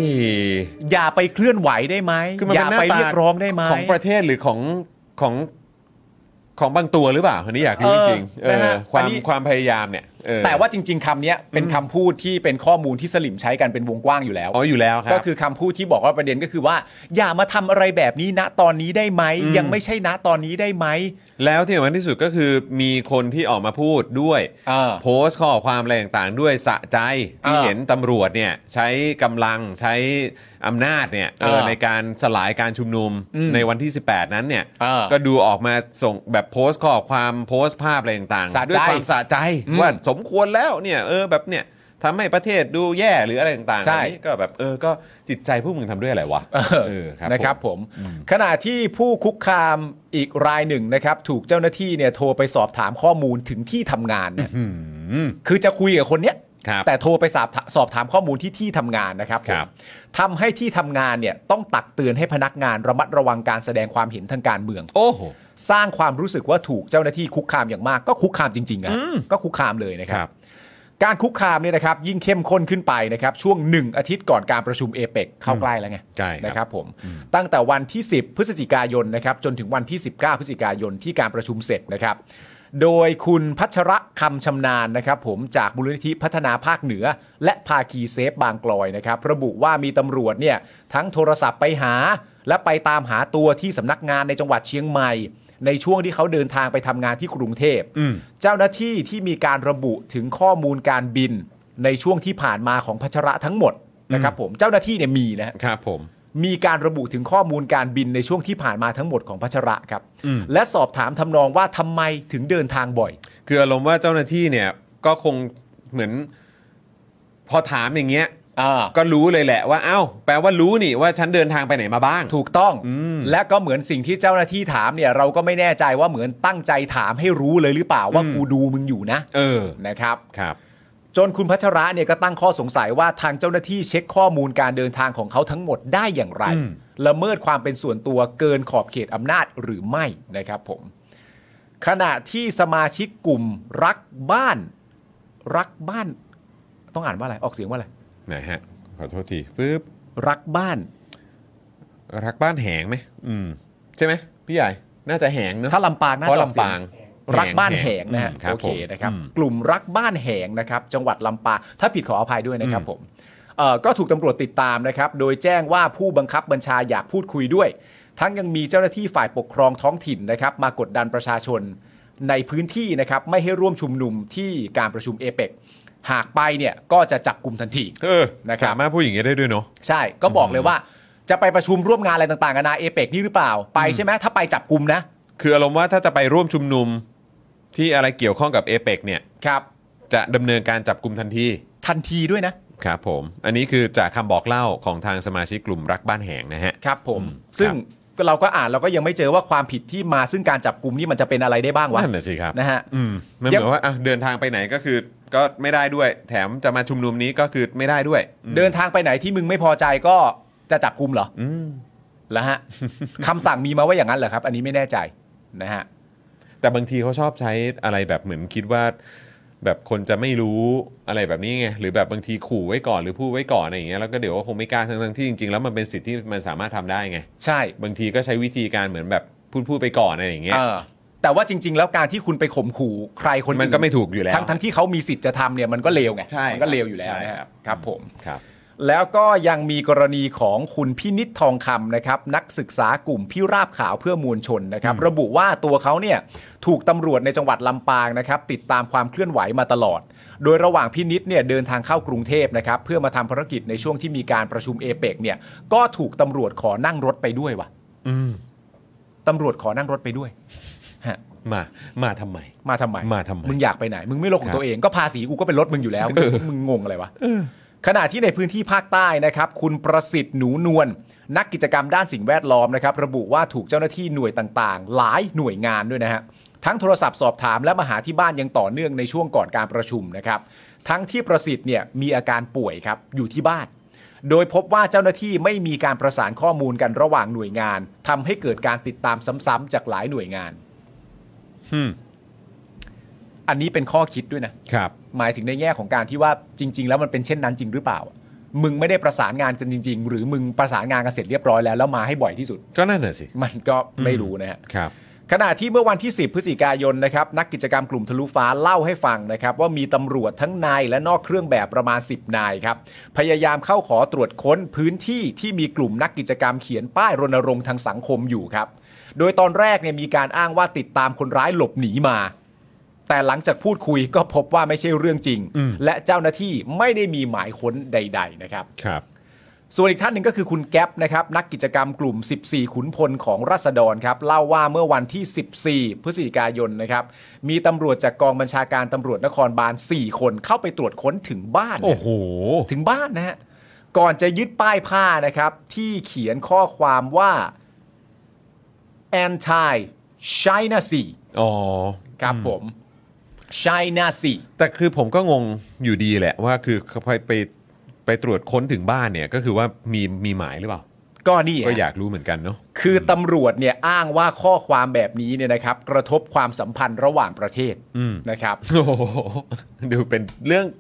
[SPEAKER 3] อย่าไปเคลื่อนไหวได้ไหมอย่าไปเรียกร้องได้ไหม
[SPEAKER 2] ของประเทศหรือของของบางตัวหรือเปล่าอันนี้อยากรู้จริงๆ
[SPEAKER 3] นะฮะ
[SPEAKER 2] ความพยายามเนี่ย
[SPEAKER 3] แต่ว่าจริงๆคำนี้เป็นคำพูดที่เป็นข้อมูลที่สลิมใช้กันเป็นวงกว้างอยู่แล้ว
[SPEAKER 2] อยู่แล้วครับ
[SPEAKER 3] ก็คือคำพูดที่บอกว่าประเด็นก็คือว่าอย่ามาทำอะไรแบบนี้ณตอนนี้ได้ไหมยังไม่ใช่ณตอนนี้ได้ไหม
[SPEAKER 2] แล้วที่สำคัญที่สุดก็คือมีคนที่ออกมาพูดด้วยโพสต์ข้อความอะไรต่างๆด้วยสะใจที่เห็นตำรวจเนี่ยใช้กำลังใช้อำนาจเนี่ยในการสลายการชุมนุมในวันที่18นั้นเนี่ยก็ดูออกมาส่งแบบโพสต์ข้อความโพสต์ภาพอะไรต่างๆด้วยความสะใจว่าสมควรแล้วเนี่ยแบบเนี่ยทำให้ประเทศดูแย่หรืออะไรต่างๆอันนี้ก็แบบก็จิตใจพวกมึงทำด้วยอะไรวะ
[SPEAKER 3] นะครับผมขณะที่ผู้คุกคามอีกรายหนึ่งนะครับถูกเจ้าหน้าที่เนี่ยโทรไปสอบถามข้อมูลถึงที่ทำงานเนี่ยคือจะคุยกับคนเนี้ยแต่โทรไปสอบถามข้อมูลที่ทำงานนะครับทำให้ที่ทำงานเนี่ยต้องตักเตือนให้พนักงานระมัดระวังการแสดงความเห็นทางการเมืองสร้างความรู้สึกว่าถูกเจ้าหน้าที่คุกคามอย่างมากก็คุกคามจริงๆก็คุกคามเลยนะครับการคุกคามเนี่ยนะครับยิ่งเข้มข้นขึ้นไปนะครับช่วง1อาทิตย์ก่อนการประชุมเอเปกเข้าใกล้แล้วไงนะครับผมตั้งแต่วันที่10พฤศจิกายนนะครับจนถึงวันที่19พฤศจิกายนที่การประชุมเสร็จนะครับโดยคุณพัชระคำชำนาญนะครับผมจากมูลนิธิพัฒนาภาคเหนือและภาคีเซฟบางกลอยนะครับระบุว่ามีตำรวจเนี่ยทั้งโทรศัพท์ไปหาและไปตามหาตัวที่สำนักงานในจังหวัดเชียงใหม่ในช่วงที่เขาเดินทางไปทำงานที่กรุงเทพเจ้าหน้าที่ที่มีการระบุถึงข้อมูลการบินในช่วงที่ผ่านมาของพัชระทั้งหมดนะครับผมเจ้าหน้าที่เนี่ยมีนะครับ
[SPEAKER 2] ผม
[SPEAKER 3] มีการระบุถึงข้อมูลการบินในช่วงที่ผ่านมาทั้งหมดของพัชระครับและสอบถามทำนองว่าทำไมถึงเดินทางบ่อย
[SPEAKER 2] คืออารมณ์ว่าเจ้าหน้าที่เนี่ยก็คงเหมือนพอถามอย่างเงี้ยก็รู้เลยแหละว่าแปลว่ารู้นี่ว่าฉันเดินทางไปไหนมาบ้าง
[SPEAKER 3] ถูกต้องและก็เหมือนสิ่งที่เจ้าหน้าที่ถามเนี่ยเราก็ไม่แน่ใจว่าเหมือนตั้งใจถามให้รู้เลยหรือเปล่าว่ากูดูมึงอยู่นะนะครับจนคุณพัชระเนี่ยก็ตั้งข้อสงสัยว่าทางเจ้าหน้าที่เช็คข้อมูลการเดินทางของเขาทั้งหมดได้อย่างไรละเมิดความเป็นส่วนตัวเกินขอบเขตอำนาจหรือไม่นะครับผมขณะที่สมาชิกกลุ่มรักบ้านต้องอ่านว่าอะไรออกเสียงว่าอะไร
[SPEAKER 2] ไหนฮะขอโทษทีปึ๊บ
[SPEAKER 3] รักบ้าน
[SPEAKER 2] แหงไหมใช่ไหมพี่ใหญ่น่าจะแหงเนอะ
[SPEAKER 3] ถ้าลำปางน่าจะ
[SPEAKER 2] ลำปาง
[SPEAKER 3] รักบ้านแหงนะฮะโอเคนะครับกลุ่มรักบ้านแหงนะครับจังหวัดลำปางถ้าผิดขออภัยด้วยนะครับผมก็ถูกตำรวจติดตามนะครับโดยแจ้งว่าผู้บังคับบัญชาอยากพูดคุยด้วยทั้งยังมีเจ้าหน้าที่ฝ่ายปกครองท้องถิ่นนะครับมากดดันประชาชนในพื้นที่นะครับไม่ให้ร่วมชุมนุมที่การประชุมเอเปกหากไปเนี่ยก็จะจับกลุ่มทันที
[SPEAKER 2] นะครับสามารถพูดอย่างนี้ได้ด้วยเนาะ
[SPEAKER 3] ใช่ก็บอกเลยว่าจะไปประชุมร่วมงานอะไรต่างๆกันาเอเปกนี่หรือเปล่าไปใช่ไหมถ้าไปจับกลุ่มนะ
[SPEAKER 2] คืออารมณ์ว่าถ้าจะไปร่วมชุมนุมที่อะไรเกี่ยวข้องกับเอเปกเนี่ย
[SPEAKER 3] ครับ
[SPEAKER 2] จะดำเนินการจับกลุ่มทัน
[SPEAKER 3] ทีด้วย
[SPEAKER 2] นะครับผมอันนี้คือจากคำบอกเล่าของทางสมาชิกกลุ่มรักบ้านแหงนะฮะ
[SPEAKER 3] ครับผมซึ่งเราก็อ่านเราก็ยังไม่เจอว่าความผิดที่มาซึ่งการจับกลุ่มนี่มันจะเป็นอะไรได้บ้างวะ
[SPEAKER 2] นั่นแหละสิครับ
[SPEAKER 3] นะฮะ
[SPEAKER 2] มันเหมือนว่าเดินทางไปไหนก็คือก็ไม่ได้ด้วยแถมจะมาชุมนุมนี้ก็คือไม่ได้ด้วย
[SPEAKER 3] เดินทางไปไหนที่มึงไม่พอใจก็จะจับกลุ่มเหรอแล้วฮะคำสั่งมีมาว่าอย่างนั้นเหรอครับอันนี้ไม่แน่ใจนะฮะ
[SPEAKER 2] แต่บางทีเขาชอบใช้อะไรแบบเหมือนคิดว่าแบบคนจะไม่รู้อะไรแบบนี้ไงหรือแบบบางทีขู่ไว้ก่อนหรือพูดไว้ก่อนอะไรอย่างเงี้ยแล้วก็เดี๋ยวก็คงไม่กล้าทั้งที่จริงๆแล้วมันเป็นสิทธิ์ที่มันสามารถทำได้ไง
[SPEAKER 3] ใช่
[SPEAKER 2] บางทีก็ใช้วิธีการเหมือนแบบพูดไปก่อนอะไรอย่างเงี้ย
[SPEAKER 3] แต่ว่าจริงๆแล้วการที่คุณไปข่มขู่ใครคน
[SPEAKER 2] มันก็ไม่ถูกอยู่แล้ว
[SPEAKER 3] ทั้งที่เขามีสิทธิ์จะทำเนี่ยมันก็เลวไงมันก็เลวอยู่แล้วนะครับครับผมแล้วก็ยังมีกรณีของคุณพินิจทองคำนะครับนักศึกษากลุ่มพิราบขาวเพื่อมวลชนนะครับระบุว่าตัวเขาเนี่ยถูกตำรวจในจังหวัดลำปางนะครับติดตามความเคลื่อนไหวมาตลอดโดยระหว่างพินิจเนี่ยเดินทางเข้ากรุงเทพนะครับเพื่อมาทำภารกิจในช่วงที่มีการประชุมเอเปกเนี่ยก็ถูกตำรวจขอนั่งรถไปด้วยว่ะตำรวจขอนั่งรถไปด้วย
[SPEAKER 2] มาทำไม
[SPEAKER 3] มึงอยากไปไหนมึงไม่ลงของตัวเองก็ภาษีกูก็เป็นรถมึงอยู่แล้วมึงงงอะไรวะขณะที่ในพื้นที่ภาคใต้นะครับคุณประสิทธิ์หนูนวลนักกิจกรรมด้านสิ่งแวดล้อมนะครับระบุว่าถูกเจ้าหน้าที่หน่วยต่างๆหลายหน่วยงานด้วยนะฮะทั้งโทรศัพท์สอบถามและมาหาที่บ้านยังต่อเนื่องในช่วงก่อนการประชุมนะครับทั้งที่ประสิทธิ์เนี่ยมีอาการป่วยครับอยู่ที่บ้านโดยพบว่าเจ้าหน้าที่ไม่มีการประสานข้อมูลกันระหว่างหน่วยงานทำให้เกิดการติดตามซ้ำๆจากหลายหน่วยงานอันนี้เป็นข้อคิดด้วยนะครับหมายถึงในแง่ของการที่ว่าจริงๆแล้วมันเป็นเช่นนั้นจริงหรือเปล่ามึงไม่ได้ประสานงานกันจริงๆหรือมึงประสานงานกันเสร็จเรียบร้อยแล้วมาให้บ่อยที่สุด
[SPEAKER 2] ก็นั่นแหละสิ
[SPEAKER 3] มันก็ไม่รู้นะฮะ
[SPEAKER 2] ครับ
[SPEAKER 3] ขณะที่เมื่อวันที่10พฤศจิกายนนะครับนักกิจกรรมกลุ่มทะลุฟ้าเล่าให้ฟังนะครับว่ามีตำรวจทั้งในและนอกเครื่องแบบประมาณ10นายครับพยายามเข้าขอตรวจค้นพื้นที่ที่มีกลุ่มนักกิจกรรมเขียนป้ายรณรงค์ทางสังคมอยู่ครับโดยตอนแรกเนี่ยมีการอ้างว่าติดตามคนร้ายหลบหนีมาแต่หลังจากพูดคุยก็พบว่าไม่ใช่เรื่องจริงและเจ้าหน้าที่ไม่ได้มีหมายค้นใดๆนะครับส่วนอีกท่านหนึ่งก็คือคุณแก๊ปนะครับนักกิจกรรมกลุ่ม14ขุนพลของราษฎรครับเล่าว่าเมื่อวันที่14พฤศจิกายนนะครับมีตำรวจจากกองบัญชาการตำรวจนครบาล4คนเข้าไปตรวจค้นถึงบ้านโอ้โหถึงบ้านนะฮะก่อนจะยึดป้ายผ้านะครับที่เขียนข้อความว่า anti China Sea อ๋อครับผม China Sea
[SPEAKER 2] แต่คือผมก็งงอยู่ดีแหละว่าคือไปตรวจค้นถึงบ้านเนี่ยก็คือว่ามีหมายหรือเปล่า
[SPEAKER 3] ก็นี่
[SPEAKER 2] ก็อยากรู้เหมือนกันเนาะ
[SPEAKER 3] คือตำรวจเนี่ยอ้างว่าข้อความแบบนี้เนี่ยนะครับกระทบความสัมพันธ์ระหว่างประเทศนะครับ
[SPEAKER 2] โอ้โหดูเป็นเรื่อง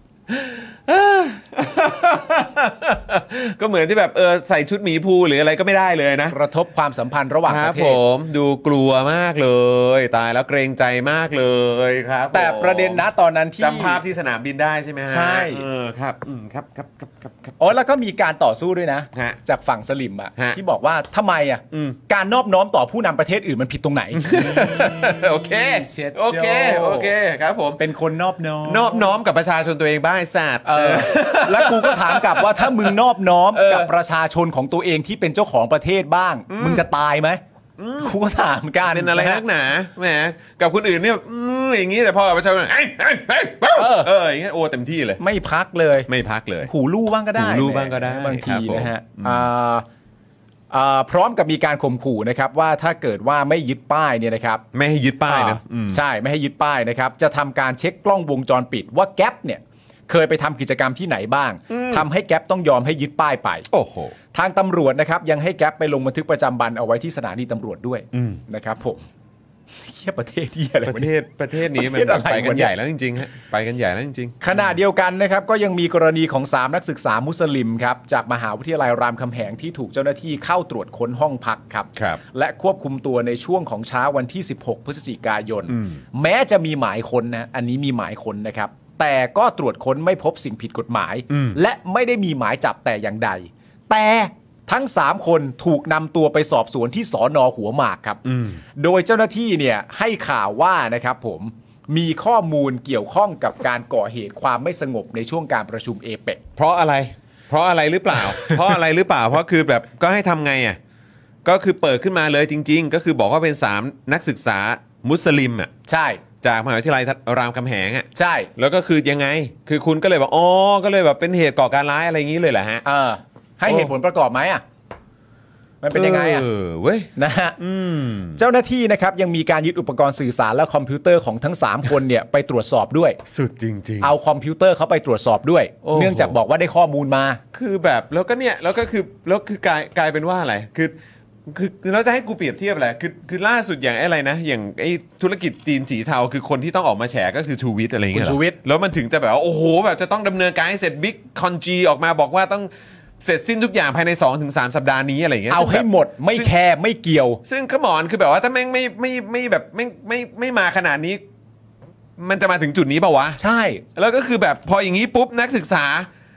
[SPEAKER 2] ก็เหมือนที่แบบใส่ชุดหมีภูหรืออะไรก็ไม่ได้เลยนะ
[SPEAKER 3] กระทบความสัมพันธ์ระหว่างประเทศ
[SPEAKER 2] ผมดูกลัวมากเลยตายแล้วเกรงใจมากเลยครับ
[SPEAKER 3] แต่ประเด็นนะตอนนั้นที่
[SPEAKER 2] จำภาพที่สนามบินได้ใช่ไหมฮะ
[SPEAKER 3] ใช่
[SPEAKER 2] ครับ
[SPEAKER 3] อ๋อแล้วก็มีการต่อสู้ด้วยนะจากฝั่งสลิมอ่ะที่บอกว่าทำไมอ่ะการนอบน้อมต่อผู้นำประเทศอื่นมันผิดตรงไหน
[SPEAKER 2] โอเคครับผม
[SPEAKER 3] เป็นคนนอบ
[SPEAKER 2] น้อมกับประชาชนตัวเองบ้างศาสตร์
[SPEAKER 3] แล้วกูก็ถามกลับว่าถ้ามึงนอบน้อมกับประชาชนของตัวเองที่เป็นเจ้าของประเทศบ้างมึงจะตายไหมกูก็ถามกัน
[SPEAKER 2] เป็นอะไรนักหนาแหมกับคนอื่นเนี่ยอย่างงี้แต่พอประชาชนอย่างเงี้ยโอ้เต็มที่เลย
[SPEAKER 3] ไม่พักเลยหูลู่บ้างก็ได้บางทีนะฮะพร้อมกับมีการข่มขู่นะครับว่าถ้าเกิดว่าไม่ยึดป้ายเนี่ยนะครับ
[SPEAKER 2] ไม่ให้ยึดป้ายนะ
[SPEAKER 3] ใช่ไม่ให้ยึดป้ายนะครับจะทำการเช็คกล้องวงจรปิดว่าแก๊ปเนี่ยเคยไปทำกิจกรรมที่ไหนบ้างทำให้แก๊ปต้องยอมให้ยึดป้ายไป
[SPEAKER 2] โอ้โห
[SPEAKER 3] ทางตำรวจนะครับยังให้แก๊ปไปลงบันทึกประจำวันเอาไว้ที่สถานีตำรวจด้วยนะครับผมเหี้ยประเทศที่อะไร
[SPEAKER 2] ประเทศนี้มันไปกันใหญ่แล้วจริงๆฮะไปกันใหญ่แล้วจริง
[SPEAKER 3] ๆขณะเดียวกันนะครับก็ยังมีกรณีของ3นักศึกษามุสลิมครับจากมหาวิทยาลัยรามคำแหงที่ถูกเจ้าหน้าที่เข้าตรวจค้นห้องพักครับและควบคุมตัวในช่วงของเช้าวันที่16พฤศจิกายนแม้จะมีหมายค้นนะอันนี้มีหมายค้นนะครับแต่ก็ตรวจค้นไม่พบสิ่งผิดกฎหมายและไม่ได้มีหมายจับแต่อย่างใดแต่ทั้ง3คนถูกนำตัวไปสอบสวนที่สน.หัวหมากครับโดยเจ้าหน้าที่เนี่ยให้ข่าวว่านะครับผมมีข้อมูลเกี่ยวข้องกับการก่อเหตุความไม่สงบในช่วงการประชุมเอเปก
[SPEAKER 2] เพราะอะไรหรือเปล่า เพราะอะไรหรือเปล่าเพราะคือแบบก็ให้ทำไงอ่ะก็คือเปิดขึ้นมาเลยจริงๆก็คือบอกว่าเป็น3นักศึกษามุสลิมอ่ะ
[SPEAKER 3] ใช่
[SPEAKER 2] จากมหาวิทยาลัยรามคำแหงอ่ะ
[SPEAKER 3] ใช่
[SPEAKER 2] แล้วก็คือยังไงคือคุณก็เลยบอกก็เลยแบบเป็นเหตุก่อการร้ายอะไรอย่างนี้เลยแหละฮะ
[SPEAKER 3] ให้เหตุผลประกอบไหมอ่ะมันเป็นยังไงอ่ะ
[SPEAKER 2] เว้ย
[SPEAKER 3] นะฮะเจ้าหน้าที่นะครับยังมีการยึดอุปกรณ์สื่อสารและคอมพิวเตอร์ของทั้ง3คนเนี่ยไปตรวจสอบด้วย
[SPEAKER 2] สุดจริง
[SPEAKER 3] ๆเอาคอมพิวเตอร์เขาไปตรวจสอบด้วยเนื่องจากบอกว่าได้ข้อมูลมา
[SPEAKER 2] คือแบบแล้วก็เนี่ยแล้วก็คือกลายเป็นว่าอะไรคือเราจะให้กูเปรียบเทียบอะไรคือล่าสุดอย่างอะไรนะอย่างไอ้ธุรกิจจีนสีเทาคือคนที่ต้องออกมาแฉก็คือชูวิทย์อะไรอย่างเงี้ย
[SPEAKER 3] ชูวิทย์
[SPEAKER 2] แล้วมันถึงจะแบบว่าโอ้โหแบบจะต้องดำเนินการให้เสร็จบิ๊กคอนจีออกมาบอกว่าต้องเสร็จสิ้นทุกอย่างภายใน 2-3 สัปดาห์นี้อะไรอย่างเงี้ย
[SPEAKER 3] เอาให้หมดไม่แคร์ไม่เกี่ยว
[SPEAKER 2] ซึ่งขมอนคือแบบว่าถ้าแม่งไม่แบบไม่มาขนาดนี้มันจะมาถึงจุดนี้ป่าววะ
[SPEAKER 3] ใช่
[SPEAKER 2] แล้วก็คือแบบพออย่างนี้ปุ๊บนักศึกษา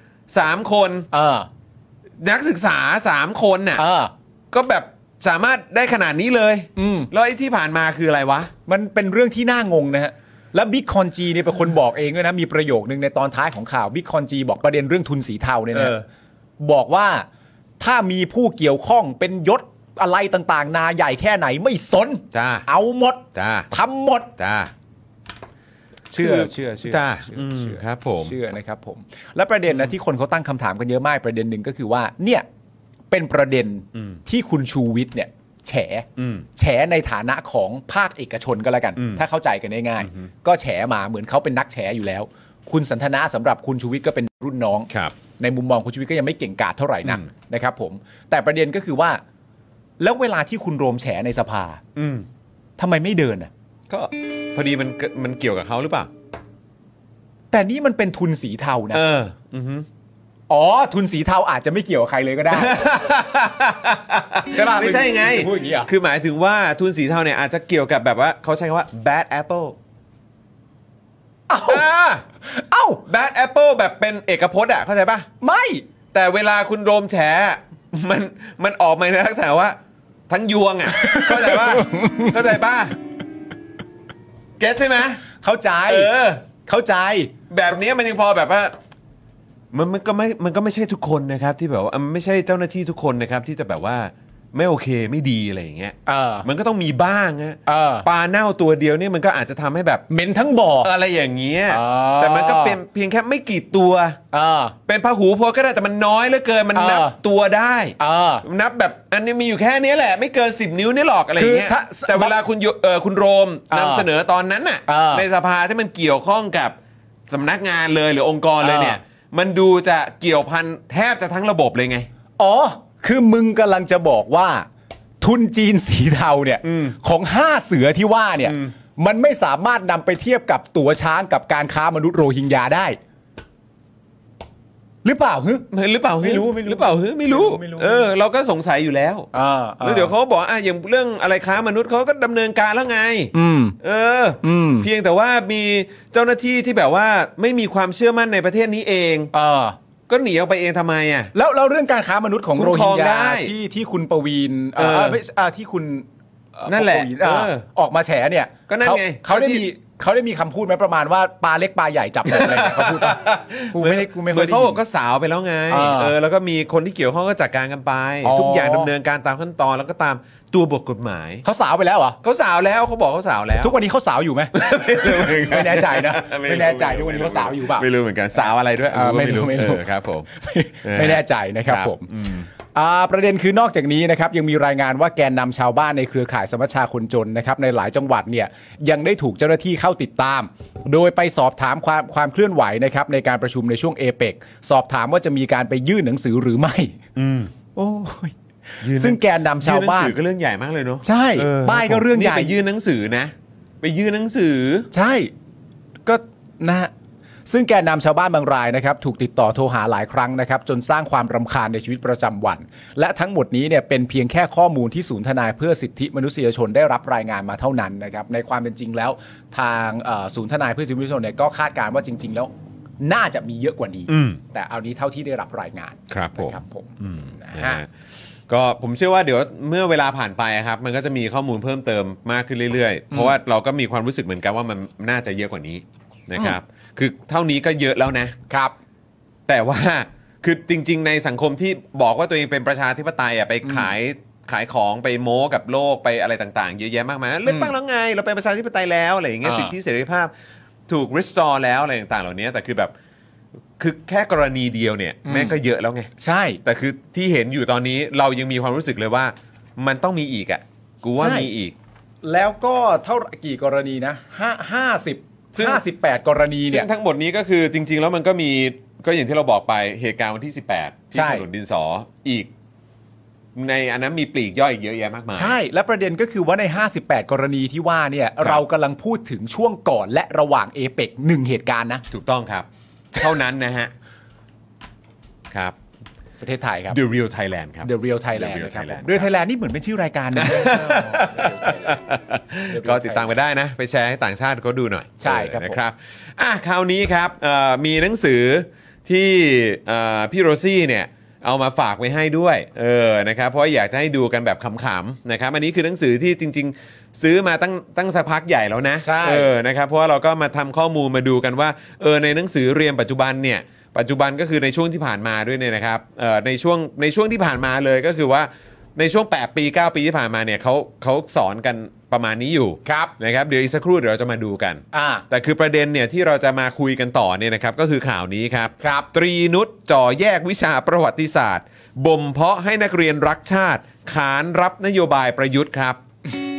[SPEAKER 2] 3คนนักศึกษา3คนน่ะก็แบบสามารถได้ขนาดนี้เลยแล้วไอ้ที่ผ่านมาคืออะไรวะ
[SPEAKER 3] มันเป็นเรื่องที่น่างงนะฮะแล้วบิ๊กคอนจีเนี่ยเป็นคนบอกเองด้วยนะมีประโยคนึงในตอนท้ายของข่าวบิ๊กคอนจีบอกประเด็นเรื่องทุนสีเทาเนี่ยนะบอกว่าถ้ามีผู้เกี่ยวข้องเป็นยศอะไรต่างๆนาใหญ่แค่ไหนไม่สนเอาหมดทำหมดเชื่อ
[SPEAKER 2] ครับผม
[SPEAKER 3] เชื่อนะครับผมและประเด็นนะที่คนเขาตั้งคำถามกันเยอะมากประเด็นหนึ่งก็คือว่าเนี่ยเป็นประเด็นที่คุณชูวิทย์เนี่ยแฉในฐานะของภาคเอกชนก็แล้วกันถ้าเข้าใจกันง่ายๆก็แฉมาเหมือนเขาเป็นนักแฉอยู่แล้วคุณสันทนาสำหรับคุณชูวิทย์ก็เป็นรุ่นน้องในมุมมองคุณชูวิทย์ก็ยังไม่เก่งกาจเท่าไหร่นักนะครับผมแต่ประเด็นก็คือว่าแล้วเวลาที่คุณโรมแฉในสภาทำไมไม่เดินอ่ะ
[SPEAKER 2] ก็พอดีมันเกี่ยวกับเขาหรือเปล่า
[SPEAKER 3] แต่นี่มันเป็นทุนสีเทานะอ๋อทุนสีเทาอาจจะไม่เกี่ยวกับใครเลยก็ได้ ใช่ป่ะ
[SPEAKER 2] ไม่ใช่ไง
[SPEAKER 3] พูดอย่างนี้อ่ะ
[SPEAKER 2] คือหมายถึงว่าทุนสีเทาเนี่ยอาจจะเกี่ยวกับแบบว่าเขาใช้คำว่า bad apple
[SPEAKER 3] เอ้า
[SPEAKER 2] bad apple แบบเป็นเอกพจน์อ่ะเข้าใจป่ะ
[SPEAKER 3] ไม่
[SPEAKER 2] แต่เวลาคุณโดมแฉมันออกมาในลักษณะว่าทั้งยวงอ่ะเข้าใจป่ะเข้าใจป่ะเก็ตใช่ไหม
[SPEAKER 3] เข้าใจเข้าใจ
[SPEAKER 2] แบบนี้มันยังพอแบบว่ามันก็ไม่ใช่ทุกคนนะครับที่แบบว่าไม่ใช่เจ้าหน้าที่ทุกคนนะครับที่จะแบบว่าไม่โอเคไม่ดีอะไรอย่างเงี้ยมันก็ต้องมีบ้างนะปลาเน่าตัวเดียวนี่มันก็อาจจะทำให้แบบ
[SPEAKER 3] เหม็นทั้งบ่อ
[SPEAKER 2] อะไรอย่างเงี้ยแต่มันก็เป็นเพียงแค่ไม่กี่ตัวเป็นพหูพจน์ก็ได้แต่มันน้อยเหลือเกินมันนับตัวได้นับแบบอันนี้มีอยู่แค่นี้แหละไม่เกิน10 นิ้วนี่หรอกอะไรอย่างเงี้ยแต่เวลาคุณโรมนำเสนอตอนนั้นน่ะในสภาที่มันเกี่ยวข้องกับสำนักงานเลยหรือองค์กรเลยเนี่ยมันดูจะเกี่ยวพันแทบจะทั้งระบบเลยไง
[SPEAKER 3] อ๋อคือมึงกำลังจะบอกว่าทุนจีนสีเทาเนี่ยของ5เสือที่ว่าเนี่ยมันไม่สามารถนำไปเทียบกับตั๋วช้างกับการค้ามนุษย์โรฮิงญาได้หรือเปล่า
[SPEAKER 2] หรือเปล่าไม่รู้หรือเปล่าไม่รู้เราก็สงสัยอยู่แล้วแล้วเดี๋ยวเขาบอกอย่างเรื่องอะไรค้ามนุษย์เขาก็ดำเนินการแล้วไงเพียงแต่ว่ามีเจ้าหน้าที่ที่แบบว่าไม่มีความเชื่อมั่นในประเทศนี้เองก็หนีออกไปเองทำไมอ่ะ
[SPEAKER 3] แล้วเรื่องการค้ามนุษย์ของโรฮิงญาที่คุณปวีณที่คุณ
[SPEAKER 2] นั่นแหละ
[SPEAKER 3] ออกมาแฉเนี่ย
[SPEAKER 2] ก็นั่นไง
[SPEAKER 3] เขาได้มีคำพูดไหมประมาณว่าปลาเล็กปลาใหญ่จับหมดอะไรเขาพูดป่ะกูไม่เคยได้
[SPEAKER 2] เขาบอกก็สาวไปแล้วไงแล้วก็มีคนที่เกี่ยวข้องก็จัดการกันไปทุกอย่างดำเนินการตามขั้นตอนแล้วก็ตามตัวบทกฎหมาย
[SPEAKER 3] เขาสาวไปแล้วเหรอ
[SPEAKER 2] เขาสาวแล้วเขาบอกเขาสาวแล้ว
[SPEAKER 3] ทุกวันนี้เขาสาวอยู่ไหมไม่แน่ใจนะไม่แน่ใจทุกวันนี้เขาสาวอยู่ป่ะ
[SPEAKER 2] ไม่รู้เหมือนกันสาวอะไรด้วยไม่รู้ครับผม
[SPEAKER 3] ไม่แน่ใจนะครับผมประเด็นคือนอกจากนี้นะครับยังมีรายงานว่าแกนนำชาวบ้านในเครือข่ายสมัชชาคนจนนะครับในหลายจังหวัดเนี่ยยังได้ถูกเจ้าหน้าที่เข้าติดตามโดยไปสอบถามความเคลื่อนไหวนะครับในการประชุมในช่วงเอเปกสอบถามว่าจะมีการไปยื่นหนังสือหรือไม่โอ้ยซึ่งแกนนำชาวบ้าน
[SPEAKER 2] ยื่นหนังสือก็เรื่องใหญ่มากเลยเนาะ
[SPEAKER 3] ใช่ป้ายก็เรื่องใหญ่
[SPEAKER 2] ไปยื่นหนังสือนะไปยื่นหนังสือ
[SPEAKER 3] ใช่ก็นะซึ่งแกนนำชาวบ้านบางรายนะครับถูกติดต่อโทรหาหลายครั้งนะครับจนสร้างความรำคาญในชีวิตประจำวันและทั้งหมดนี้เนี่ยเป็นเพียงแค่ข้อมูลที่ศูนย์ทนายเพื่อสิทธิมนุษยชนได้รับรายงานมาเท่านั้นนะครับในความเป็นจริงแล้วทางศูนย์ทนายเพื่อสิทธิมนุษยชนเนี่ยก็คาดการณ์ว่าจริงๆแล้วน่าจะมีเยอะกว่านี้แต่เอานี้เท่าที่ได้รับรายงาน
[SPEAKER 2] ครับผม
[SPEAKER 3] นะฮะ
[SPEAKER 2] ก็ผมเชื่อว่าเดี๋ยวเมื่อเวลาผ่านไปครับมันก็จะมีข้อมูลเพิ่มเติมมากขึ้นเรื่อยๆเพราะว่าเราก็มีความรู้สึกเหมือนกันว่ามันน่าจะเยอะกว่านี้นะครับคือเท่านี้ก็เยอะแล้วนะครับแต่ว่าคือจริงๆในสังคมที่บอกว่าตัวเองเป็นประชาธิปไตยไปขายของไปโม้กับโลกไปอะไรต่างๆเยอะแยะมากมายเลือกตั้งแล้วไงเราเป็นประชาธิปไตยแล้วอะไรอย่างเงี้ยสิทธิเสรีภาพถูก restore แล้วอะไรต่างๆเหล่านี้แต่คือแบบคือแค่กรณีเดียวเนี่ยแม่งก็เยอะแล้วไง
[SPEAKER 3] ใช่
[SPEAKER 2] แต่คือที่เห็นอยู่ตอนนี้เรายังมีความรู้สึกเลยว่ามันต้องมีอีกอ่ะกูว่ามีอีก
[SPEAKER 3] แล้วก็เท่ากี่กรณีนะ58กรณีเนี่ย
[SPEAKER 2] ซึ่งทั้งหมดนี้ก็คือจริงๆแล้วมันก็มีก็อย่างที่เราบอกไปเหตุการณ์วันที่18ที่ถนนดินสออีกในอันนั้นมีปลีกย่อยอีกเยอะแยะมากมาย
[SPEAKER 3] ใช่และประเด็นก็คือว่าใน58กรณีที่ว่าเนี่ยเรากำลังพูดถึงช่วงก่อนและระหว่างเอเปก1เหตุการณ์นะ
[SPEAKER 2] ถูกต้องครับเท่านั้นนะฮะครับ
[SPEAKER 3] ประเทศไทยครับ
[SPEAKER 2] The Real Thailand ครับ
[SPEAKER 3] The Real Thailand นะครับ Real Thailand นี่เหมือนเป็นชื่อรายการนะ
[SPEAKER 2] ก็ติดตามกันได้นะไปแชร์ให้ต่างชาติเขาดูหน่อย
[SPEAKER 3] ใช่ครับ
[SPEAKER 2] นะครับคราวนี้ครับมีหนังสือที่พี่โรซี่เนี่ยเอามาฝากไว้ให้ด้วยนะครับเพราะอยากจะให้ดูกันแบบขำๆนะครับอันนี้คือหนังสือที่จริงๆซื้อมาตั้งสักพักใหญ่แล้วนะนะครับเพราะว่าเราก็มาทำข้อมูลมาดูกันว่าในหนังสือเรียนปัจจุบันเนี่ยปัจจุบันก็คือในช่วงที่ผ่านมาด้วยเนี่ยนะครับในช่วงที่ผ่านมาเลยก็คือว่าในช่วง8ปี9ปีที่ผ่านมาเนี่ยเขาสอนกันประมาณนี้อยู่นะครับเดี๋ยวอีกสักครู่เดี๋ยวเราจะมาดูกันแต่คือประเด็นเนี่ยที่เราจะมาคุยกันต่อเนี่ยนะครับก็คือข่าวนี้ครับตรีนุชจ่อแยกวิชาประวัติศาสตร์บ่มเพาะให้นักเรียนรักชาติขานรับนโยบายประยุทธ์ครับ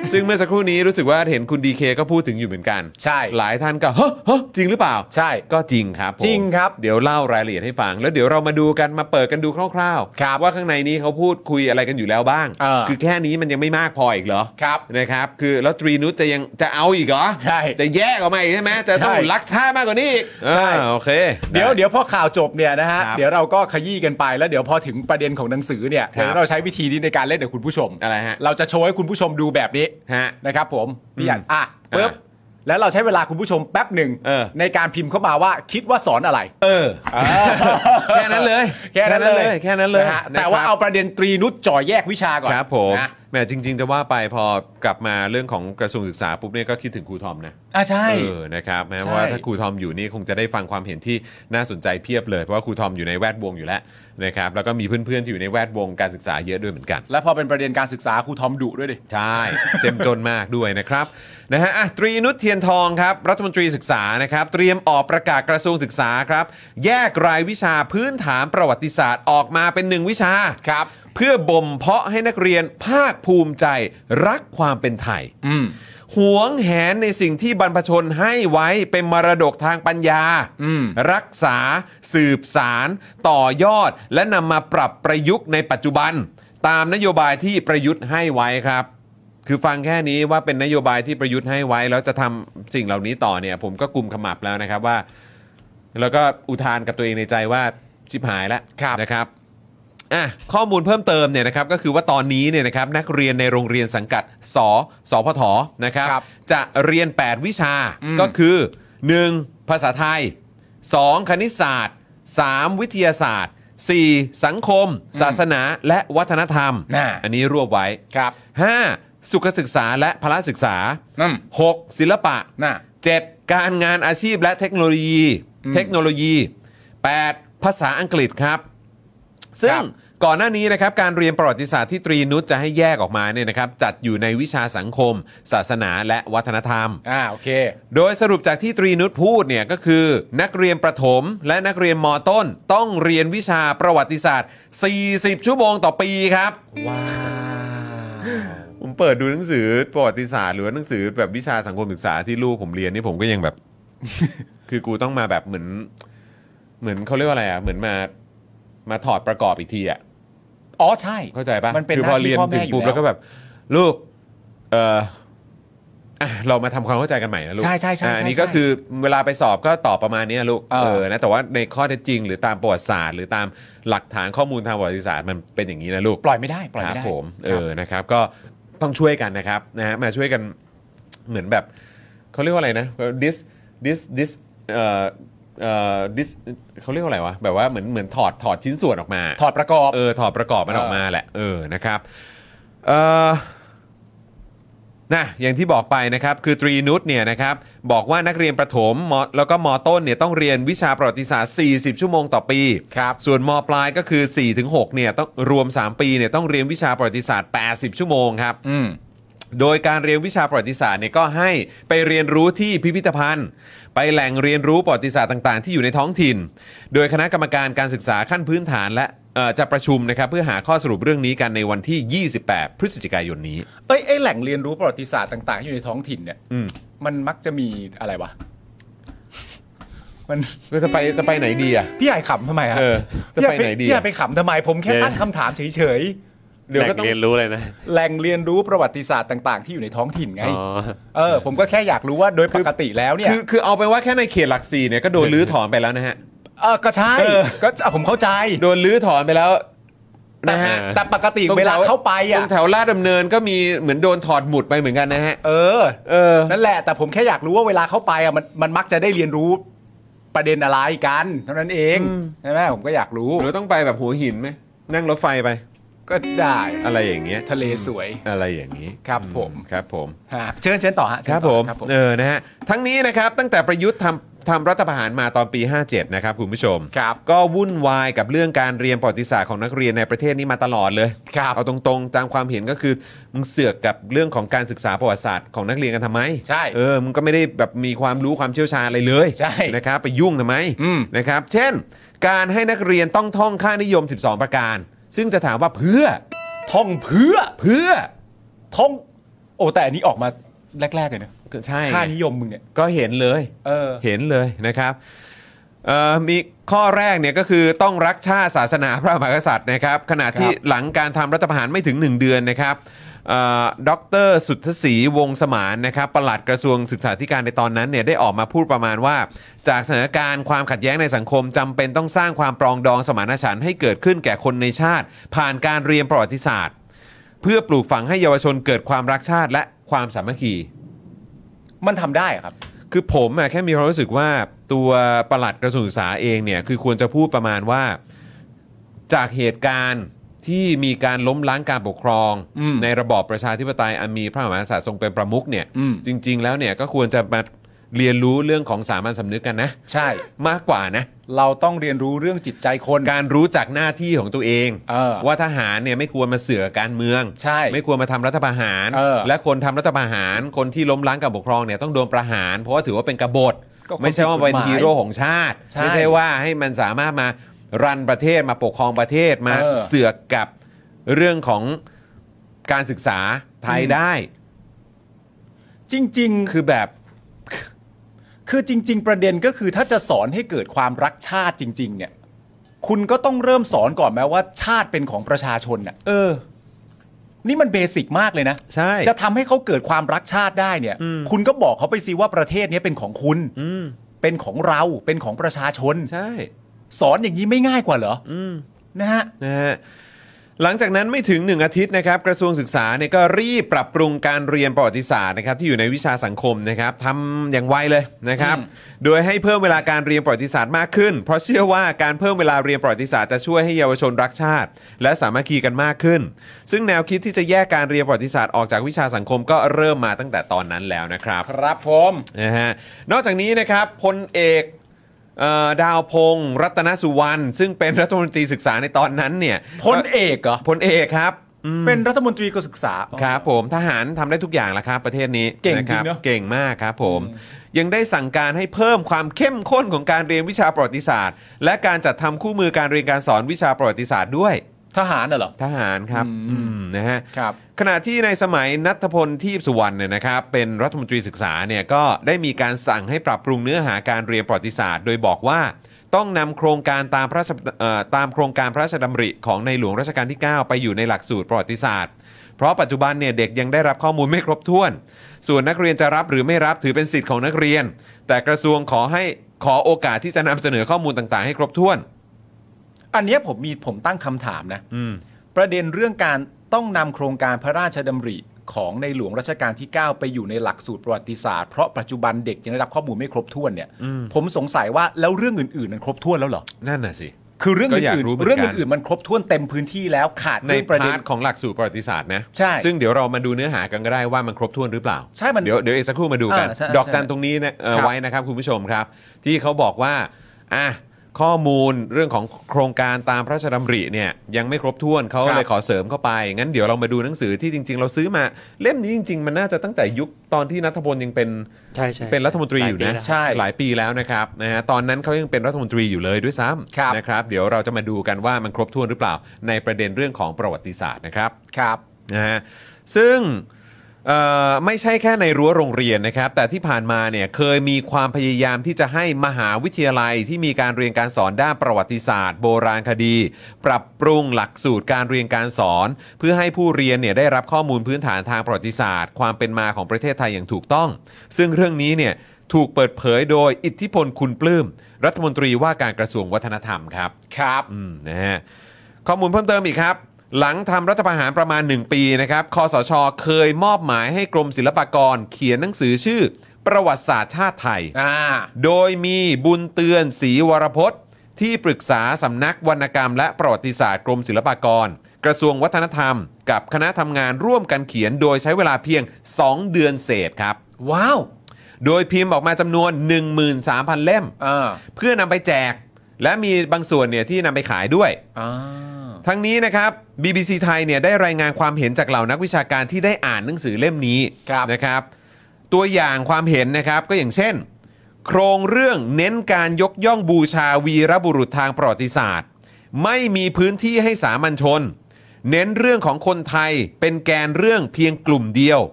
[SPEAKER 2] ซึ่งเมื่อสักครู่นี้รู้สึกว่าเห็นคุณดีเคก็พูดถึงอยู่เหมือนกัน
[SPEAKER 3] ใช่
[SPEAKER 2] หลายท่านก็เฮ้จริงหรือเปล่า
[SPEAKER 3] ใช่
[SPEAKER 2] ก็จริงครับผม
[SPEAKER 3] จริงครับ
[SPEAKER 2] เดี๋ยวเล่ารายละเอียดให้ฟังแล้วเดี๋ยวเรามาดูกันมาเปิดกันดูคร่าว
[SPEAKER 3] ครับ
[SPEAKER 2] ว่าข้างในนี้เขาพูดคุยอะไรกันอยู่แล้วบ้าง คือแค่นี้มันยังไม่มากพออีกเหรอ
[SPEAKER 3] ครับ
[SPEAKER 2] นะครับคือแล้วตรีนุชจะเอาอีกเหรอ
[SPEAKER 3] ใช่
[SPEAKER 2] จะแยกออกมาอีกใช่ไหมจะต้อง
[SPEAKER 3] ใช่
[SPEAKER 2] รักชาติมากกว่านี้อีก
[SPEAKER 3] ใช่
[SPEAKER 2] โอเค
[SPEAKER 3] เดี๋ยวพอข่าวจบเนี่ยนะฮะ
[SPEAKER 2] ครับ
[SPEAKER 3] เดี๋ยวเราก็ขยี้กันไปแล้วเดี๋ยวพอถึงประเด็นของหนังสือเนี่ย
[SPEAKER 2] ครับ
[SPEAKER 3] เดี๋ยวเราใช้วิธีนี้ในการเล่นกับคุณผู้ชม
[SPEAKER 2] อะไรฮะ
[SPEAKER 3] เราจะโชว์ให้คุณผู้ชมดูแบบนี้
[SPEAKER 2] ฮะ
[SPEAKER 3] นะครับผมพี่อันปึ๊บแล้วเราใช้เวลาคุณผู้ชมแป๊บหนึ่ง
[SPEAKER 2] เออ
[SPEAKER 3] ในการพิมพ์เข้ามาว่าคิดว่าสอนอะไร
[SPEAKER 2] แค่นั้นเลย
[SPEAKER 3] แค่นั้นเลย
[SPEAKER 2] แค่นั้นเลย
[SPEAKER 3] นะฮะแต่ว่าเอาประเด็นตรีนุชจ่อแยกวิชาก่อน
[SPEAKER 2] ครับผม
[SPEAKER 3] นะ
[SPEAKER 2] แหมจริง ๆ จะว่าไปพอกลับมาเรื่องของกระทรวงศึกษาปุ๊บเนี่ยก็คิดถึงครูทอมนะ
[SPEAKER 3] ใช่
[SPEAKER 2] นะครับแม้
[SPEAKER 3] ใช่
[SPEAKER 2] ว่าถ้าครูทอมอยู่นี่คงจะได้ฟังความเห็นที่น่าสนใจเพียบเลยเพราะว่าครูทอมอยู่ในแวดวงอยู่แล้วนะครับแล้วก็มีเพื่อนๆที่อยู่ในแวดวงการศึกษาเยอะด้วยเหมือนกัน
[SPEAKER 3] แล้วพอเป็นประเด็นการศึกษาครูทอมดุด้วยดิ
[SPEAKER 2] ใช่ เจ็มจนมากด้วยนะครับนะฮะตรีนุชเทียนทองครับรัฐมนตรีศึกษานะครับเตรียมออกประกาศกระทรวงศึกษาครับแยกรายวิชาพื้นฐานประวัติศาสตร์ออกมาเป็น1วิชา
[SPEAKER 3] ครับ
[SPEAKER 2] เพื่อบ่มเพาะให้นักเรียนภาคภูมิใจรักความเป็นไทยหวงแหนในสิ่งที่บรรพชนให้ไว้เป็นมรดกทางปัญญารักษาสืบสารต่อยอดและนำมาปรับประยุกต์ในปัจจุบันตามนโยบายที่ประยุทธ์ให้ไว้ครับคือฟังแค่นี้ว่าเป็นนโยบายที่ประยุทธ์ให้ไว้แล้วจะทำสิ่งเหล่านี้ต่อเนี่ยผมก็กุมขมับแล้วนะครับว่าแล้วก็อุทานกับตัวเองในใจว่าชิบหายแล้วนะครับข้อมูลเพิ่มเติมเนี่ยนะครับก็คือว่าตอนนี้เนี่ยนะครับนักเรียนในโรงเรียนสังกัดสพทนะครับจะเรียน8วิชาก็คือ 1. ภาษาไทย 2. คณิตศาสตร์ 3. วิทยาศาสตร์ 4. สังคม ศาสนาและวัฒนธรรมอันนี้รวบไว้ 5. สุขศึกษาและพละศึกษา 6. ศิลปะ 7. การงานอาชีพและเทคโนโลยี 8. ภาษาอังกฤษครับซึ่งก่อนหน้านี้นะครับการเรียนประวัติศาสตร์ที่ตรีนุชจะให้แยกออกมาเนี่ยนะครับจัดอยู่ในวิชาสังคม ศาสนาและวัฒนธรรม
[SPEAKER 3] โอเค
[SPEAKER 2] โดยสรุปจากที่ตรีนุชพูดเนี่ยก็คือนักเรียนประถมและนักเรียนม.ต้นต้องเรียนวิชาประวัติศาสตร์40ชั่วโมงต่อปีครับ
[SPEAKER 3] ว้าว
[SPEAKER 2] ผมเปิดดูหนังสือประวัติศาสตร์หรือว่าหนังสือแบบวิชาสังคมศึกษาที่ลูกผมเรียนนี่ผมก็ยังแบบ คือกูต้องมาแบบเหมือนเขาเรียกว่าอะไรอ่ะเหมือนมาถอดประกอบอีกทีอ่ะ
[SPEAKER 3] ใช่
[SPEAKER 2] เข้าใจปะ
[SPEAKER 3] มันเป็น
[SPEAKER 2] คือพอเรียนถึงปุ๊บแล้วก็แบบลูกเรามาทำความเข้าใจกันใหม่นะลูก
[SPEAKER 3] ใช่ใช่ใช่
[SPEAKER 2] อันนี้ก็คือเวลาไปสอบก็ตอบประมาณนี้ลูกนะแต่ว่าในข้อเท็จจริงหรือตามประวัติศาสตร์หรือตามหลักฐานข้อมูลทางประวัติศาสตร์มันเป็นอย่างนี้นะลูก
[SPEAKER 3] ปล่อยไม่ได้
[SPEAKER 2] ครับผมนะครับก็ต้องช่วยกันนะครับนะฮะมาช่วยกันเหมือนแบบเขาเรียกว่าอะไรนะ this เขาเรียกว่าอะไรวะแบบว่าเหมือนถอดชิ้นส่วนออกมา
[SPEAKER 3] ถอดประกอบ
[SPEAKER 2] ถอดประกอบมันออกมาแหละนะครับอย่างที่บอกไปนะครับคือตรีนุชเนี่ยนะครับบอกว่านักเรียนประถมแล้วก็ม.ต้นเนี่ยต้องเรียนวิชาประวัติศาสตร์40ชั่วโมงต่อปีส่วนม.ปลายก็คือ 4-6 เนี่ยต้องรวม3ปีเนี่ยต้องเรียนวิชาประวัติศาสตร์80ชั่วโมงครับโดยการเรียนวิชาประวัติศาสตร์เนี่ยก็ให้ไปเรียนรู้ที่พิพิธภัณฑ์ไปแหล่งเรียนรู้ประวัติศาสตร์ต่างๆที่อยู่ในท้องถิ่นโดยคณะกรรมการการศึกษาขั้นพื้นฐานและจะประชุมนะครับเพื่อหาข้อสรุปเรื่องนี้กันในวันที่28พฤศจิกายนนี้
[SPEAKER 3] ไอ้แหล่งเรียนรู้ประวัติศาสตร์ต่างๆที่อยู่ในท้องถิ่นเนี่ยมันมักจะมีอะไรวะมัน
[SPEAKER 2] จะไปไหนดีอ่ะ
[SPEAKER 3] พี่ใหญ่ขำทำไมฮะ
[SPEAKER 2] จะไปไหนดี
[SPEAKER 3] พี่ใหญ่ไปขำทำไมผมแค่ตั้งคำถามเฉย
[SPEAKER 4] เดี๋ยวก็ต้องเรียนรู้เลยนะ
[SPEAKER 3] แหล่งเรียนรู้ประวัติศาสตร์ต่างๆที่อยู่ในท้องถิ่นไงผมก็แค่อยากรู้ว่าโดยปกติแล้วเนี่ย
[SPEAKER 2] คือเอาไปว่าแค่ในเขตหลัก4เนี่ยก็โดนรื้อถอนไปแล้วนะฮะ
[SPEAKER 3] ก็ใช่ก็ผมเข้าใจ
[SPEAKER 2] โดนรื้อถอนไปแล้วนะฮะ
[SPEAKER 3] แต่ปกติเวลาเข้าไป
[SPEAKER 2] ตรงแถวลาดดำเนินก็มีเหมือนโดนถอดหมุดไปเหมือนกันนะฮะ
[SPEAKER 3] นั่นแหละแต่ผมแค่อยากรู้ว่าเวลาเข้าไปมันมักจะได้เรียนรู้ประเด็นอะไรกันเท่านั้นเองใช่ไหมผมก็อยากรู้
[SPEAKER 2] หรือต้องไปแบบหัวหินไหมนั่งรถไฟไป
[SPEAKER 3] ก็ได้
[SPEAKER 2] อะไรอย่างเงี้ย
[SPEAKER 3] ทะเลสวย
[SPEAKER 2] อะไรอย่างนี้
[SPEAKER 3] ครับผมเชิญต่อฮะ
[SPEAKER 2] ครับผมนะฮะทั้งนี้นะครับตั้งแต่ประยุทธ์ทำรัฐประหารมาตอนปี57นะครับคุณผู้ชมก็วุ่นวายกับเรื่องการเรียนประวัติศาสตร์ของนักเรียนในประเทศนี้มาตลอดเลยเอาตรงๆตามความเห็นก็คือมึงเสือกกับเรื่องของการศึกษาประวัติศาสตร์ของนักเรียนกันทำไม
[SPEAKER 3] ใช่
[SPEAKER 2] มึงก็ไม่ได้แบบมีความรู้ความเชี่ยวชาญอะไรเลยนะครับไปยุ่งทำไมนะครับเช่นการให้นักเรียนต้องท่องค่านิยม12ประการซึ่งจะถามว่าเพื่อ
[SPEAKER 3] ท่องเพื่อ
[SPEAKER 2] ท่อง
[SPEAKER 3] โอ้แต่อันนี้ออกมาแรกๆเลยนะ
[SPEAKER 2] ใช่
[SPEAKER 3] ค่านิยมมึงเนี่ย
[SPEAKER 2] ก็เห็นเลยเห็นเลยนะครับมีข้อแรกเนี่ยก็คือต้องรักชาติศาสนาพระมหากษัตริย์นะครับขณะที่หลังการทำรัฐประหารไม่ถึง1เดือนนะครับดร.สุทธศรีวงศ์สมานนะครับปลัดกระทรวงศึกษาธิการในตอนนั้นเนี่ยได้ออกมาพูดประมาณว่าจากสถานการณ์ความขัดแย้งในสังคมจำเป็นต้องสร้างความปรองดองสมานฉันท์ให้เกิดขึ้นแก่คนในชาติผ่านการเรียนประวัติศาสตร์เพื่อปลูกฝังให้เยาวชนเกิดความรักชาติและความสามัคคี
[SPEAKER 3] มันทำได้ครับ
[SPEAKER 2] คือผมแค่มีความรู้สึกว่าตัวปลัดกระทรวงศึกษาเองเนี่ยคือควรจะพูดประมาณว่าจากเหตุการณ์ที่มีการล้มล้างการปกครองในระบอบประชาธิปไตยอันมีพระมหากษัตริย์ทรงเป็นประมุขเนี่ยจริงๆแล้วเนี่ยก็ควรจะมาเรียนรู้เรื่องของสามัญสำนึกกันนะ
[SPEAKER 3] ใช่
[SPEAKER 2] มากกว่านะ
[SPEAKER 3] เราต้องเรียนรู้เรื่องจิตใจคน
[SPEAKER 2] การรู้จักหน้าที่ของตัวเองว่าทหารเนี่ยไม่ควรมาเสือกการเมือง
[SPEAKER 3] ใช่
[SPEAKER 2] ไม่ควรมาทำรัฐประหารและคนทำรัฐประหารคนที่ล้มล้างการปกครองเนี่ยต้องโดนประหารเพราะว่าถือว่าเป็นกบฏไม่ใช่ว่าเป็นฮีโร่ของชาติไม่ใช่ว่าให้มันสามารถมารันประเทศมาปกครองประเทศมาเสือกกับเรื่องของการศึกษาไทยได้
[SPEAKER 3] จริงๆ
[SPEAKER 2] คือแบบ
[SPEAKER 3] คือจริงๆประเด็นก็คือถ้าจะสอนให้เกิดความรักชาติจริงๆเนี่ยคุณก็ต้องเริ่มสอนก่อนแม้ว่าชาติเป็นของประชาชนน่ะนี่มันเบสิกมากเลยนะ
[SPEAKER 2] ใช่
[SPEAKER 3] จะทำให้เขาเกิดความรักชาติได้เนี่ยคุณก็บอกเขาไปสิว่าประเทศนี้เป็นของคุณเป็นของเราเป็นของประชาชน
[SPEAKER 2] ใช่
[SPEAKER 3] สอนอย่างนี้ไม่ง่ายกว่าเหรอนะฮะ
[SPEAKER 2] หลังจากนั้นไม่ถึง1อาทิตย์นะครับกระทรวงศึกษาเนี่ยก็รีบปรับปรุงการเรียนประวัติศาสตร์นะครับที่อยู่ในวิชาสังคมนะครับทำอย่างไวเลยนะครับโดยให้เพิ่มเวลาการเรียนประวัติศาสตร์มากขึ้นเพราะเชื่อว่าการเพิ่มเวลาเรียนประวัติศาสตร์จะช่วยให้เยาวชนรักชาติและสามัคคีกันมากขึ้นซึ่งแนวคิดที่จะแยกการเรียนประวัติศาสตร์ออกจากวิชาสังคมก็เริ่มมาตั้งแต่ตอนนั้นแล้วนะครับ
[SPEAKER 3] ครับผม
[SPEAKER 2] นะฮะนอกจากนี้นะครับพลเอกดาวพงศ์รัตนสุวรรณซึ่งเป็นรัฐมนตรีศึกษาในตอนนั้นเนี่ย
[SPEAKER 3] พลเอกเหรอ
[SPEAKER 2] พลเอกครับ
[SPEAKER 3] เป็นรัฐมนตรีการศึกษา
[SPEAKER 2] ครับผมทหารทำได้ทุกอย่างแล้วครับประเทศนี้
[SPEAKER 3] เก่งจริงเนาะ
[SPEAKER 2] เก่งมากครับผมยังได้สั่งการให้เพิ่มความเข้มข้นของการเรียนวิชาประวัติศาสตร์และการจัดทำคู่มือการเรียนการสอนวิชาประวัติศาสตร์ด้วย
[SPEAKER 3] ทหารเหรอ
[SPEAKER 2] ทหารครับนะฮะ
[SPEAKER 3] ครับ
[SPEAKER 2] ขณะที่ในสมัยณัฐพลทีพสุวรรณเนี่ยนะครับเป็นรัฐมนตรีศึกษาเนี่ยก็ได้มีการสั่งให้ปรับปรุงเนื้อหาการเรียนประวัติศาสตร์โดยบอกว่าต้องนำโครงการตามโครงการพระราชดำริของในหลวงรัชกาลที่ 9ไปอยู่ในหลักสูตรประวัติศาสตร์เพราะปัจจุบันเนี่ยเด็กยังได้รับข้อมูลไม่ครบถ้วนส่วนนักเรียนจะรับหรือไม่รับถือเป็นสิทธิ์ของนักเรียนแต่กระทรวงขอโอกาสที่จะนำเสนอข้อมูลต่างๆให้ครบถ้วน
[SPEAKER 3] อันนี้ผมตั้งคำถามนะประเด็นเรื่องการต้องนำโครงการพระราชดำริของในหลวงรัชกาลที่ 9ไปอยู่ในหลักสูตรประวัติศาสตร์เพราะปัจจุบันเด็กยังได้รับข้อมูลไม่ครบถ้วนเนี่ยผมสงสัยว่าแล้วเรื่องอื่นๆมันครบถ้วนแล้วเหรอ
[SPEAKER 2] นั่นน่ะสิ
[SPEAKER 3] คือเรื่องอื่นมันครบถ้วนเต็มพื้นที่แล้วขาด
[SPEAKER 2] ในประเด็นของหลักสูตรประวัติศาสตร์นะ
[SPEAKER 3] ใช่
[SPEAKER 2] ซึ่งเดี๋ยวเรามาดูเนื้อหากันก็ได้ว่ามันครบถ้วนหรือเปล่า
[SPEAKER 3] ใช่มัน
[SPEAKER 2] เดี๋ยวอีกสักครู่มาดูกันดอกจันตรงนี้นะไว้นะครับคุณผู้ชมครับที่เขาบอกว่าข้อมูลเรื่องของโครงการตามพระราชดำริเนี่ยยังไม่ครบถ้วนเขาเลยขอเสริมเข้าไปงั้นเดี๋ยวเรามาดูหนังสือที่จริงๆเราซื้อมาเล่มนี้จริงๆมันน่าจะตั้งแต่ยุคตอนที่ณัฐพลยังเป็นเป็นรัฐมนตรีอยู่นะหลายปีแล้วนะครับนะฮะตอนนั้นเขายังเป็นรัฐมนตรีอยู่เลยด้วยซ้ำนะครับเดี๋ยวเราจะมาดูกันว่ามันครบถ้วนหรือเปล่าในประเด็นเรื่องของประวัติศาสตร์นะครับนะฮะซึ่งไม่ใช่แค่ในรั้วโรงเรียนนะครับแต่ที่ผ่านมาเนี่ยเคยมีความพยายามที่จะให้มหาวิทยาลัยที่มีการเรียนการสอนด้านประวัติศาสตร์โบราณคดีปรับปรุงหลักสูตรการเรียนการสอนเพื่อให้ผู้เรียนเนี่ยได้รับข้อมูลพื้นฐานทางประวัติศาสตร์ความเป็นมาของประเทศไทยอย่างถูกต้องซึ่งเรื่องนี้เนี่ยถูกเปิดเผยโดยอิทธิพลคุณปลื้มรัฐมนตรีว่าการกระทรวงวัฒนธรรมครับนะฮะข้อมูลเพิ่มเติมอีกครับหลังทำรัฐประหารประมาณ1ปีนะครับคสช.เคยมอบหมายให้กรมศิลปากรเขียนหนังสือชื่อประวัติศาสตร์ชาติไทยโดยมีบุญเตือนศรีวรพจน์ที่ปรึกษาสำนักวรรณกรรมและประวัติศาสตร์กรมศิลปากรกระทรวงวัฒนธรรมกับคณะทำงานร่วมกันเขียนโดยใช้เวลาเพียง2เดือนเศษครับ
[SPEAKER 3] ว้าว
[SPEAKER 2] โดยพิมพ์ออกมาจำนวน 13,000 เล่มเพื่อนำไปแจกและมีบางส่วนเนี่ยที่นำไปขายด้วยทั้งนี้นะครับ BBC ไทยเนี่ยได้รายงานความเห็นจากเหล่านักวิชาการที่ได้อ่านหนังสือเล่มนี้นะครับตัวอย่างความเห็นนะครับก็อย่างเช่นโครงเรื่องเน้นการยกย่องบูชาวีรบุรุษทางประวัติศาสตร์ไม่มีพื้นที่ให้สามัญชนเน้นเรื่องของคนไทยเป็นแกนเรื่องเพียงกลุ่มเดียว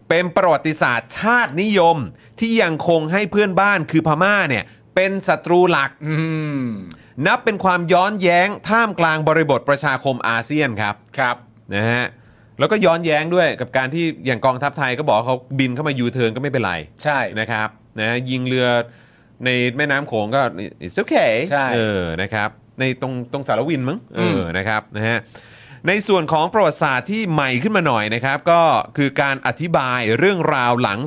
[SPEAKER 2] เป็นประวัติศาสตร์ชาตินิยมที่ยังคงให้เพื่อนบ้านคือพม่าเนี่ยเป็นศัตรูหลักนับเป็นความย้อนแย้งท่ามกลางบริบทประชาคมอาเซียนครับนะฮะแล้วก็ย้อนแย้งด้วยกับการที่อย่างกองทัพไทยก็บอกเขาบินเข้ามายูเทิร์นก็ไม่เป็นไรใช่นะครับนะยิงเรือในแม่น้ำโขงก็ it's okay นะครับในตรงสารวินมั้งนะครับนะฮะในส่วนของประวัติศาสตร์ที่ใหม่ขึ้นมาหน่อยนะครับก็คือการอธิบายเรื่องราวหลัง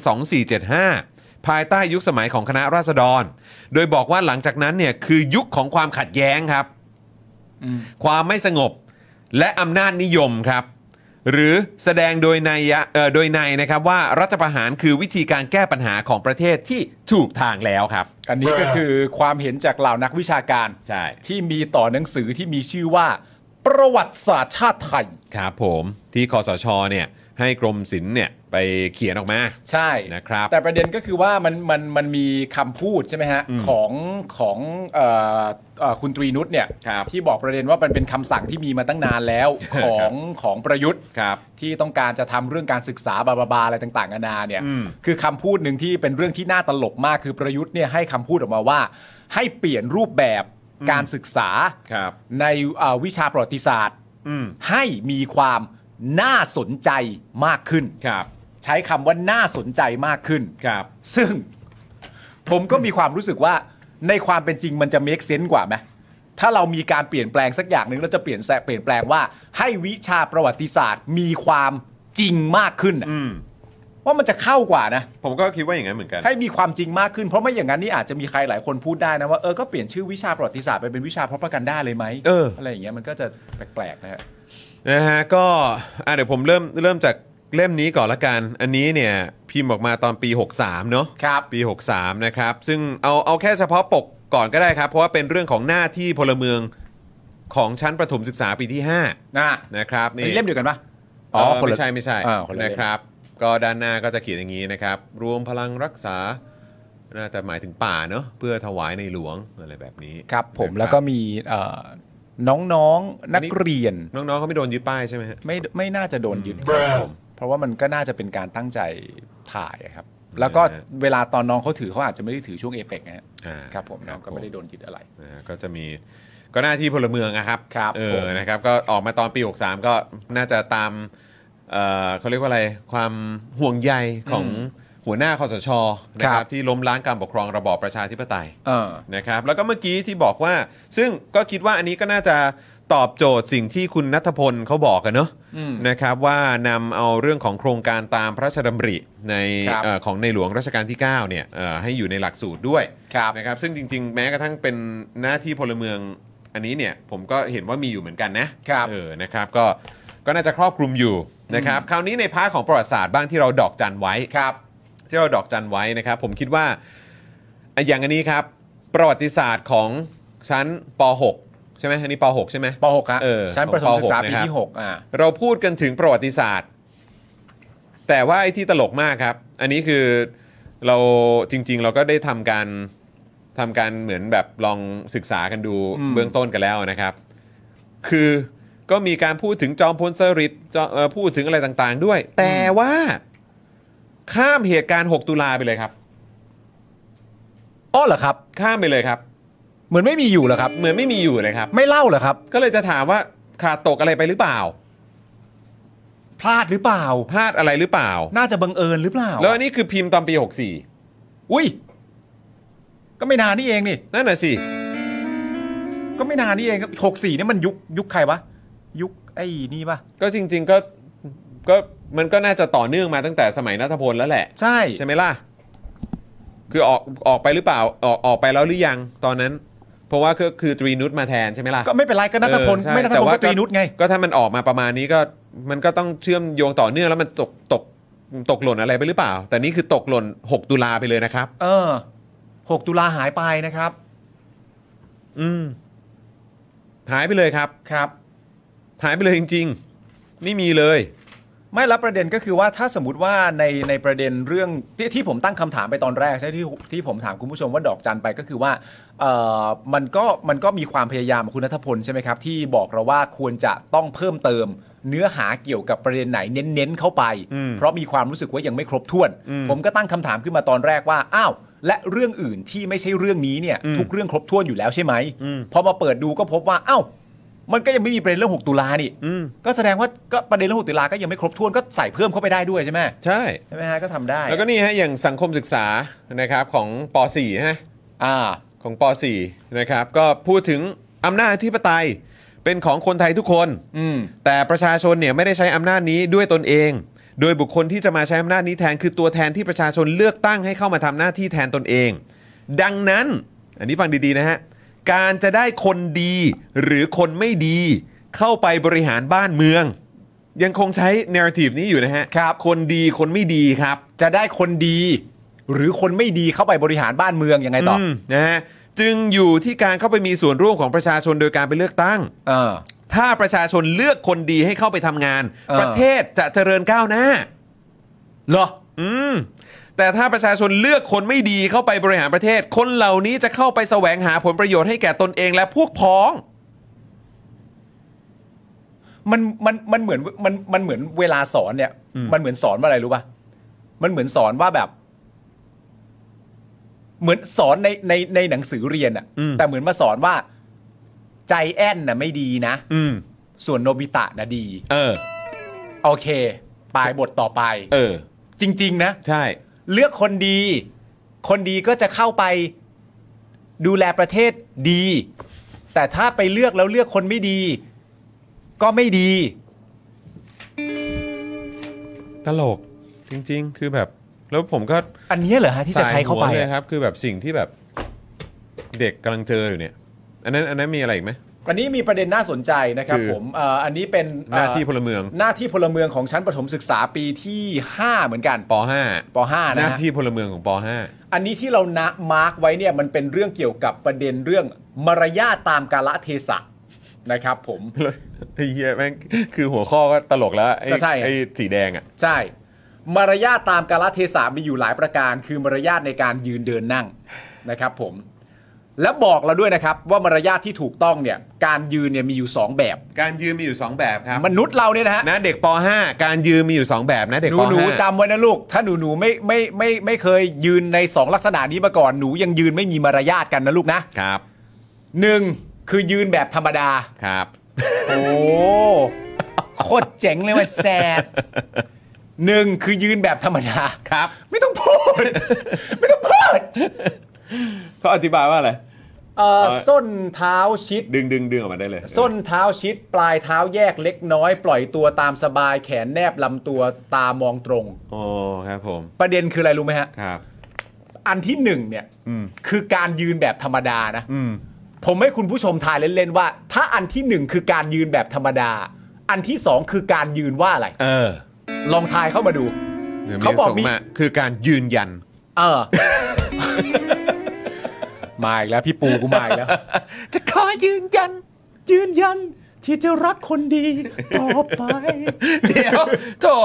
[SPEAKER 2] 2475 ภายใต้ยุคสมัยของคณะราษฎรโดยบอกว่าหลังจากนั้นเนี่ยคือยุคของความขัดแย้งครับความไม่สงบและอำนาจนิยมครับหรือแสดงโดยในนะครับว่ารัฐประหารคือวิธีการแก้ปัญหาของประเทศที่ถูกทางแล้วครับ
[SPEAKER 3] อันนี้ก็คือความเห็นจากเหล่านักวิชาการที่มีต่อหนังสือที่มีชื่อว่าประวัติศาสตร์ชาติไทย
[SPEAKER 2] ครับผมที่คสชเนี่ยให้กรมศิลป์เนี่ยไปเขียนออกมา
[SPEAKER 3] ใช่
[SPEAKER 2] นะครับ
[SPEAKER 3] แต่ประเด็นก็คือว่ามันมีคำพูดใช่ไหมฮะของคุณตรีนุชเนี่ยที่บอกประเด็นว่ามันเป็นคำสั่งที่มีมาตั้งนานแล้วของประยุทธ์ที่ต้องการจะทำเรื่องการศึกษาบาอะไรต่างๆนานาเนี่ยคือคำพูดหนึ่งที่เป็นเรื่องที่น่าตลกมากคือประยุทธ์เนี่ยให้คำพูดออกมาว่าให้เปลี่ยนรูปแบบการศึกษาในวิชาประวัติศาสตร์ให้มีความน่าสนใจมากขึ้นใช้คำว่าน่าสนใจมากขึ้นซึ่งผมก็มีความรู้สึกว่าในความเป็นจริงมันจะ make sense กว่าไหมถ้าเรามีการเปลี่ยนแปลงสักอย่างหนึ่งเราจะเปลี่ยนแปลงว่าให้วิชาประวัติศาสตร์มีความจริงมากขึ้นว่ามันจะเข้ากว่านะ
[SPEAKER 2] ผมก็คิดว่าอย่างนั้นเหมือนกัน
[SPEAKER 3] ให้มีความจริงมากขึ้นเพราะไม่อย่างนั้นนี่อาจจะมีใครหลายคนพูดได้นะว่าก็เปลี่ยนชื่อวิชาประวัติศาสตร์ไปเป็นวิชา propaganda เลยไหมอะไรอย่างเงี้ยมันก็จะแปลกๆ
[SPEAKER 2] นะฮะก็เดี๋ยวผมเริ่มจากเล่มนี้ก่อนละกันอันนี้เนี่ยพิมพ์ออกมาตอนปี63เนาะปี63นะครับซึ่งเอาแค่เฉพาะปกก่อนก็ได้ครับเพราะว่าเป็นเรื่องของหน้าที่พลเมืองของชั้นประถมศึกษาปีที่5นะครับ
[SPEAKER 3] นี่เล่มเดียวกันปะ
[SPEAKER 2] ไม่ใช่นะครับก็ด้านหน้าก็จะเขียนอย่างนี้นะครับรวมพลังรักษาน่าจะหมายถึงป่าเนาะเพื่อถวายในหลวงอะไรแบบนี้
[SPEAKER 3] ครับผมแล้วก็มีน้องๆนักเรียน
[SPEAKER 2] น้องๆเขาไม่โดนยึดป้ายใช่ไหมฮะ
[SPEAKER 3] ไม่น่าจะโดนยึดเพราะว่ามันก็น่าจะเป็นการตั้งใจถ่ายครับแล้วก็เวลาตอนน้องเขาถือเขาอาจจะไม่ได้ถือช่วงเอเปกนะครับผมน้องก็ไม่ได้โดนยึดอะไร
[SPEAKER 2] ก็จะมีก็หน้าที่พลเมืองนะครับนะครับก็ออกมาตอนปี63ก็น่าจะตามเขาเรียกว่าอะไรความห่วงใยของหัวหน้าคสช.นะครับที่ล้มล้างการปกครองระบอบประชาธิปไตยนะครับแล้วก็เมื่อกี้ที่บอกว่าซึ่งก็คิดว่าอันนี้ก็น่าจะตอบโจทย์สิ่งที่คุณณัฐพลเขาบอกกันเนอะนะครับว่านำเอาเรื่องของโครงการตามพระราชดำริในของในหลวงรัชกาลที่9เนี่ยให้อยู่ในหลักสูตรด้วยนะครับซึ่งจริงๆแม้กระทั่งเป็นหน้าที่พลเมืองอันนี้เนี่ยผมก็เห็นว่ามีอยู่เหมือนกันนะนะครับก็น่าจะครอบคลุมอยู่นะครับคราวนี้ในพาร์ทของประวัติศาสตร์บ้างที่เราดอกจันไว้ที่เราดอกจันไว้นะครับผมคิดว่าอย่างอันนี้ครับประวัติศาสตร์ของชั้นป .6 ใช่ไหมอันนี้ป .6 ใช่ไหม
[SPEAKER 3] ป .6 ครับชั้นประถมศึกษาปีที่6
[SPEAKER 2] เราพูดกันถึงประวัติศาสตร์แต่ว่าไอ้ที่ตลกมากครับอันนี้คือเราจริงๆเราก็ได้ทำการเหมือนแบบลองศึกษากันดูเบื้องต้นกันแล้วนะครับคือก็มีการพูดถึงจอมพลสฤษดิ์พูดถึงอะไรต่างๆด้วยแต่ว่าข้ามเหตุการณ์6ตุลาไปเลยครับ
[SPEAKER 3] เหรอครับ
[SPEAKER 2] ข้ามไปเลยครับ
[SPEAKER 3] เหมือนไม่มีอยู่เหรอครับ
[SPEAKER 2] เหมือนไม่มีอยู่เลยครับ
[SPEAKER 3] ไม่เล่าเหรอครับ
[SPEAKER 2] ก็เลยจะถามว่าขาดตกอะไรไปหรือเปล่า
[SPEAKER 3] พลาดหรือเปล่า
[SPEAKER 2] พลาดอะไรหรือเปล่า
[SPEAKER 3] น่าจะบังเอิญหรือเปล่า
[SPEAKER 2] แล้วอันนี้คือพิมพ์ตอนปี64
[SPEAKER 3] อุ้ยก็ไม่นานนี่เองนี่
[SPEAKER 2] นั่นน่ะสิ
[SPEAKER 3] ก็ไม่นานนี่เองครับ64นี่มันยุคใครวะยุคไอ้นี่ป่ะ
[SPEAKER 2] ก็จริงๆก็มันก็น่าจะต่อเนื่องมาตั้งแต่สมัยณัฐพลแล้วแหละ
[SPEAKER 3] ใ
[SPEAKER 2] ช่ไหมล่ะคือออกไปหรือเปล่าออกไปแล้วหรือยังตอนนั้นเพราะว่าคือตรีนุชมาแทนใช่ไหมล่ะ
[SPEAKER 3] ก็ไม่เป็นไรก็ณัฐพลไม่ณัฐพลก็ตรีนุชไง
[SPEAKER 2] ก็ถ้ามันออกมาประมาณนี้ก็มันก็ต้องเชื่อมโยงต่อเนื่องแล้วมันตกหล่นอะไรไปหรือเปล่าแต่นี่คือตกหล่น6ตุลาไปเลยนะครับ
[SPEAKER 3] 6ตุลาหายไปนะครับ
[SPEAKER 2] หายไปเลยครับหายไปเลยจริงๆไม่มีเลย
[SPEAKER 3] ไม่รับประเด็นก็คือว่าถ้าสมมติว่าในประเด็นเรื่องที่ผมตั้งคำถามไปตอนแรกใช่ที่ผมถามคุณผู้ชมว่าดอกจันไปก็คือว่ามันก็มีความพยายามของคุณณัฐพลใช่ไหมครับที่บอกเราว่าควรจะต้องเพิ่มเติมเนื้อหาเกี่ยวกับประเด็นไหนเน้นๆเข้าไปเพราะมีความรู้สึกว่ายังไม่ครบถ้วนผมก็ตั้งคำถามขึ้นมาตอนแรกว่าอ้าวและเรื่องอื่นที่ไม่ใช่เรื่องนี้เนี่ยทุกเรื่องครบถ้วนอยู่แล้วใช่ไหมพอมาเปิดดูก็พบว่าอ้าวมันก็ยังไม่มีประเด็นเรื่อง6ตุลานี่ก็แสดงว่าก็ประเด็นเรื่อง6ตุลาก็ยังไม่ครบถ้วนก็ใส่เพิ่มเข้าไปได้ด้วยใช่ไหมใช่ไหมฮะก็ทำได้
[SPEAKER 2] แล้วก็นี่ฮะอย่างสังคมศึกษานะครับของป .4 ฮะของป .4 นะครับก็พูดถึงอำนาจอธิปไตยเป็นของคนไทยทุกคนแต่ประชาชนเนี่ยไม่ได้ใช้อำนาจนี้ด้วยตนเองโดยบุคคลที่จะมาใช้อำนาจนี้แทนคือตัวแทนที่ประชาชนเลือกตั้งให้เข้ามาทำหน้าที่แทนตนเองดังนั้นอันนี้ฟังดีๆนะฮะการจะได้คนดีหรือคนไม่ดีเข้าไปบริหารบ้านเมืองยังคงใช้ narrative นี้อยู่นะฮะ
[SPEAKER 3] ครับ
[SPEAKER 2] คนดีคนไม่ดีครับ
[SPEAKER 3] จะได้คนดีหรือคนไม่ดีเข้าไปบริหารบ้านเมืองยังไงต่อ
[SPEAKER 2] นะฮะจึงอยู่ที่การเข้าไปมีส่วนร่วมของประชาชนโดยการไปเลือกตั้งถ้าประชาชนเลือกคนดีให้เข้าไปทำงานประเทศจะเจริญก้าวหน้า
[SPEAKER 3] เหรอ
[SPEAKER 2] แต่ถ้าประชาชนเลือกคนไม่ดีเข้าไปบริหารประเทศคนเหล่านี้จะเข้าไปแสวงหาผลประโยชน์ให้แก่ตนเองและพวกพ้อง
[SPEAKER 3] มันเหมือนเวลาสอนเนี่ยมันเหมือนสอนว่าอะไรรู้ป่ะมันเหมือนสอนว่าแบบเหมือนสอนในหนังสือเรียนอ่ะแต่เหมือนมาสอนว่าใจแอนน่ะไม่ดีนะส่วนโนบิตะน่ะดีโอเคปลายบทต่อไปจริงๆนะ
[SPEAKER 2] ใช่
[SPEAKER 3] เลือกคนดีคนดีก็จะเข้าไปดูแลประเทศดีแต่ถ้าไปเลือกแล้วเลือกคนไม่ดีก็ไม่ดี
[SPEAKER 2] ตลกจริงๆคือแบบแล้วผมก็
[SPEAKER 3] อันนี้เหรอฮะที่จะใช้เข้าไป
[SPEAKER 2] เลยครับคือแบบสิ่งที่แบบเด็กกำลังเจออยู่เนี่ยอันนั้นมีอะไรอีกไหม
[SPEAKER 3] อันนี้มีประเด็นน่าสนใจนะครับผมอันนี้เป็น
[SPEAKER 2] หน้าที่พลเมือง
[SPEAKER 3] หน้าที่พลเมืองของชั้นประถมศึกษาปีที่5เหมือนกัน
[SPEAKER 2] ป
[SPEAKER 3] .5
[SPEAKER 2] หน้าที่พลเมืองของป .5
[SPEAKER 3] อันนี้ที่เรามาร์กไว้เนี่ยมันเป็นเรื่องเกี่ยวกับประเด็นเรื่องมารยาทตามกาลเทศะนะครับผม
[SPEAKER 2] ไอ้เหี้ยแม่งคือหัวข้อก็ตลกแล้วไอ้สีแดงอ่ะ
[SPEAKER 3] ใช่มารยาทตามกาลเทศะมีอยู่หลายประการคือมารยาทในการยืนเดินนั่งนะครับผมและบอกเราด้วยนะครับว่ามารยาทที่ถูกต้องเนี่ยการยืนเนี่ยมีอยู่2แบบ
[SPEAKER 2] การยืนมีอยู่2แบบครับ
[SPEAKER 3] มนุษย์เราเนี่ยนะฮะ
[SPEAKER 2] นะเด็กป .5 การยืนมีอยู่2แบบนะเด็กป .5
[SPEAKER 3] หนูจำไว้นะลูกถ้าหนูไม่เคยยืนใน2ลักษณะนี้มาก่อนหนูยังยืนไม่มีมารยาทกันนะลูก
[SPEAKER 2] นะครับ
[SPEAKER 3] 1คือยืนแบบธรรมดา
[SPEAKER 2] ครับ
[SPEAKER 3] โอ้โคตรเจ๋งเลยว่ะแซด1คือยืนแบบธรรมดา
[SPEAKER 2] ครับ
[SPEAKER 3] ไม่ต้องพูดไม่ต้องพูด
[SPEAKER 2] เขาอธิบายว่าอะไร
[SPEAKER 3] ส้นเท้าชิด
[SPEAKER 2] ดึงออกมาได้เลย
[SPEAKER 3] ส้นเท้าชิดปลายเท้าแยกเล็กน้อยปล่อยตัวตามสบายแขนแนบลำตัวตามองตรง
[SPEAKER 2] โอ้ครับผม
[SPEAKER 3] ประเด็นคืออะไรรู้ไหมฮะ
[SPEAKER 2] ครับ
[SPEAKER 3] อันที่1เนี่ยคือการยืนแบบธรรมดานะผมให้คุณผู้ชมทายเล่นๆว่าถ้าอันที่1คือการยืนแบบธรรมดาอันที่2คือการยืนว่าอะไรลองทายเข้ามาดู
[SPEAKER 2] เขาบอกมีคือการยืนยัน
[SPEAKER 3] มาอีกแล้วพี่ปูกูมาอีกแล้ว
[SPEAKER 2] จะขอยืนยัน
[SPEAKER 3] ที่จะรักคนดีต่อไป
[SPEAKER 2] เดี๋ยวโธ่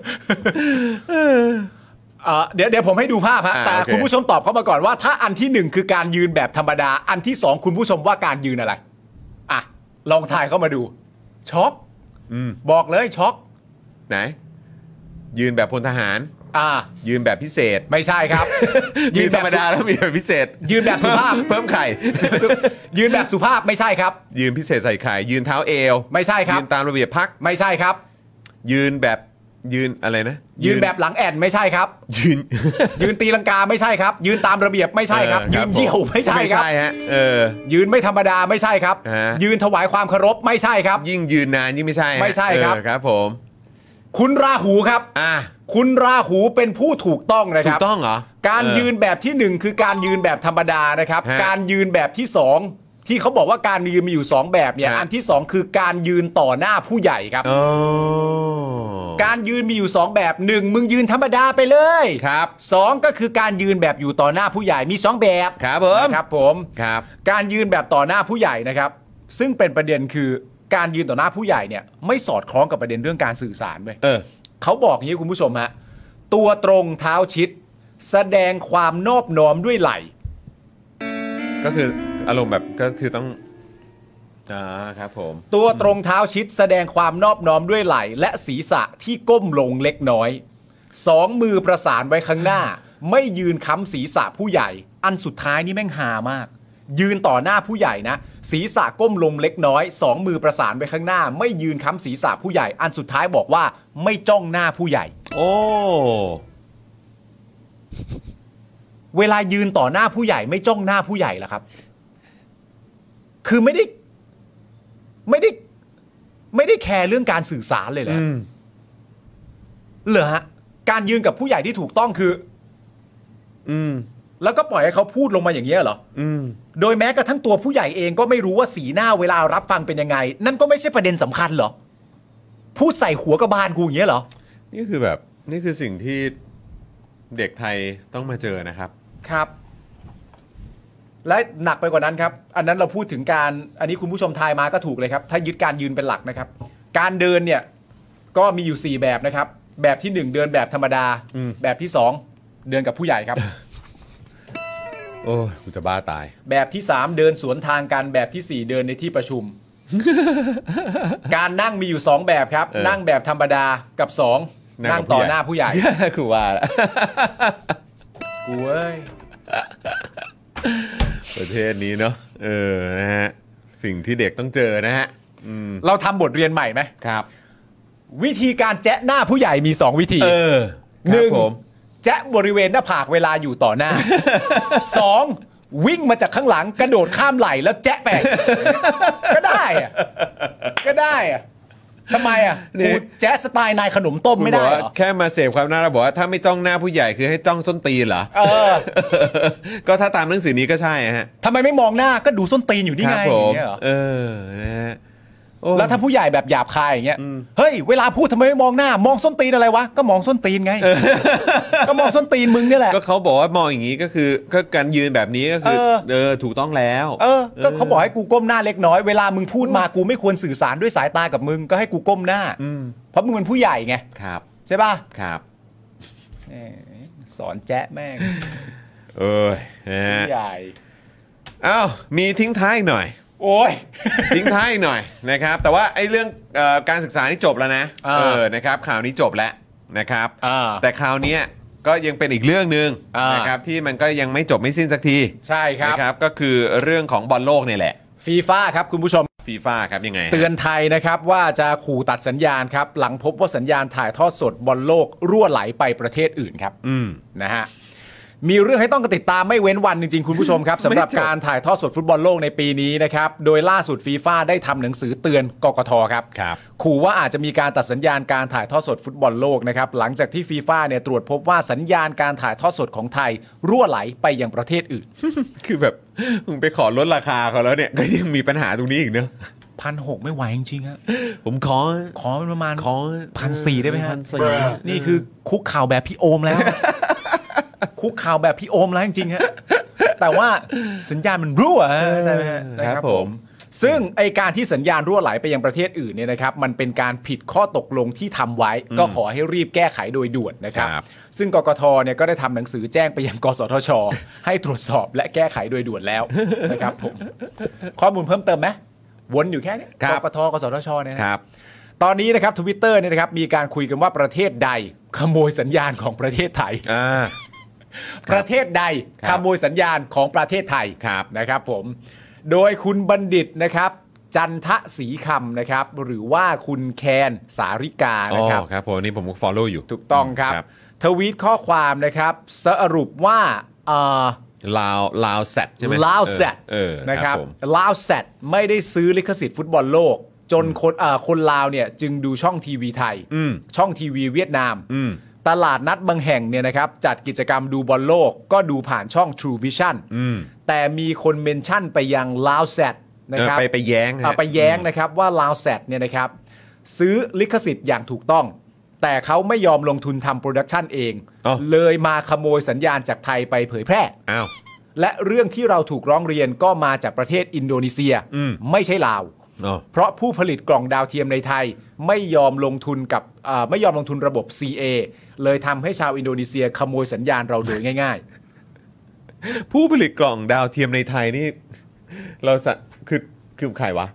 [SPEAKER 3] เดี๋ยวผมให้ดูภาพฮะแต่คุณผู้ชมตอบเข้ามาก่อนว่าถ้าอันที่1คือการยืนแบบธรรมดาอันที่2คุณผู้ชมว่าการยืนอะไรอ่ะลองทายเข้ามาดูช็อกบอกเลยช็อก
[SPEAKER 2] ไหนยืนแบบพลทหารยืนแบบพิเศษ
[SPEAKER 3] ไม่ใช่ครับ
[SPEAKER 2] ยืนธรรมดาแล้วมีแบบพิเศษ
[SPEAKER 3] ยืนแบบสุภาพ
[SPEAKER 2] เพิ่มไข่
[SPEAKER 3] ยืนแบบสุภาพไม่ใช่ครับ
[SPEAKER 2] ยืนพิเศษใส่ไข่ยืนเท้าเอว
[SPEAKER 3] ไม่ใช่ครับ
[SPEAKER 2] ยืนตามระเบียบพรรค
[SPEAKER 3] ไม่ใช่ครับ
[SPEAKER 2] ยืนแบบยืนอะไรนะ
[SPEAKER 3] ยืนแบบหลังแอนไม่ใช่ครับยืนตีลังกาไม่ใช่ครับยืนตามระเบียบไม่ใช่ครับยืนเยี่ยวไม่ใช่ครับ
[SPEAKER 2] ไม่ใช่ฮะ
[SPEAKER 3] ยืนไม่ธรรมดาไม่ใช่ครับยืนถวายความเคารพไม่ใช่ครับ
[SPEAKER 2] ยิ่งยืนนานยิ่งไม่ใช่
[SPEAKER 3] ไม่ใช่ครับ
[SPEAKER 2] ครับผม
[SPEAKER 3] คุณราหูครับคุณราหูเป็นผู้ถูกต้องนะครับ
[SPEAKER 2] ถูกต้องเหรอ
[SPEAKER 3] การยืนแบบที่1คือการยืนแบบธรรมดานะครับการยืนแบบที่2ที่เขาบอกว่าการยืนมีอยู่2แบบเนี่ยอันที่2คือการยืนต่อหน้าผู้ใหญ่ครับการยืนมีอยู่2แบบ1มึงยืนธรรมดาไปเลย
[SPEAKER 2] ครับ
[SPEAKER 3] 2ก็คือการยืนแบบอยู่ต่อหน้าผู้ใหญ่มี2แบบ
[SPEAKER 2] ครับผม
[SPEAKER 3] นะครับผม
[SPEAKER 2] ครับ
[SPEAKER 3] การยืนแบบต่อหน้าผู้ใหญ่นะครับซึ่งเป็นประเด็นคือการยืนต่อหน้าผู้ใหญ่เนี่ยไม่สอดคล้องกับประเด็นเรื่องการสื่อสารเว้ยเขาบอกอย่างนี้คุณผู้ชมฮะตัวตรงเท้าชิดแสดงความนอบน้อมด้วยไหล่
[SPEAKER 2] ก็คืออารมณ์แบบก็คือต้องครับผม
[SPEAKER 3] ตัวตรงเท้าชิดแสดงความนอบน้อมด้วยไหล่และศีรษะที่ก้มลงเล็กน้อย2มือประสานไว้ข้างหน้าไม่ยืนค้ำศีรษะผู้ใหญ่อันสุดท้ายนี่แม่งฮามากยืนต่อหน้าผู้ใหญ่นะศีรษะก้มลงเล็กน้อย2มือประสานไว้ข้างหน้าไม่ยืนค้ำศีรษะผู้ใหญ่อันสุดท้ายบอกว่าไม่จ้องหน้าผู้ใหญ่
[SPEAKER 2] โอ้
[SPEAKER 3] เวลายืนต่อหน้าผู้ใหญ่ไม่จ้องหน้าผู้ใหญ่ล่ะครับคือไม่ได้แคร์เรื่องการสื่อสารเลยเหรอเหรอฮะการยืนกับผู้ใหญ่ที่ถูกต้องคือแล้วก็ปล่อยให้เขาพูดลงมาอย่างเงี้ยเหรอโดยแม้กระทั่งตัวผู้ใหญ่เองก็ไม่รู้ว่าสีหน้าเวลารับฟังเป็นยังไงนั่นก็ไม่ใช่ประเด็นสำคัญเหรอพูดใส่หัวกระบาลกูอย่างเงี้ยเหรอ
[SPEAKER 2] นี่คือสิ่งที่เด็กไทยต้องมาเจอนะครับ
[SPEAKER 3] ครับและหนักไปกว่านั้นครับอันนั้นเราพูดถึงการอันนี้คุณผู้ชมทายมาก็ถูกเลยครับถ้ายึดการยืนเป็นหลักนะครับการเดินเนี่ยก็มีอยู่4แบบนะครับแบบที่1เดินแบบธรรมดาแบบที่2เดินกับผู้ใหญ่ครับ
[SPEAKER 2] โอ้กูจะบ้าตาย
[SPEAKER 3] แบบที่3เดินสวนทางกันแบบที่4เดินในที่ประชุม การนั่งมีอยู่2แบบครับนั่งแบบธรรมดากับ2นั่งต่อหน้าผู้ใหญ่
[SPEAKER 2] กูว่าละ
[SPEAKER 3] กูเอ้ย
[SPEAKER 2] ประเทศนี้เนาะนะฮะสิ่งที่เด็กต้องเจอนะฮะ
[SPEAKER 3] เราทำบทเรียนใหม่ไหม
[SPEAKER 2] ครับ
[SPEAKER 3] วิธีการแจ๊ะหน้าผู้ใหญ่มี2วิธี1แจ๊ะบริเวณหน้าผากเวลาอยู่ต่อหน้า2วิ่งมาจากข้างหลังกระโดดข้ามไหล่แล้วแจ๊ะไปก็ได้ทำไมกูแจ๊ะสไตล์นายขนมต้มไม่ได้เหรอ
[SPEAKER 2] แค่มาเสพความน่ารักบอกว่าถ้าไม่จ้องหน้าผู้ใหญ่คือให้จ้องส้นตีนเหรอก็ถ้าตามหนังสือนี้ก็ใช่ฮะ
[SPEAKER 3] ทำไมไม่มองหน้าก็ดูส้นตีนอยู่นี่ไงอย่างเงี้ยเหรอ
[SPEAKER 2] นะฮะ
[SPEAKER 3] แล้วถ้าผู้ใหญ่แบบหยาบคายอย่างเงี้ยเฮ้ยเวลาพูดทำไมไม่มองหน้ามองส้นตีนอะไรวะก็มองส้นตีนไงก็มองส้นตีนมึงนี่แหละ
[SPEAKER 2] ก็เขาบอกว่ามองอย่างงี้ก็คือก็การยืนแบบนี้ก็คือถูกต้องแล้ว
[SPEAKER 3] ก็เขาบอกให้กูก้มหน้าเล็กน้อยเวลามึงพูดมากูไม่ควรสื่อสารด้วยสายตากับมึงก็ให้กูก้มหน้าเพราะมึงเป็นผู้ใหญ่ไง
[SPEAKER 2] ครับ
[SPEAKER 3] ใช่ป่ะ
[SPEAKER 2] ครับ
[SPEAKER 3] สอนแจ๊ะแม่ง
[SPEAKER 2] ผู้ใหญ่อ้าวมีทิ้งท้ายหน่อย
[SPEAKER 3] โอ้ย
[SPEAKER 2] ทิ้งท้ายหน่อยนะครับแต่ว่าไอ้เรื่องการศึกษานี่จบแล้วนะนะครับข่าวนี้จบแล้วนะครับแต่ข่าวนี้ก็ยังเป็นอีกเรื่องนึงนะครับที่มันก็ยังไม่จบไม่สิ้นสักที
[SPEAKER 3] ใช่ครับ
[SPEAKER 2] นะครับก็คือเรื่องของบอลโลกนี่แหละ
[SPEAKER 3] ฟีฟ่าครับคุณผู้ชม
[SPEAKER 2] ฟีฟ่าครับยังไง
[SPEAKER 3] เตือนไทยนะครับว่าจะขู่ตัดสัญญาณครับหลังพบว่าสัญญาณถ่ายทอดสดบอลโลกรั่วไหลไปประเทศอื่นครับนะฮะมีเรื่องให้ต้องติดตามไม่เว้นวันจริงๆคุณผู้ชมครับสำหรับการถ่ายทอดสดฟุตบอลโลกในปีนี้นะครับโดยล่าสุดฟีฟ่าได้ทำหนังสือเตือนกกท.ครับขู่ว่าอาจจะมีการตัดสัญญาณการถ่ายทอดสดฟุตบอลโลกนะครับหลังจากที่ฟีฟ่าเนี่ยตรวจพบว่าสัญญาณการถ่ายทอดสดของไทยรั่วไหลไปยังประเทศอื่น
[SPEAKER 2] คือแบบมึงไปขอลดราคาเขาแล้วเนี่ยก็ยังมีปัญหาตรงนี้อีกเนอะ
[SPEAKER 3] 1,600ไม่ไหวจริงๆฮะ
[SPEAKER 2] ผมข
[SPEAKER 3] อประมาณ1,400ได้ไหมฮะนี่คือคุกเข่าแบบพี่โอมแล้วคุกข่าวแบบพี่โอมแล้วจริงๆฮะแต่ว่าสัญญาณมันรั่วใช่ไหมฮะ
[SPEAKER 2] นะครับผม
[SPEAKER 3] ซึ่งไอการที่สัญญาณรั่วไหลไปยังประเทศอื่นเนี่ยนะครับมันเป็นการผิดข้อตกลงที่ทำไว้ก็ขอให้รีบแก้ไขโดยด่วนนะครับซึ่งกกท.เนี่ยก็ได้ทำหนังสือแจ้งไปยังกสทช.ให้ตรวจสอบและแก้ไขโดยด่วนแล้วนะครับผมข้อมูลเพิ่มเติมไหมวนอยู่แค่นี้กกท.กสทช.เนี่ยนะครับตอนนี้นะครับ Twitter เนี่ยนะครับมีการคุยกันว่าประเทศใดขโมยสัญญาณของประเทศไทยประเทศใดขโมยสัญญาณของประเทศไทยนะครับผมโดยคุณบัณฑิตนะครับจันทศรีคำนะครับหรือว่าคุณแคนสาริกานะครับ
[SPEAKER 2] ครับผมนี่ผมก็ follow อยู่
[SPEAKER 3] ถูกต้องครับทวีตข้อความนะครับสรุปว่า
[SPEAKER 2] ลาวแซดใช่ไหม
[SPEAKER 3] ลาวแซดนะครับลาวแซดไม่ได้ซื้อลิขสิทธิ์ฟุตบอลโลกจนคนลาวเนี่ยจึงดูช่องทีวีไทยช่องทีวีเวียดนามตลาดนัดบางแห่งเนี่ยนะครับจัดกิจกรรมดูบอลโลกก็ดูผ่านช่อง True Vision แต่มีคนเมนชั่นไปยังลาวแซดนะครับ
[SPEAKER 2] ไปแย้ง
[SPEAKER 3] นะครับว่าลาวแซดเนี่ยนะครับซื้อลิขสิทธิ์อย่างถูกต้องแต่เขาไม่ยอมลงทุนทำโปรดักชันเองเลยมาขโมยสัญญาณจากไทยไปเผยแพร่และเรื่องที่เราถูกร้องเรียนก็มาจากประเทศอินโดนีเซียไม่ใช่ลาวเพราะผู้ผลิตกล่องดาวเทียมในไทยไม่ยอมลงทุนระบบ CA เลยทำให้ชาวอินโดนีเซียขโมยสัญญาณเราโดยง่ายๆ
[SPEAKER 2] ผู้ผลิตกล่องดาวเทียมในไทยนี่เราคือคือใครวะ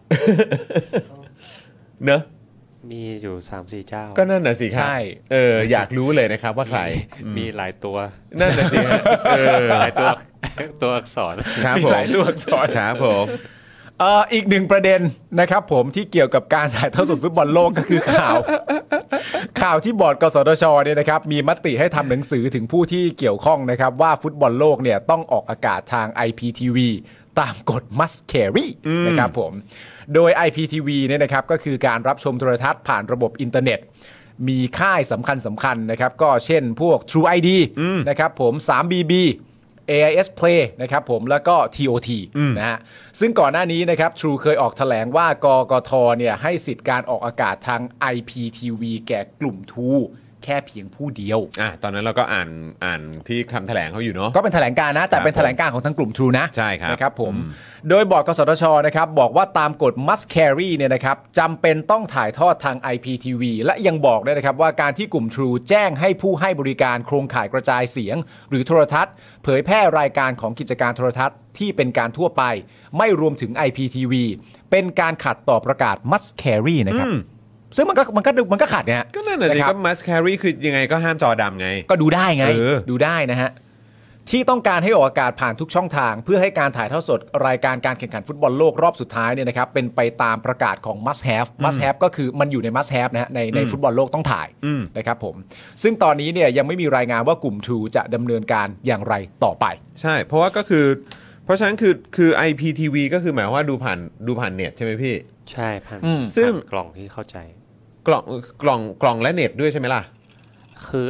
[SPEAKER 2] เนอะ
[SPEAKER 4] มีอยู่ 3-4 เจ้า
[SPEAKER 2] ก็นั่นน่ะสิครับ
[SPEAKER 3] ใช่
[SPEAKER 2] อยากรู้เลยนะครับว่าใคร
[SPEAKER 4] มีหลายตัว
[SPEAKER 2] นั่นน่ะสิ
[SPEAKER 4] หลายตัวอักษร
[SPEAKER 2] ครับผม
[SPEAKER 3] หลายตัวอักษร
[SPEAKER 2] ครับผม
[SPEAKER 3] อีกหนึ่งประเด็นนะครับผมที่เกี่ยวกับการถ่ายทอดสดฟุตบอลโลกก็คือข่าวที่บอร์ดกสทชเนี่ยนะครับมีมติให้ทำหนังสือถึงผู้ที่เกี่ยวข้องนะครับว่าฟุตบอลโลกเนี่ยต้องออกอากาศทาง IPTV ตามกฎ must carry นะครับผมโดย IPTV เนี่ยนะครับก็คือการรับชมโทรทัศน์ผ่านระบบอินเทอร์เน็ตมีค่ายสำคัญนะครับก็เช่นพวก True ID นะครับผม 3BB AIS Play นะครับผมแล้วก็ TOT นะฮะซึ่งก่อนหน้านี้นะครับ True เคยออกแถลงว่ากกทเนี่ยให้สิทธิ์การออกอากาศทาง IPTV แก่กลุ่ม True แค่เพียงผู้เดียว
[SPEAKER 2] ตอนนั้นเราก็อ่านที่คำแถลงเขาอยู่เนาะ
[SPEAKER 3] ก็เป็นแถลงการนะแต่เป็นแถลงการของทั้งกลุ่ม True นะ
[SPEAKER 2] ใช่ครับ
[SPEAKER 3] นะครับผมโดยบอร์ดกสทชนะครับบอกว่าตามกฎ must carry เนี่ยนะครับจำเป็นต้องถ่ายทอดทาง IPTV และยังบอกด้วยนะครับว่าการที่กลุ่ม True แจ้งให้ผู้ให้บริการโครงข่ายกระจายเสียงหรือโทรทัศน์เผยแพร่รายการของกิจการโทรทัศน์ที่เป็นการทั่วไปไม่รวมถึง IPTV เป็นการขัดต่อประกาศ must carry นะครับซึ่งมันก็ขัดเนี่ย
[SPEAKER 2] ก็นั่นแหละสิก็ must carry คือยังไงก็ห้ามจอดำไง
[SPEAKER 3] ก็ดูได้ไงดูได้นะฮะที่ต้องการให้ออกอากาศผ่านทุกช่องทางเพื่อให้การถ่ายทอดสดรายการการแข่งขันฟุตบอลโลกรอบสุดท้ายเนี่ยนะครับเป็นไปตามประกาศของ must have ก็คือมันอยู่ใน must have นะฮะในฟุตบอลโลกต้องถ่ายนะครับผมซึ่งตอนนี้เนี่ยยังไม่มีรายงานว่ากลุ่ม True จะดำเนินการอย่างไรต่อไป
[SPEAKER 2] ใช่เพราะว่าก็คือเพราะฉะนั้นคือ IPTV ก็คือหมายว่าดูผ่านเน็ตใช่ไหมพี่
[SPEAKER 4] ใช่ผ่าน
[SPEAKER 2] ซึ่ง
[SPEAKER 4] กล่องที่เข้าใจ
[SPEAKER 2] กล่องและเน็ตด้วยใช่ไหมล่ะ
[SPEAKER 4] คือ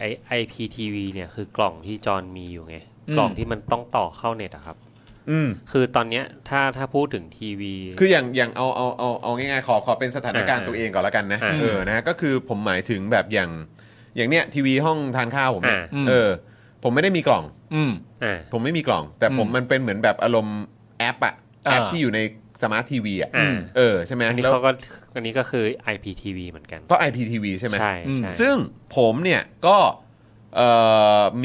[SPEAKER 4] IPTV เนี่ยคือกล่องที่จอนมีอยู่ไงกล่องที่มันต้องต่อเข้าเน็ตอะครับคือตอนเนี้ยถ้าพูดถึงทีวี
[SPEAKER 2] คืออย่างเอาง่ายๆขอเป็นสถานการณ์ตัวเองก่อนแล้วกันนะนะก็คือผมหมายถึงแบบอย่างเนี้ยทีวีห้องทานข้าวผมเนี่ยผมไม่ได้มีกล่องผมไม่มีกล่องแต่ผมมันเป็นเหมือนแบบอารมณ์แอปที่อยู่ในสมาร์ททีวีใช่ไหม
[SPEAKER 4] อันนี้ก็คือ IPTV เหมือนกัน
[SPEAKER 2] ก็ IPTV ใช่ไหม
[SPEAKER 4] ใช่
[SPEAKER 2] ซึ่งผมเนี่ยก็มี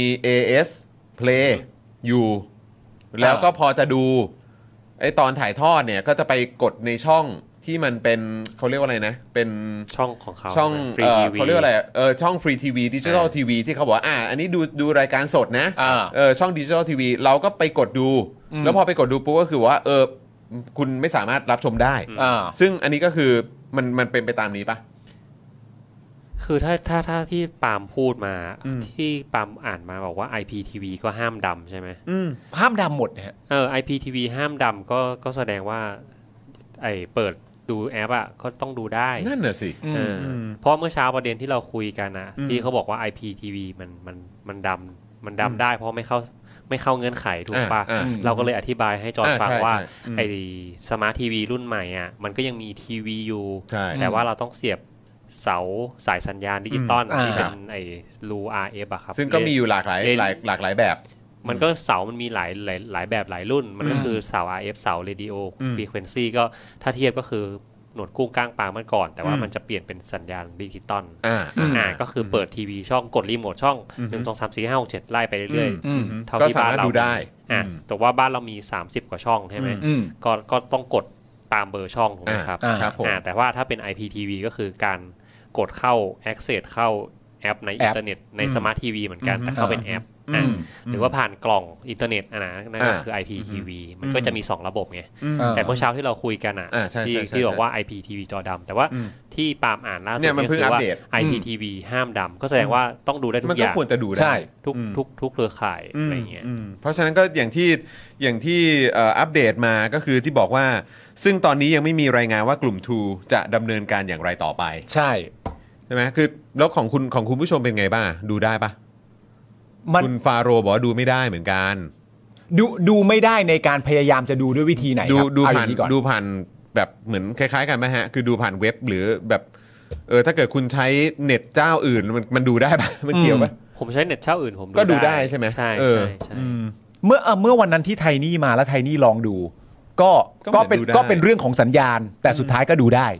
[SPEAKER 2] AS Play อยู่แล้วก็พอจะดูไอตอนถ่ายทอดเนี่ยก็จะไปกดในช่องที่มันเป็นเขาเรียกว่าอะไรนะเป็น
[SPEAKER 4] ช่องของเขา
[SPEAKER 2] ช่องเขาเรียกว่าอะไรช่องฟรีทีวีดิจิทัลทีวีที่เขาบอกอันนี้ดูรายการสดนะช่องดิจิทัลทีวีเราก็ไปกดดูแล้วพอไปกดดูปุ๊บก็คือว่าคุณไม่สามารถรับชมได้ซึ่งอันนี้ก็คือมันเป็นไปตามนี้ปะ
[SPEAKER 4] คือถ้าที่ปาล์มพูดมาที่ปาล์มอ่านมาบอกว่า IPTV ก็ห้ามดำใช่ไหม
[SPEAKER 3] ห้ามดำหมดนะฮะ
[SPEAKER 4] IPTV ห้ามดำก็แสดงว่าเปิดดูแอปก็ต้องดูได้
[SPEAKER 2] นั่นน่ะสิ
[SPEAKER 4] เพราะเมื่อเช้าประเด็นที่เราคุยกันนะที่เขาบอกว่า IPTV มันดำได้เพราะไม่เข้าเงื่อนไขถูกปะเราก็เลยอธิบายให้จอร์จฟังว่าไอ้สมาร์ททีวีรุ่นใหม่มันก็ยังมีทีวีอยู่แต่ว่าเราต้องเสียบเสาสายสัญญาณดิจิตอลที่เป็นไอ้รู RF อะครับ
[SPEAKER 2] ซึ่งก็มีอยู่หลากหลายแบบ
[SPEAKER 4] มันก็เสามันมีหลายแบบหลายรุ่นมันก็คือเสา RF เสา Radio Frequency ก็ถ้าเทียบก็คือหนวดกุ้งก้างปลามันก่อนแต่ว่ามันจะเปลี่ยนเป็นสัญญาณดิจิตอลก็คือเปิดทีวีช่องกดรีโมทช่อง1 2 3 4 5 6 7ไล่ไปเรื่อยๆเท่าที่บ้านเรา
[SPEAKER 2] ได้
[SPEAKER 4] แต่ว่าบ้านเรามี30กว่าช่องใช่ไหมก็ต้องกดตามเบอร์ช่องถูกไหมครับแต่ว่าถ้าเป็น IPTV ก็คือการกดเข้า access เข้าแอปในอินเทอร์เน็ตในสมาร์ททีวีเหมือนกันแต่เข้าเป็นแอปหรือว่าผ่านกล่องอินเทอร์เน็ตนั่นก็คือ IPTV มันก็จะมี2ระบบไงแต่เมื่อเช้าที่เราคุยกันที่บอกว่า IPTV จอดำแต่ว่าที่ปาล์มอ่านล่าสุด
[SPEAKER 2] ก็คือว่า
[SPEAKER 4] IPTV ห้ามดำก็แสดงว่าต้องดูได้ทุกอย่าง
[SPEAKER 2] มันก็ควรจะดูได้
[SPEAKER 4] ทุกเครือข่ายอะไรเงี้ย
[SPEAKER 2] เพราะฉะนั้นก็อย่างที่อัปเดตมาก็คือที่บอกว่าซึ่งตอนนี้ยังไม่มีรายงานว่ากลุ่ม True จะดำเนินการอย่างไรต่อไป
[SPEAKER 3] ใ
[SPEAKER 2] ช่ไหมคือแล้วของคุณผู้ชมเป็นไงบ้างดูได้ปะคุณฟาโรบอกว่าดูไม่ได้เหมือนกัน
[SPEAKER 3] ดูไม่ได้ในการพยายามจะดูด้วยวิธีไหนครับ
[SPEAKER 2] ดูผ่านแบบเหมือนคล้ายๆกันไหมฮะคือดูผ่านเว็บหรือแบบถ้าเกิดคุณใช้เน็ตเจ้าอื่นมันดูได้ปะมันเกี่ยวปะ
[SPEAKER 4] ผมใช้เน็ตเจ้าอื่นผม
[SPEAKER 2] ก็ดูได้ใช่ไหม
[SPEAKER 4] ใช่
[SPEAKER 3] เมื่อวันนั้นที่ไทนี่มาแล้วไทนี่ลองดูก็เป็นเรื่องของสัญญาณแต่สุดท้ายก็ดูได้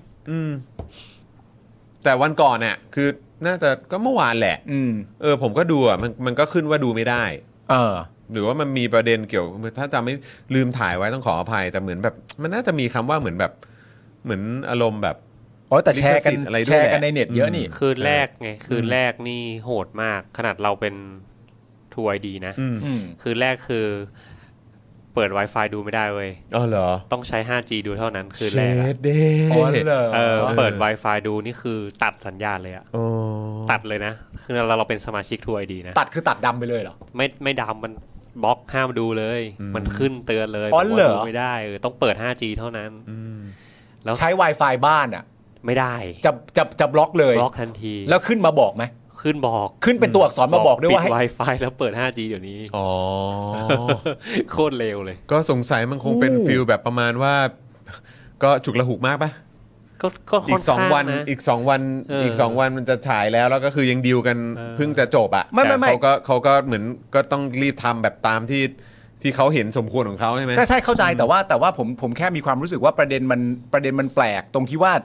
[SPEAKER 2] แต่วันก่อนเนี่ยคือน่าจะก็เมื่อวานแหละผมก็ดูมันก็ขึ้นว่าดูไม่ได้หรือว่ามันมีประเด็นเกี่ยวถ้าจำไม่ลืมถ่ายไว้ต้องขออภัยแต่เหมือนแบบมันน่าจะมีคำว่าเหมือนแบบเหมือนอารมณ์แบบ
[SPEAKER 3] แต่แชร์กันในเน็ตเยอะนี่
[SPEAKER 4] คืนแรกไงคืนแรกนี่โหดมากขนาดเราเป็น True ID นะคืนแรกคือเปิด Wi-Fi ดูไม่ได้เว้ย
[SPEAKER 2] เหรอ
[SPEAKER 4] ต้องใช้ 5G ดูเท่านั้นคืนแรกเปิด Wi-Fi ดูนี่คือตัดสัญญาณเลยตัดเลยนะคือเราเป็นสมาชิก True ID นะ
[SPEAKER 3] ตัดคือตัดดำไปเลยเหรอ
[SPEAKER 4] ไม่ดำมันบล็อกห้ามดูเลยมันขึ้นเตือนเลยดูไม่ได้ต้องเปิด 5G เท่านั้น
[SPEAKER 3] แล้วใช้ Wi-Fi บ้านอ่ะ
[SPEAKER 4] ไม่ได้
[SPEAKER 3] จะบล็อกเลย
[SPEAKER 4] บล็อกทันที
[SPEAKER 3] แล้วขึ้นมาบอกไหม
[SPEAKER 4] ขึ้นบอก
[SPEAKER 3] ขึ้นเป็นตัวอักษรมาบอกด้วยว่า
[SPEAKER 4] ปิด Wi-Fi แล้วเปิด 5G เดี๋ยวนี้โคตรเร็วเลย
[SPEAKER 2] ก็สงสัยมันคงเป็นฟิลแบบประมาณว่าก็ฉุกละหุกมากปะ
[SPEAKER 4] ก็
[SPEAKER 2] อีก2วันอีก2วันมันจะฉายแล้วก็คือยังดีลกันเพิ่งจะจบอ่ะ
[SPEAKER 3] ไม่
[SPEAKER 2] เขาก็เหมือนก็ต้องรีบทำแบบตามที่เขาเห็นสมควรของเขาใช่ไหม
[SPEAKER 3] ใช่เข้าใจแต่ว่าผมแค่มีความรู้สึกว่าประเด็นมันแปลกตรงที่ว่า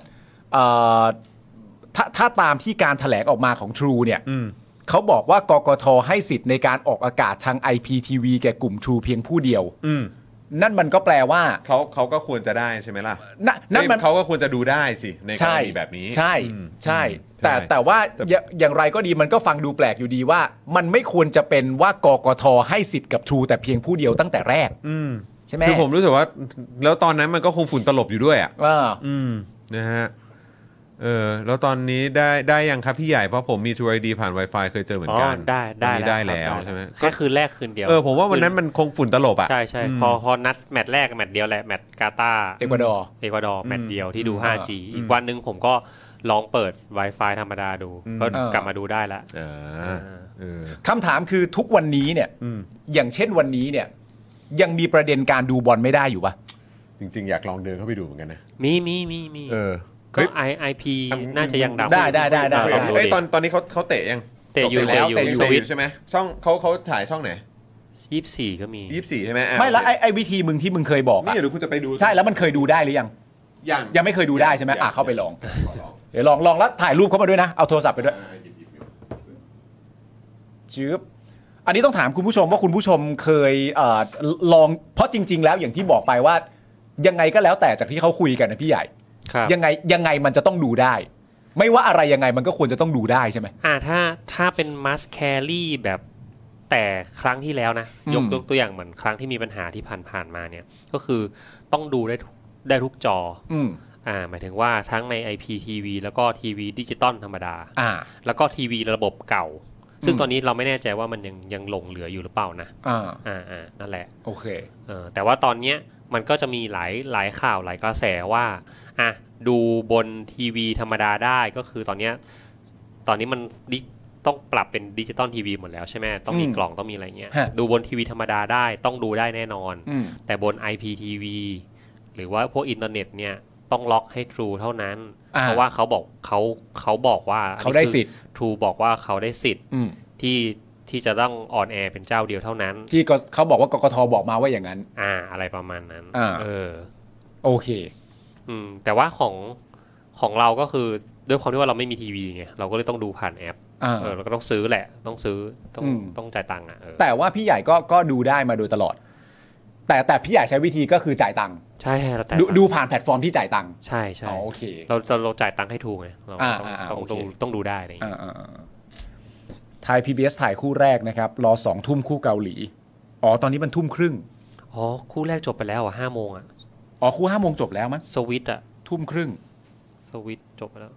[SPEAKER 3] ถ้าตามที่การแถลงออกมาของ True เนี่ยเขาบอกว่ากกท.ให้สิทธิ์ในการออกอากาศทาง IPTV แก่กลุ่ม True เพียงผู้เดียวนั่นมันก็แปลว่า
[SPEAKER 2] เขาก็ควรจะได้ใช่ไหมล่ะ
[SPEAKER 3] นั่นมัน
[SPEAKER 2] เขาก็ควรจะดูได้สิในกรณีแบบนี้
[SPEAKER 3] ใช่แต่ว่าอย่างไรก็ดีมันก็ฟังดูแปลกอยู่ดีว่ามันไม่ควรจะเป็นว่ากกท.ให้สิทธิ์กับ True แต่เพียงผู้เดียวตั้งแต่แรกใช่ไหม
[SPEAKER 2] คือผมรู้สึกว่าแล้วตอนนั้นมันก็คงฝุ่นตลบอยู่ด้วยนะฮะแล้วตอนนี้ได้ยังครับพี่ใหญ่เพราะผมมี True ID ผ่าน Wi-Fi เคยเจอเหมือนกันได้แล้วใช่ไหม
[SPEAKER 4] แค่คืนแรกคืนเดียว
[SPEAKER 2] ผมว่าวันนั้นมันคงฝุ่นตลบอ่ะ
[SPEAKER 4] ใช่พอนัดแมตช์แรกแมตช์เดียวแหละแมตช์กาตาร์
[SPEAKER 3] เอกวาดอ
[SPEAKER 4] ร์แมตช์เดียวที่ดู 5G อีกวันนึงผมก็ลองเปิด Wi-Fi ธรรมดาดูก็กลับมาดูได้แล้ว
[SPEAKER 3] คำถามคือทุกวันนี้เนี่ยอย่างเช่นวันนี้เนี่ยยังมีประเด็นการดูบอลไม่ได้อยู่ปะ
[SPEAKER 2] จริงๆอยากลองเดินเข้าไปดูเหมือนกันนะ
[SPEAKER 4] มีก็ IP น่าจะยังดับ
[SPEAKER 3] ได้
[SPEAKER 2] ตอนนี้เขาเตะยัง
[SPEAKER 4] เตะอยู่
[SPEAKER 2] สวิตใช่ไหมช่องเขาถ่ายช่องไหน
[SPEAKER 4] 24ก็มี
[SPEAKER 2] 24ใช่ไหม
[SPEAKER 3] ไม่แล้วไอ้วิธีมึงที่มึงเคยบอก
[SPEAKER 2] นี่เดี๋ยวคุณจะไปดู
[SPEAKER 3] ใช่แล้วมันเคยดูได้หรือยังไม่เคยดูได้ใช่ไหมเข้าไปลองเดี๋ยวลองแล้วถ่ายรูปเข้ามาด้วยนะเอาโทรศัพท์ไปด้วยจื๊บอันนี้ต้องถามคุณผู้ชมว่าคุณผู้ชมเคยลองเพราะจริงๆแล้วอย่างที่บอกไปว่ายังไงก็แล้วแต่จากที่เขาคุยกันนะพี่ใหญ่ยังไงมันจะต้องดูได้ไม่ว่าอะไรยังไงมันก็ควรจะต้องดูได้ใช่ไหม
[SPEAKER 4] ถ้าเป็นมัสแครี่แบบแต่ครั้งที่แล้วนะยกตัวอย่างเหมือนครั้งที่มีปัญหาที่ผ่านมาเนี่ยก็คือต้องดูได้ทุกจอหมายถึงว่าทั้งใน IPTV แล้วก็ทีวีดิจิตอลธรรมดาแล้วก็ทีวีระบบเก่าซึ่งตอนนี้เราไม่แน่ใจว่ามันยังหลงเหลืออยู่หรือเปล่านะนั่นแหละ
[SPEAKER 3] โอเค
[SPEAKER 4] แต่ว่าตอนเนี้ยมันก็จะมีหลายข่าวหลายกระแสว่าดูบนทีวีธรรมดาได้ก็คือตอนนี้มันต้องปรับเป็นดิจิตอลทีวีหมดแล้วใช่ไหมต้องมีกล่องต้องมีอะไรเงี้ยดูบนทีวีธรรมดาได้ต้องดูได้แน่นอนแต่บน IPTV หรือว่าพวกอินเทอร์เน็ตเนี่ยต้องล็อกให้ True เท่านั้นเพราะว่าเขาบอกว่า
[SPEAKER 3] เขาได้สิทธิ์
[SPEAKER 4] True บอกว่าเขาได้สิทธิ์ที่จะต้องออนแอร์เป็นเจ้าเดียวเท่านั้น
[SPEAKER 3] ที่เขาบอกว่ากกท.บอกมาว่าอย่างนั้น
[SPEAKER 4] อะไรประมาณนั้น
[SPEAKER 3] โอเค
[SPEAKER 4] แต่ว่าของเราก็คือด้วยความที่ว่าเราไม่มีทีวีไงเราก็เลยต้องดูผ่านแอปเราก็ต้องซื้อแหละต้องจ่ายตังค์
[SPEAKER 3] แต่ว่าพี่ใหญ่ก็ดูได้มาโดยตลอดแต่พี่ใหญ่ใช้วิธีก็คือจ่ายตังค์
[SPEAKER 4] ใช่
[SPEAKER 3] ดูผ่านแพลตฟอร์มที่จ่ายตังค์
[SPEAKER 4] ใช่
[SPEAKER 3] โอเค
[SPEAKER 4] เราจ่ายตังค์ให้ถูกไงเราต้องดูได้เลย
[SPEAKER 3] ไทย PBS ถ่ายคู่แรกนะครับรอ 2 ทุ่มคู่เกาหลีตอนนี้มันทุ่มครึ่ง
[SPEAKER 4] คู่แรกจบไปแล้ว5 โมง
[SPEAKER 3] คู่5 โมงจบแล้วมั้ย
[SPEAKER 4] สวิต
[SPEAKER 3] ทุ่มครึ่ง
[SPEAKER 4] สวิตจบไปแล้ว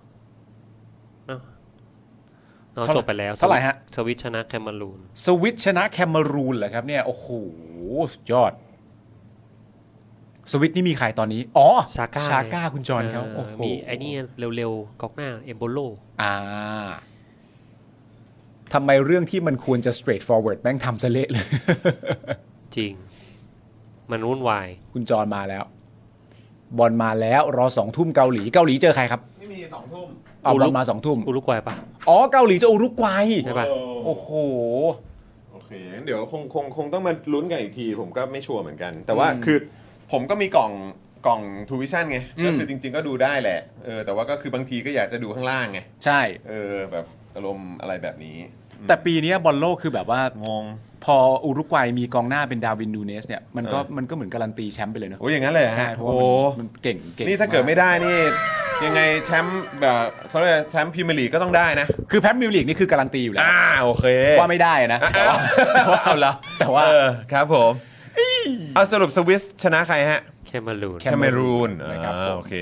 [SPEAKER 4] จบไปแล้ว
[SPEAKER 3] เท่าไหร่ฮะ
[SPEAKER 4] สวิตชนะแคนารูน
[SPEAKER 3] สวิตชนะแคนารูนเหรอครับเนี่ยโอ้โหสุดยอดสวิตนี่มีใครตอนนี้ชาก้าคุณจอนเขา
[SPEAKER 4] มีไอ้นี่เร็วๆก๊อกหน้าเอมโบโล
[SPEAKER 3] ทำไมเรื่องที่มันควรจะ straight forward แม่งทำซะเละเลย
[SPEAKER 4] จริงมันวุ่นวาย
[SPEAKER 3] คุณจอนมาแล้วบอลมาแล้วรอ 2 ทุ่มเกาหลีเจอใครครับ
[SPEAKER 2] ไม่มี2 ทุ่ม
[SPEAKER 3] บอลมา2 ทุ่ม
[SPEAKER 4] อุรุกวัยป่ะ
[SPEAKER 3] เกาหลีจะอุรุกวัย
[SPEAKER 4] ใช่ป่ะ
[SPEAKER 3] โอ้โห
[SPEAKER 2] โอเคเดี๋ยวคงต้องมาลุ้นกันอีกทีผมก็ไม่ชัวร์เหมือนกันแต่ว่าคือผมก็มีกล่องทูวิชั่นไงก็คือจริงๆก็ดูได้แหละแต่ว่าก็คือบางทีก็อยากจะดูข้างล่างไง
[SPEAKER 3] ใช่
[SPEAKER 2] แบบอารมณ์อะไรแบบนี้
[SPEAKER 3] แต่ปีนี้บอลโลกคือแบบว่าง
[SPEAKER 2] ง
[SPEAKER 3] พออุรุกวัยมีกองหน้าเป็นดาวินนูเนสเนี่ยมันก็เหมือนการันตีแชมป์ไปเลยเนอะ
[SPEAKER 2] โอ้อย่างนั้นเลยฮะ
[SPEAKER 3] โอ้มันเก่ง
[SPEAKER 2] นี่ถ้าเกิดไม่ได้นี่ยังไงแชมป์แบบเขาเรียกแชมป์พรีเมียร์ลีกก็ต้องได้นะ
[SPEAKER 3] คือแชมป์พรีเมียร์ลีกนี่คือการันตีอยู่แล้ว
[SPEAKER 2] โอเค
[SPEAKER 3] ว่าไม่ได้นะ
[SPEAKER 2] เอาละแต่ว่าครับผมเอาสรุปสวิสชนะใครฮะ
[SPEAKER 4] แคเม
[SPEAKER 2] รูนโอเค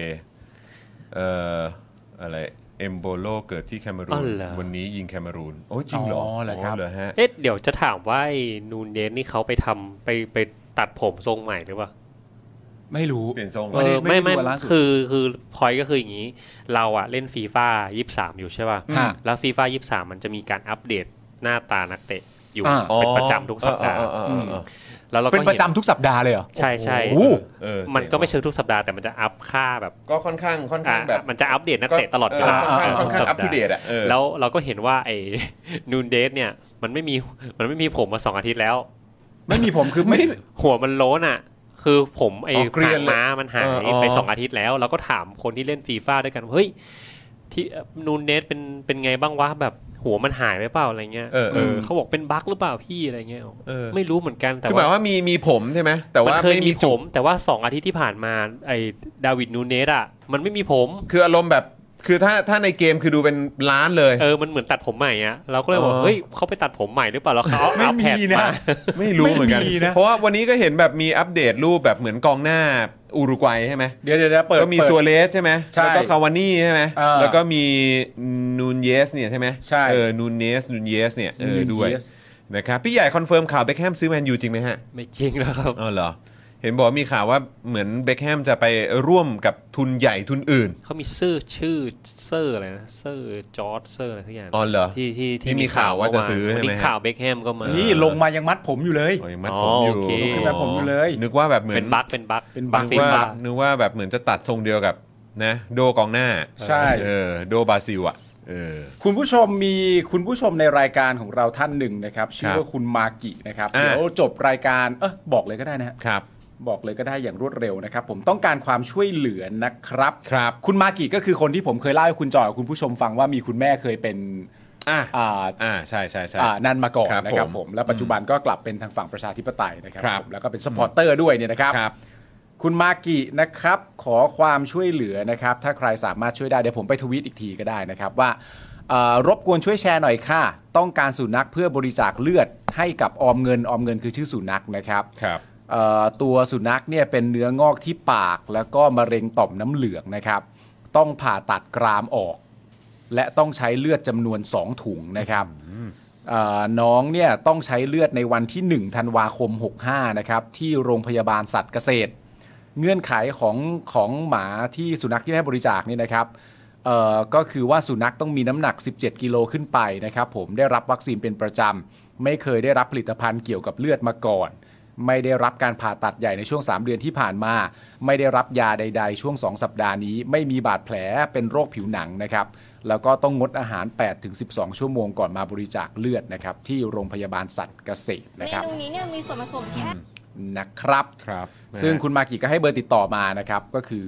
[SPEAKER 2] อะไรเอมโบโลเกิดที่แคเมรูนวันนี้ยิงแคเมรูนโอ้จริงเหรอ
[SPEAKER 3] เห
[SPEAKER 2] รอฮะ
[SPEAKER 4] เดี๋ยวจะถามว่านูนเนสนี่เขาไปทำไปตัดผมทรงใหม่หรือเปล่า
[SPEAKER 3] ไม่รู้
[SPEAKER 2] เปลี่ยนทรง
[SPEAKER 4] ไม่คือพอยก็คืออย่างนี้เราอะเล่นฟีฟ่า23อยู่ใช่ป่ะแล้วฟีฟ่า23มันจะมีการอัปเดตหน้าตานักเตะอยู่เป็นประจำทุกสัปดาห์แล้วเราก็
[SPEAKER 3] เป็นประจำทุกสัปดาห์เลยเหรอ
[SPEAKER 4] ใช่มันก็ไม่เชิงทุกสัปดาห์แต่มันจะอัพค่าแบบ
[SPEAKER 2] ก็ค่อนข้างแบบ
[SPEAKER 4] มันจะอัปเดตนักเตะตลอดเวลา
[SPEAKER 2] ค่อนข้างอัปเดต
[SPEAKER 4] แล้วเราก็เห็นว่าไอ้นูนเดสเนี่ยมันไม่มีผมมา2 อาทิตย์แล้ว
[SPEAKER 3] ไม่มีผมคือไม่
[SPEAKER 4] หัวมันโล้นอ่ะคือผมไอ้หางม้ามันหายไป2 อาทิตย์แล้วเราก็ถามคนที่เล่นฟีฟ่าด้วยกันเฮ้ยที่นูนเดสเป็นไงบ้างวะแบบหัวมันหายไปเปล่าอะไรเงี้ยเขาบอกเป็นบั๊กหรือเปล่าพี่อะไรเงี้ยไม่รู้เหมือนกัน
[SPEAKER 2] แต่ว่ามีผมใช่ไหมแต่ว่า
[SPEAKER 4] ไม่มีผมแต่ว่า2 อาทิตย์ที่ผ่านมาไอ้ดาวิดนูเนสอ่ะมันไม่มีผม
[SPEAKER 2] คืออารมณ์แบบคือถ้าในเกมคือดูเป็นล้านเลย
[SPEAKER 4] มันเหมือนตัดผมใหม่อ่ะเราก็เลยบอกเฮ้ยเขาไปตัดผมใหม่หรือเปล่าแล้วเขาเอาแพดมา
[SPEAKER 2] ไม่รู้เหมือนกันเพราะว่าวันนี้ก็เห็นแบบมีอัปเดตรูปแบบเหมือนกองหน้าอุรุกวัยใช่ไหม
[SPEAKER 3] เดี๋ยวเปิด
[SPEAKER 2] ก็มีซัวเรสใช่ไหมแล้วก็คาวานี่ใช่ไหมแล้วก็มีนูนเยสเนี่ยใช่ไหม
[SPEAKER 3] ใช่
[SPEAKER 2] นูนเยสเนี่ยด้วยนะครับพี่ใหญ่คอนเฟิร์มข่าวเบคแฮมซื้อแมนยูจริงไหมฮะ
[SPEAKER 4] ไม่จริงนะครับ
[SPEAKER 2] เหรอเห็นบอกมีข่าวว่าเหมือนเบคแฮมจะไปร่วมกับทุนใหญ่ทุนอื่น
[SPEAKER 4] เขามีชื่อเซอร์อะไรนะเซอร์จอร์จเซอร์อะไรทุกอย่าง
[SPEAKER 2] เหรอ
[SPEAKER 4] ที่
[SPEAKER 2] มีข่าวว่าจะซื้อใช่ไหม
[SPEAKER 4] ข่าวเบคแฮมก็มา
[SPEAKER 3] นี่ลงมายังมัดผมอยู่เลย
[SPEAKER 2] ยังมัดผมอยู่
[SPEAKER 3] มัดผมอยู่เลย
[SPEAKER 2] นึกว่าแบบเหมือน
[SPEAKER 4] เป็นบั๊ก
[SPEAKER 2] นึกว่าแบบเหมือนจะตัดทรงเดียวกับนะโดกองหน้า
[SPEAKER 3] ใช่
[SPEAKER 2] โดบราซิลอ่ะ
[SPEAKER 3] คุณผู้ชมมีคุณผู้ชมในรายการของเราท่านหนึ่งนะครับชื่อว่าคุณมากินะครับเดี๋ยวจบรายการบอกเลยก็ได้นะครับบอกเลยก็ได้อย่างรวดเร็วนะครับผมต้องการความช่วยเหลือนะครับคุณมากิก็คือคนที่ผมเคยเล่าให้คุณจอยกับคุณผู้ชมฟังว่ามีคุณแม่เคยเป็น
[SPEAKER 2] ใช่
[SPEAKER 3] นั่นมาก่อนนะครับผมแล้วปัจจุบันก็กลับเป็นทางฝั่งประชาธิปไตยนะครับแล้วก็เป็นซัพพอร์ตเตอร์ด้วยเนี่ยนะครับคุณมากินะครับขอความช่วยเหลือนะครับถ้าใครสามารถช่วยได้เดี๋ยวผมไปทวีตอีกทีก็ได้นะครับว่ารบกวนช่วยแชร์หน่อยค่ะต้องการสุนัขเพื่อบริจาคเลือดให้กับออมเงินคือชื่อสุนัขนะครับตัวสุนัขเนี่ยเป็นเนื้องอกที่ปากแล้วก็มะเร็งต่อมน้ำเหลืองนะครับต้องผ่าตัดกรามออกและต้องใช้เลือดจำนวน2 ถุงนะครับน้องเนี่ยต้องใช้เลือดในวันที่1 ธันวาคม 65นะครับที่โรงพยาบาลสัตว์เกษตรเงื่อนไขของหมาที่สุนัขที่ให้บริจาคนี่นะครับก็คือว่าสุนัขต้องมีน้ำหนัก17 กิโลขึ้นไปนะครับผมได้รับวัคซีนเป็นประจำไม่เคยได้รับผลิตภัณฑ์เกี่ยวกับเลือดมาก่อนไม่ได้รับการผ่าตัดใหญ่ในช่วง3 เดือนที่ผ่านมาไม่ได้รับยาใดๆช่วง2 สัปดาห์นี้ไม่มีบาดแผลเป็นโรคผิวหนังนะครับแล้วก็ต้องงดอาหาร 8-12 ชั่วโมงก่อนมาบริจาคเลือดนะครับที่โรงพยาบาลสัตว์เกษตรนะครับ
[SPEAKER 6] เมนูนี้เนี่ยมีส่วนผสมแค่
[SPEAKER 3] นะครับซึ่งคุณมากิก็ให้เบอร์ติดต่อมานะครับก็คือ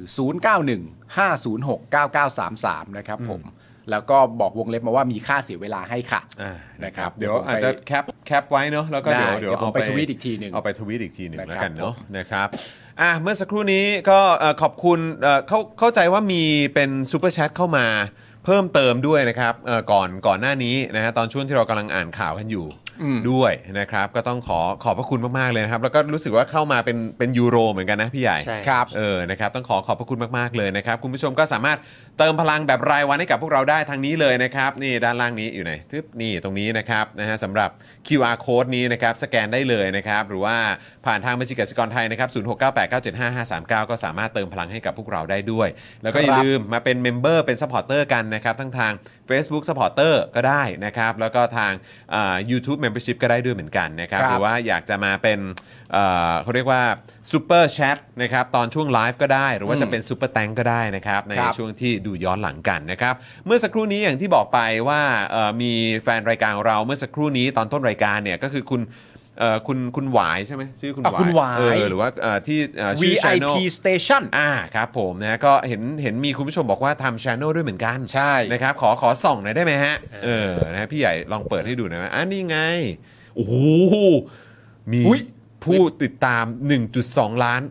[SPEAKER 3] 0915069933นะครับผมแล้วก็บอกวงเล็บมาว่ามีค่าเสียเวลาให้ค่ะ
[SPEAKER 2] นะครับเดี๋ยวอาจจะแคปไว้เนาะแล้วก็เดี๋ยว
[SPEAKER 3] เอาไปทวีตอีกทีนึง
[SPEAKER 2] แล้วกันเนาะนะครับเมื่อสักครู่นี้ก็ขอบคุณเข้าใจว่ามีเป็นซูเปอร์แชทเข้ามาเพิ่มเติมด้วยนะครับก่อนหน้านี้นะฮะตอนช่วงที่เรากำลังอ่านข่าวกันอยู่ด้วยนะครับก็ต้องขอบพระคุณมากๆเลยนะครับแล้วก็รู้สึกว่าเข้ามาเป็นยูโรเหมือนกันนะพี่ใหญ่
[SPEAKER 3] ครับ
[SPEAKER 2] นะครับต้องขอบพระคุณมากๆเลยนะครับคุณผู้ชมก็สามารถเติมพลังแบบรายวันให้กับพวกเราได้ทางนี้เลยนะครับนี่ด้านล่างนี้อยู่ไหนทึบนี่ตรงนี้นะครับนะฮะสำหรับ QR code นี้นะครับสแกนได้เลยนะครับหรือว่าผ่านทางบัญชีกสิกรไทยนะครับ0698975539ก็สามารถเติมพลังให้กับพวกเราได้ด้วยแล้วก็อย่าลืมมาเป็นเมมเบอร์เป็นซัพพอร์ตเตอร์กันนะครับทั้งทาง Facebook Supporter ก็ได้นะครับแล้วก็ทางYouTube Membership ก็ได้ด้วยเหมือนกันนะครับหรือว่าอยากจะมาเป็นเขาเรียกว่าซูเปอร์แชทนะครับตอนช่วงไลฟ์ก็ได้หรือว่าจะเป็นซูเปอร์แตงก็ได้นะครับในช่วงที่ดูย้อนหลังกันนะครับเมื่อสักครู่นี้อย่างที่บอกไปว่ามีแฟนรายการของเราเมื่อสักครู่นี้ตอนต้นรายการเนี่ยก็คือคุณหวายใช่ไหมชื่อคุณ
[SPEAKER 3] หวาย
[SPEAKER 2] หรือว่าที่
[SPEAKER 3] ชื่อ VIP Station
[SPEAKER 2] ครับผมนะก็เห็นมีคุณผู้ชมบอกว่าทำ channel ด้วยเหมือนกัน
[SPEAKER 3] ใช่
[SPEAKER 2] นะครับขอส่องหน่อยได้ไหมฮะนะพี่ใหญ่ลองเปิดให้ดูหน่อยว่านี่ไงโอ้โหมีผู้ติดตาม 1.2 ล้าน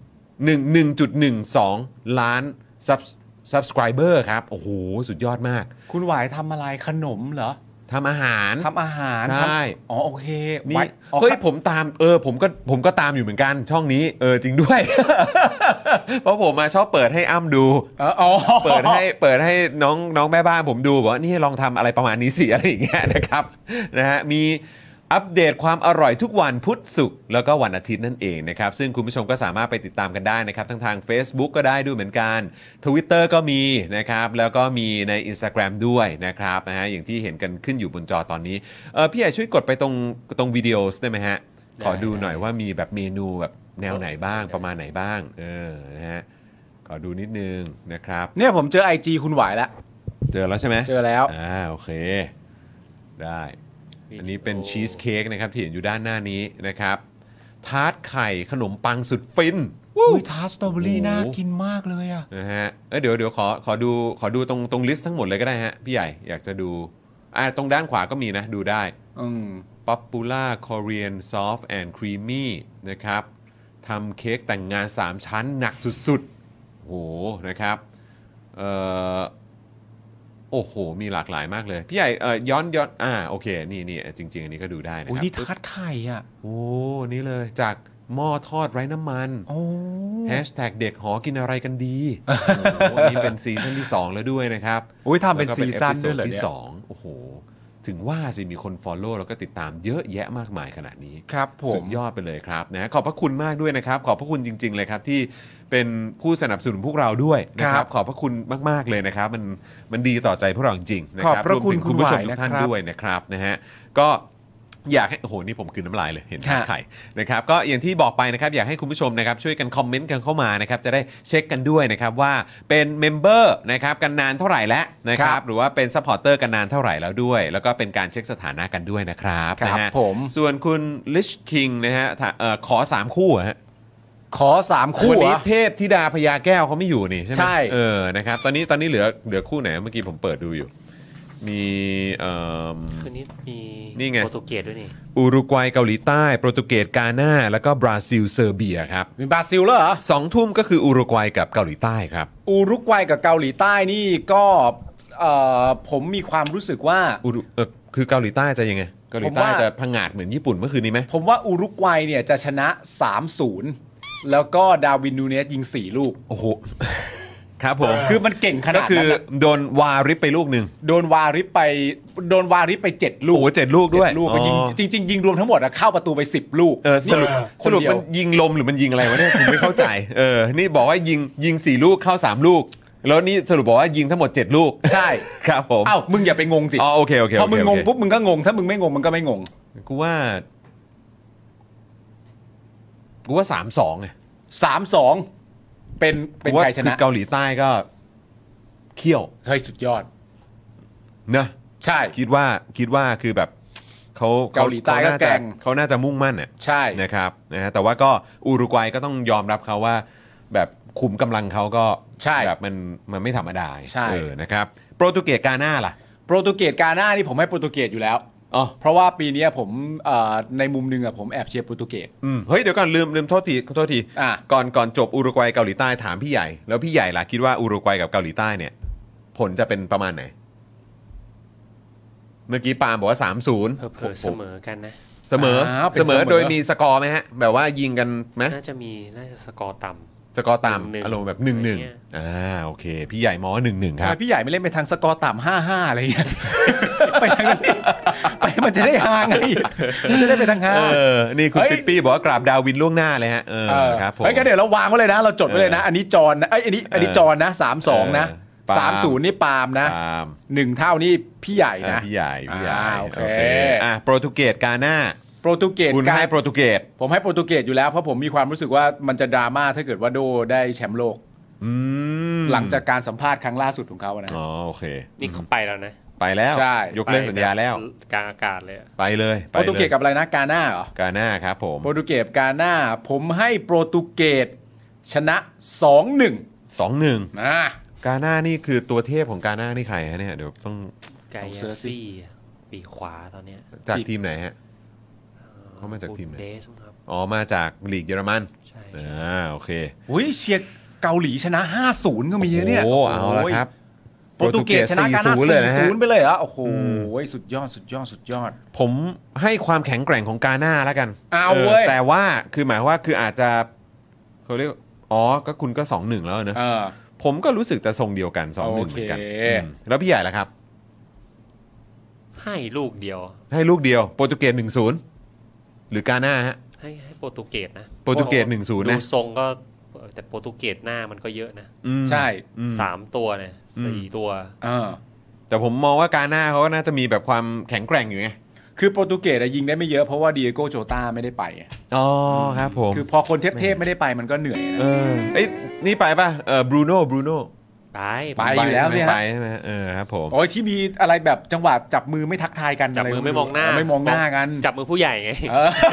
[SPEAKER 2] 1.12 ล้าน subscriber ครับโอ้โหสุดยอดมาก
[SPEAKER 3] คุณหวายทำอะไรขนมเหรอ
[SPEAKER 2] ทำอาหารใช่
[SPEAKER 3] อ๋อโอเค
[SPEAKER 2] นี่เฮ้ยผมตามผมก็ตามอยู่เหมือนกันช่องนี้จริงด้วย เพราะผมมาชอบเปิดให้อ้ำดูเปิดให้น้องแม่บ้านผมดูบอกว่านี่ลองทำอะไรประมาณนี้สิอะไรอย่างเงี้ยนะครับนะฮะมีอัปเดตความอร่อยทุกวันพุธศุกร์แล้วก็วันอาทิตย์นั่นเองนะครับซึ่งคุณผู้ชมก็สามารถไปติดตามกันได้นะครับทั้งทาง Facebook ก็ได้ด้วยเหมือนกัน Twitter ก็มีนะครับแล้วก็มีใน Instagram ด้วยนะครับนะฮะอย่างที่เห็นกันขึ้นอยู่บนจอตอนนี้พี่ใหญ่ช่วยกดไปตรงวิดีโอได้ไหมฮะขอดูหน่อยว่ามีแบบเมนูแบบแนวไหนบ้างประมาณไหนบ้างนะฮะขอดูนิดนึงนะครับ
[SPEAKER 3] เนี่ยผมเจอ IG คุณหวายแล้ว
[SPEAKER 2] เจอแล้วใช่ไหม
[SPEAKER 3] เจอแล้ว
[SPEAKER 2] โอเคได้อันนี้เป็นชีสเค้กนะครับที่เห็นอยู่ด้านหน้านี้นะครับทาร์ตไข่ขนมปังสุดฟิน
[SPEAKER 3] ทาร์ตสตรอเบอรี่น่ากินมากเลยอ่ะ
[SPEAKER 2] นะฮะเดี๋ยวขอดูตรงลิสต์ทั้งหมดเลยก็ได้ฮะพี่ใหญ่อยากจะดูตรงด้านขวาก็มีนะดูได้Popular Korean Soft and Creamy นะครับทำเค้กแต่งงาน3ชั้นหนักสุดๆโหนะครับโอ้โหมีหลากหลายมากเลยพี่ใหญ่ย้อนโอเคนี่จริงๆอันนี้ก็ดูได้นะครับ
[SPEAKER 3] นี่ทาร์ตไข่อ่ะ
[SPEAKER 2] โอ้นี่เลยจากหม้อทอดไร้น้ำมัน#เด็กหอกินอะไรกันดีนี่เป็นซีซั่นที่2แล้วด้วยนะครับ
[SPEAKER 3] ทำเป็นซีซั่นด้วยเหรอ
[SPEAKER 2] ที่2โอ้โหถึงว่าสิมีคน follow แล้วก็ติดตามเยอะแยะมากมายขนาดนี้
[SPEAKER 3] ครับผม
[SPEAKER 2] สุดยอดไปเลยครับนะขอบพระคุณมากด้วยนะครับขอบพระคุณจริงๆเลยครับที่เป็นผู้สนับสนุนพวกเราด้วยนะครับขอบพระคุณมากๆเลยนะครับมันดีต่อใจพวกเราจริงๆนะ
[SPEAKER 3] ค
[SPEAKER 2] รับ
[SPEAKER 3] รวมถึง
[SPEAKER 2] คุณผู้ชมทุกท่านด้วยนะครับนะฮะก็อยากให้โอ้โหนี่ผมคืนน้ำลายเลยเห็นไข่นะครับก็อย่างที่บอกไปนะครับอยากให้คุณผู้ชมนะครับช่วยกันคอมเมนต์กันเข้ามานะครับจะได้เช็คกันด้วยนะครับว่าเป็นเมมเบอร์นะครับกันนานเท่าไหร่แล้วนะครับหรือว่าเป็นซัพพอร์เตอร์กันนานเท่าไหร่แล้วด้วยแล้วก็เป็นการเช็คสถานะกันด้วยนะครับนะฮะส่วนคุณลิชคิงนะฮะขอ3คู่ฮะ
[SPEAKER 3] ขอ3คู่
[SPEAKER 2] วันนี้เทพธิดาพญาแก้วเขาไม่อยู่นี่ใช่ไหมใช่นะครับตอนนี้เหลือคู่ไหนเมื่อกี้ผมเปิดดูอยู่มี
[SPEAKER 4] คืนนี้มี
[SPEAKER 2] นี่ไง
[SPEAKER 4] โปรตุเกสด้วยนี่
[SPEAKER 2] อุรุกวัยเกาหลีใต้โปรตุเกสกาน่าแล้วก็บราซิลเซอร์เบียครับ
[SPEAKER 3] มีบราซิลแล้วเหรอ
[SPEAKER 2] 2 ทุ่มก็คืออุรุกวัยกับเกาหลีใต้ครับ
[SPEAKER 3] อุรุกวัยกับเกาหลีใต้นี่ก็ผมมีความรู้สึกว่า
[SPEAKER 2] คือเกาหลีใต้จะยังไงเกาหลีใต้จะพังงาดเหมือนญี่ปุ่นเมื่อคืนนี้ไหม
[SPEAKER 3] ผมว่าอุรุกวัยเนี่ยจะชนะ 3-0 แล้วก็ดาวินนูเนสยิง4ลูก
[SPEAKER 2] โอ้โหครับผม
[SPEAKER 3] คือมันเก่งขนาดนั้น
[SPEAKER 2] ก็คือโดนวาริปไปลูกนึง
[SPEAKER 3] โดนวาริปไป7ลูก
[SPEAKER 2] โอ้7ลูกด้วย
[SPEAKER 3] ยิงจริงยิงรวมทั้งหมดเข้าประตูไป10ลูก
[SPEAKER 2] สรุปมันยิงลมหรือมันยิงอะไรวะเนี่ยผมไม่เข้าใจนี่บอกว่ายิง4ลูกเข้า3ลูกแล้วนี่สรุปบอกว่ายิงทั้งหมด7ลูก
[SPEAKER 3] ใช่
[SPEAKER 2] ครับผม
[SPEAKER 3] มึงอย่าไปงงสิ
[SPEAKER 2] โอเค
[SPEAKER 3] พอมึงงงปุ๊บมึงก็งงถ้ามึงไม่งงมึงก็ไม่งง
[SPEAKER 2] กูว่า3-2ไง
[SPEAKER 3] 3-2เป็นใครชนะ
[SPEAKER 2] เกาหลีใต้ก็เขี้ยว
[SPEAKER 3] เฮ้ยสุดยอด
[SPEAKER 2] นะ
[SPEAKER 3] ใช่
[SPEAKER 2] คิดว่าคือแบบเขา
[SPEAKER 3] เกาหลีใต้ก็แกร่ง
[SPEAKER 2] เขาน่าจะมุ่งมั่นอ่ะ
[SPEAKER 3] ใช่
[SPEAKER 2] นะครับนะฮะแต่ว่าก็อุรุกวัยก็ต้องยอมรับเขาว่าแบบคุมกำลังเขาก็แบบมันไม่ธรรมดานะครับโปรตุเกสกาน่าล่ะ
[SPEAKER 3] โปรตุเกสกาน่านี่ผมให้โปรตุเกสอยู่แล้วเพราะว่าปีนี้ผมในมุมนึงผมแอบเชียร์โปรตุเกส
[SPEAKER 2] เฮ้ยเดี๋ยวก่อนลืมโทษทีก่อนจบอุรุกวัยเกาหลีใต้ถามพี่ใหญ่แล้วพี่ใหญ่ล่ะคิดว่าอุรุกวัยกับเกาหลีใต้เนี่ยผลจะเป็นประมาณไหนเมื่อกี้ปาล์มบอกว่า 3-0
[SPEAKER 4] เสมอกันนะ
[SPEAKER 2] เสมอโดยมีสกอร์ไหมฮะแบบว่ายิงกันไหม
[SPEAKER 4] น่าจะสกอร์ต่ำ
[SPEAKER 2] สกอร์ต่ำอารมณ์แบบ 1-1โอเคพี่ใหญ่มองว่า 1-1 ครับ
[SPEAKER 3] พี่ใหญ่ไม่เล่นไปทางสกอร์ต่ำ 5-5 อะไรเงี้ยไปทางนั้นไปมันจะได้ฮาไงมันจะได้ไปทาง5
[SPEAKER 2] นี่คุณปิ๊ปปี้บอกว่ากราบดาวินล่วงหน้าเลยฮะครับผม
[SPEAKER 3] งั้นเดี๋ยวเราวางไว้เลยนะเราจดไว้เลยนะอันนี้จอนนะอันนี้จอนนะ 3-2 นะ 3-0 นี่ปาล์มนะ1เท่านี่พี่ใหญ่นะ
[SPEAKER 2] พี่ใหญ่โอเคโปรตุเกสกาน่า
[SPEAKER 3] โปรตุเกส
[SPEAKER 2] คุณให้โปรตุเกส
[SPEAKER 3] ผมให้โปรตุเกสอยู่แล้วเพราะผมมีความรู้สึกว่ามันจะดราม่าถ้าเกิดว่าโดได้แชมป์โลกหลังจากการสัมภาษณ์ครั้งล่าสุดของเขานะ
[SPEAKER 2] โอเค
[SPEAKER 4] นี่เขาไปแล้วนะ
[SPEAKER 2] ไปแล้วยกเลิกสัญญาแล้ว
[SPEAKER 4] กลางอากาศเลย
[SPEAKER 2] ไปเลย
[SPEAKER 3] โปรตุเกสกับอะไรนะกาน่าเหร
[SPEAKER 2] อกาน่าครับผม
[SPEAKER 3] โปรตุเกสกาน่าผมให้โปรตุเกสชนะ 2-1
[SPEAKER 2] กาน่านี่คือตัวเทพของกาน่านี่ใครฮะเนี่ยเดี๋ยวต้อง
[SPEAKER 4] ไกยาซี่ปีขวาตอนนี้
[SPEAKER 2] จากทีมไหนฮะเขามาจากทีมไหน
[SPEAKER 4] เดสครับ
[SPEAKER 2] อ๋อมาจากลีกเยอรมัน
[SPEAKER 4] ใช่
[SPEAKER 2] โอเค
[SPEAKER 3] อุ้ยเชียร์เกาหลีชนะ 5-0 ก็มีเนี่ย
[SPEAKER 2] โอ้เอาละครับ
[SPEAKER 3] โปรตุเกสชนะกาน่า 4-0 ไปเลยเหรอโอ้โหสุดยอด
[SPEAKER 2] ผมให้ความแข็งแกร่งของกาน่าแล้วกัน
[SPEAKER 3] เว้ย
[SPEAKER 2] แต่ว่าคือหมายว่าคืออาจจะเขาเรียกก็คุณก็ 2-1 แล้วเนอะผมก็รู้สึกแต่ทรงเดียวกัน 2-1 เหมือนกันแล้วพี่ใหญ่ล่ะครับ
[SPEAKER 4] ให้ลูกเดียว
[SPEAKER 2] โปรตุเกส 1-0 หรือกาน่าฮะ
[SPEAKER 4] ให้โปรตุเกสนะ
[SPEAKER 2] โปรตุเกส 1-0 นะ
[SPEAKER 4] ดูทรงก็แต่โปรตุเกสหน้ามันก็เยอะนะ
[SPEAKER 3] ใช่
[SPEAKER 4] 3ตัวเนี่ย4ตัว
[SPEAKER 2] แต่ผมมองว่ากาน่าเขาก็น่าจะมีแบบความแข็งแกร่งอยู่ไง
[SPEAKER 3] คือโปรตุเกสยิงได้ไม่เยอะเพราะว่าดิเอโกโจตาไม่ได้ไป
[SPEAKER 2] ครับผม
[SPEAKER 3] คือพอคนเทพไม่ได้ไปมันก็เหนื่อยนะ
[SPEAKER 2] นี่ไปป่ะบรูโน่
[SPEAKER 3] ไปอยู่แล้วเนี่ย
[SPEAKER 2] ไปใช่ไหมครับผม
[SPEAKER 3] โอ้ยที่มีอะไรแบบจังหวะจับมือไม่ทักทายกัน
[SPEAKER 4] จับมือไม่มองหน้า
[SPEAKER 3] กัน
[SPEAKER 4] จับมือผู้ใหญ่ไง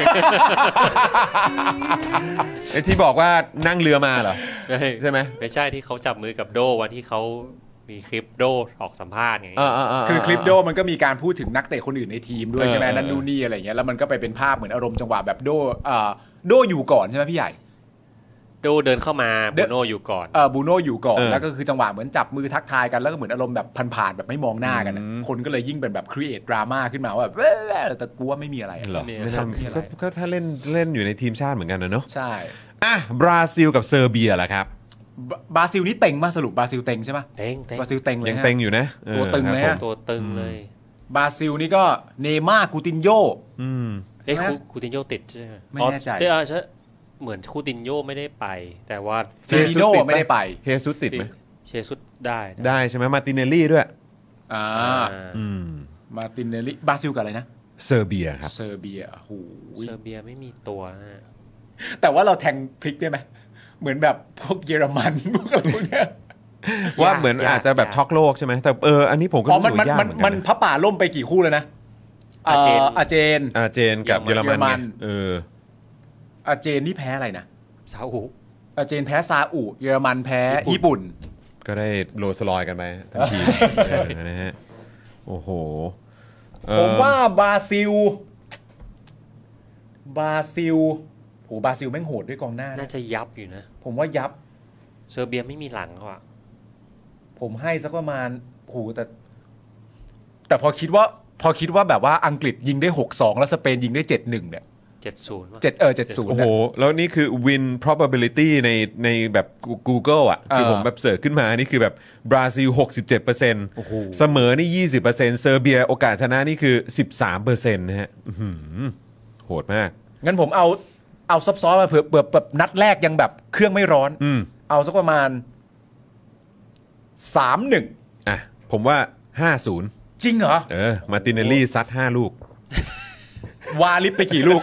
[SPEAKER 2] ที่บอกว่านั่งเรือมาเหรอใช่ไหม
[SPEAKER 4] ไม่ใช่ที่เขาจับมือกับโดวันที่เขามีคลิปโดออกสัมภาษณ์ไง
[SPEAKER 3] คือคลิปโดมันก็มีการพูดถึงนักเตะคนอื่นในทีมด้วยใช่ไหมนั่นนู่นนี่อะไรเงี้ยแล้วมันก็ไปเป็นภาพเหมือนอารมณ์จังหวะแบบโดอยู่ก่อนใช่ไหมพี่ใหญ่
[SPEAKER 4] โดเดินเข้ามาบูโน่อยู่ก่อน
[SPEAKER 3] บูโน่อยู่ก่อนแล้วก็คือจังหวะเหมือนจับมือทักทายกันแล้วก็เหมือนอารมณ์แบบผ่านๆแบบไม่มองหน้ากันคนก็เลยยิ่งเป็นแบบครีเอทดราม่าขึ้นมาว่าแบบแต่กูว่าไม่มีอะไร
[SPEAKER 2] หรอไม่ทำก็ถ้าเล่นอยู่ในทีมชาติเหมือนกันนะเนาะ
[SPEAKER 3] ใช่
[SPEAKER 2] บราซิลกับเซอร์เบียล่ะครับ
[SPEAKER 3] บราซิลนี่เต็งมาสรุปบราซิลเต็งใช่ป่ะ
[SPEAKER 4] เต็ง
[SPEAKER 3] บราซิลเต็งเลย
[SPEAKER 2] ยังเต็งอยู่นะ
[SPEAKER 3] ตัวตึงเลย
[SPEAKER 4] ตัวตึงเลย
[SPEAKER 3] บราซิลนี่ก็เนม่าคูตินโญ่
[SPEAKER 4] คูตินโญ่ติดใช่ไหม
[SPEAKER 3] ไม่แน่ใจ
[SPEAKER 4] เหมือนคูตินโญ่ไม่ได้ไปแต่ว่า
[SPEAKER 3] เฟมิโนไม่ได้ไป
[SPEAKER 2] เฮซุสติดไหม
[SPEAKER 4] เฮซุสได้
[SPEAKER 2] ใช่ไหมมาติเนลลี่ด้วย
[SPEAKER 3] มาติเนลลี่บราซิลกับอะไรนะ
[SPEAKER 2] เซอร์เบียครับ
[SPEAKER 3] เซอร์เบียโห
[SPEAKER 4] เซอร์เบียไม่มีตัวนะ
[SPEAKER 3] แต่ว่าเราแทงพลิกได้ไหมเหมือนแบบพวกเยอรมันพวกอะไรพวกเนี้ย
[SPEAKER 2] ว่าเหมือนอาจจะแบบช็อกโลกใช่ไหมแต่อันนี้ผมก็รู้สึกยากเหมือนกัน
[SPEAKER 3] มันพระป่าล่มไปกี่คู่เลยนะอาเจน
[SPEAKER 2] กับเยอรมัน
[SPEAKER 3] อาเจนนี่แพ้อะไรนะ
[SPEAKER 4] ซาอุ
[SPEAKER 3] อาเจนแพ้ซาอุเยอรมันแพ้ญี่ปุ่น
[SPEAKER 2] ก็ได้โรลส์รอยกันไปทั้งทีมนะฮะโอ้โห
[SPEAKER 3] ผมว่าบราซิลโหบราซิลแม่งโหดด้วยกองหน้า
[SPEAKER 4] น่าจะยับอยู่นะ
[SPEAKER 3] ผมว่ายับ
[SPEAKER 4] เซอร์เบียไม่มีหลังเขาอะ
[SPEAKER 3] ผมให้สักประมาณโหแต่พอคิดว่าแบบว่าอังกฤษยิงได้ 6-2 แล้วสเปนยิงได้ 7-1 เนี่ย70
[SPEAKER 2] โอ้โหแล้วนี่คือ win probability ในแบบ Google อ่ะคือผมแบบเสิร์ชขึ้นมานี่คือแบบบราซิล 67% เสมอนี่ 20% เซอร์เบียโอกาสชนะนี่คือ 13% นะฮะโหดมาก
[SPEAKER 3] งั้นผมเอาซับซ้อนมาเผื่อแบบนัดแรกยังแบบเครื่องไม่ร้อนเอาสักประมาณ 3-1
[SPEAKER 2] ผมว่า 5-0
[SPEAKER 3] จริงเหรอ
[SPEAKER 2] มาติเนลลี่ซัด5ลูก
[SPEAKER 3] วาลิปไปกี่ลูก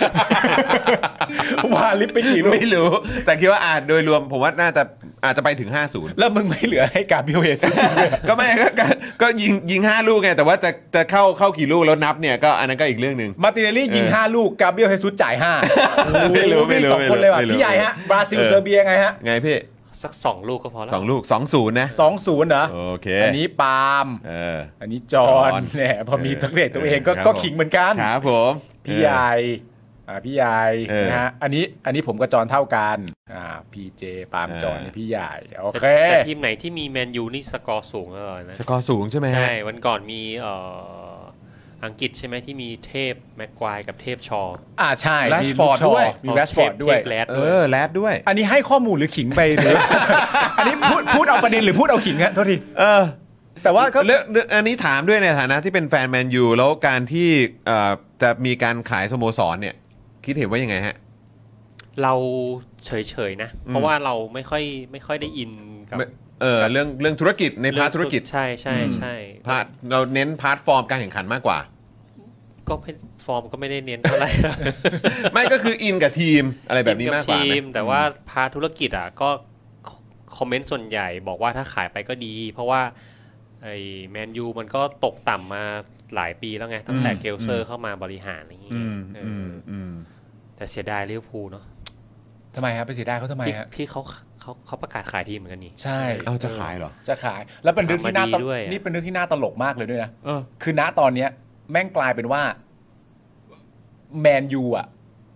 [SPEAKER 2] ไม่รู้แต่คิดว่าโดยรวมผมว่าน่าจะอาจจะไปถึง 50
[SPEAKER 3] แล้วมึงไม่เหลือให้กาเบรียลเฮซุส
[SPEAKER 2] ก็ไม่ก็ยิง5ลูกไงแต่ว่าจะเข้ากี่ลูกแล้วนับเนี่ยก็อันนั้นก็อีกเรื่องนึง
[SPEAKER 3] มาร์ติเนลลี่ยิง5ลูกกาเบรียลเฮซุสจ่าย5ไม่รู้2คนเลยว่ะพี่ใหญ่ฮะบราซิลเซอร์เบียไงฮะ
[SPEAKER 2] ไงพี่
[SPEAKER 4] สัก2ลูกก็พอแล้ว
[SPEAKER 2] 2ลูก 2-0 นะ
[SPEAKER 3] 2-0 เหรอ
[SPEAKER 2] โอเค
[SPEAKER 3] อันนี้ปาล์มอันนี้จอห์นเนี่ยพอมีตักเรทตัวเองก็ขิงเหมือนกัน
[SPEAKER 2] ครับผม
[SPEAKER 3] พี่ใหญ่นะฮะอันนี้ผมกับจอห์นเท่ากันพีเจปาล์มจอห์นพี่ใหญ่โอเค
[SPEAKER 4] แต่ทีมไหนที่มีแมนยูนี่สกอร์สูงเลยนะ
[SPEAKER 2] สกอร์สูงใช่ไหม
[SPEAKER 4] ใช่วันก่อนมีอังกฤษใช่ไหมที่มีเทพแม็กควายกับเทพชอ
[SPEAKER 3] ใช่มีแรชฟอร์ดด้วยมีแรชฟอร์ดด้วย
[SPEAKER 2] แรดด้วย
[SPEAKER 3] อันนี้ให้ข้อมูลหรือขิงไปหรืออันนี้พูดเอาประเด็นหรือพูดเอาขิงฮะโทษทีแต่ว่าก็
[SPEAKER 2] อันนี้ถามด้วยในฐานะที่เป็นแฟนแมนยูแล้วการที่จะมีการขายสโมสรเนี่ยคิดเห็นว่ายังไงฮะ
[SPEAKER 4] เราเฉยๆนะเพราะว่าเราไม่ค่อยได้อินกับ
[SPEAKER 2] เรื่องธุรกิจในพาร์ทธุรกิจ
[SPEAKER 4] ใช่
[SPEAKER 2] พาร์ทเราเน้นพาร์ทฟอร์มการแข่งขันมากกว่า
[SPEAKER 4] ก็ฟอร์มก็ไม่ได้เน้นเท่าไหร่
[SPEAKER 2] ไม่ก็คืออินกับทีมอะไรแบบนี้มากกว่า
[SPEAKER 4] ทีมแต่ว่าพาร์ทธุรกิจก็คอมเมนต์ส่วนใหญ่บอกว่าถ้าขายไปก็ดีเพราะว่าไอ้แมนยูมันก็ตกต่ำมาหลายปีแล้วไงตั้งแต่เกลเซอร์เข้ามาบริหารอย่างนี้แต่เสียดายลิเวอร์พูลเนาะ
[SPEAKER 3] ทำไมครับไปเสียดายเขาทำไมฮะ
[SPEAKER 4] ที่เขาประกาศขายทีมเหมือนกันนี่
[SPEAKER 3] ใช่
[SPEAKER 2] จะขายเหรอ
[SPEAKER 3] จะขายแล้วเป็นเรื่องที่น่านี่เป็นเรื่องที่น่าตลกมากเลยด้วยนะคือณตอนเนี้ยแม่งกลายเป็นว่าแมนยู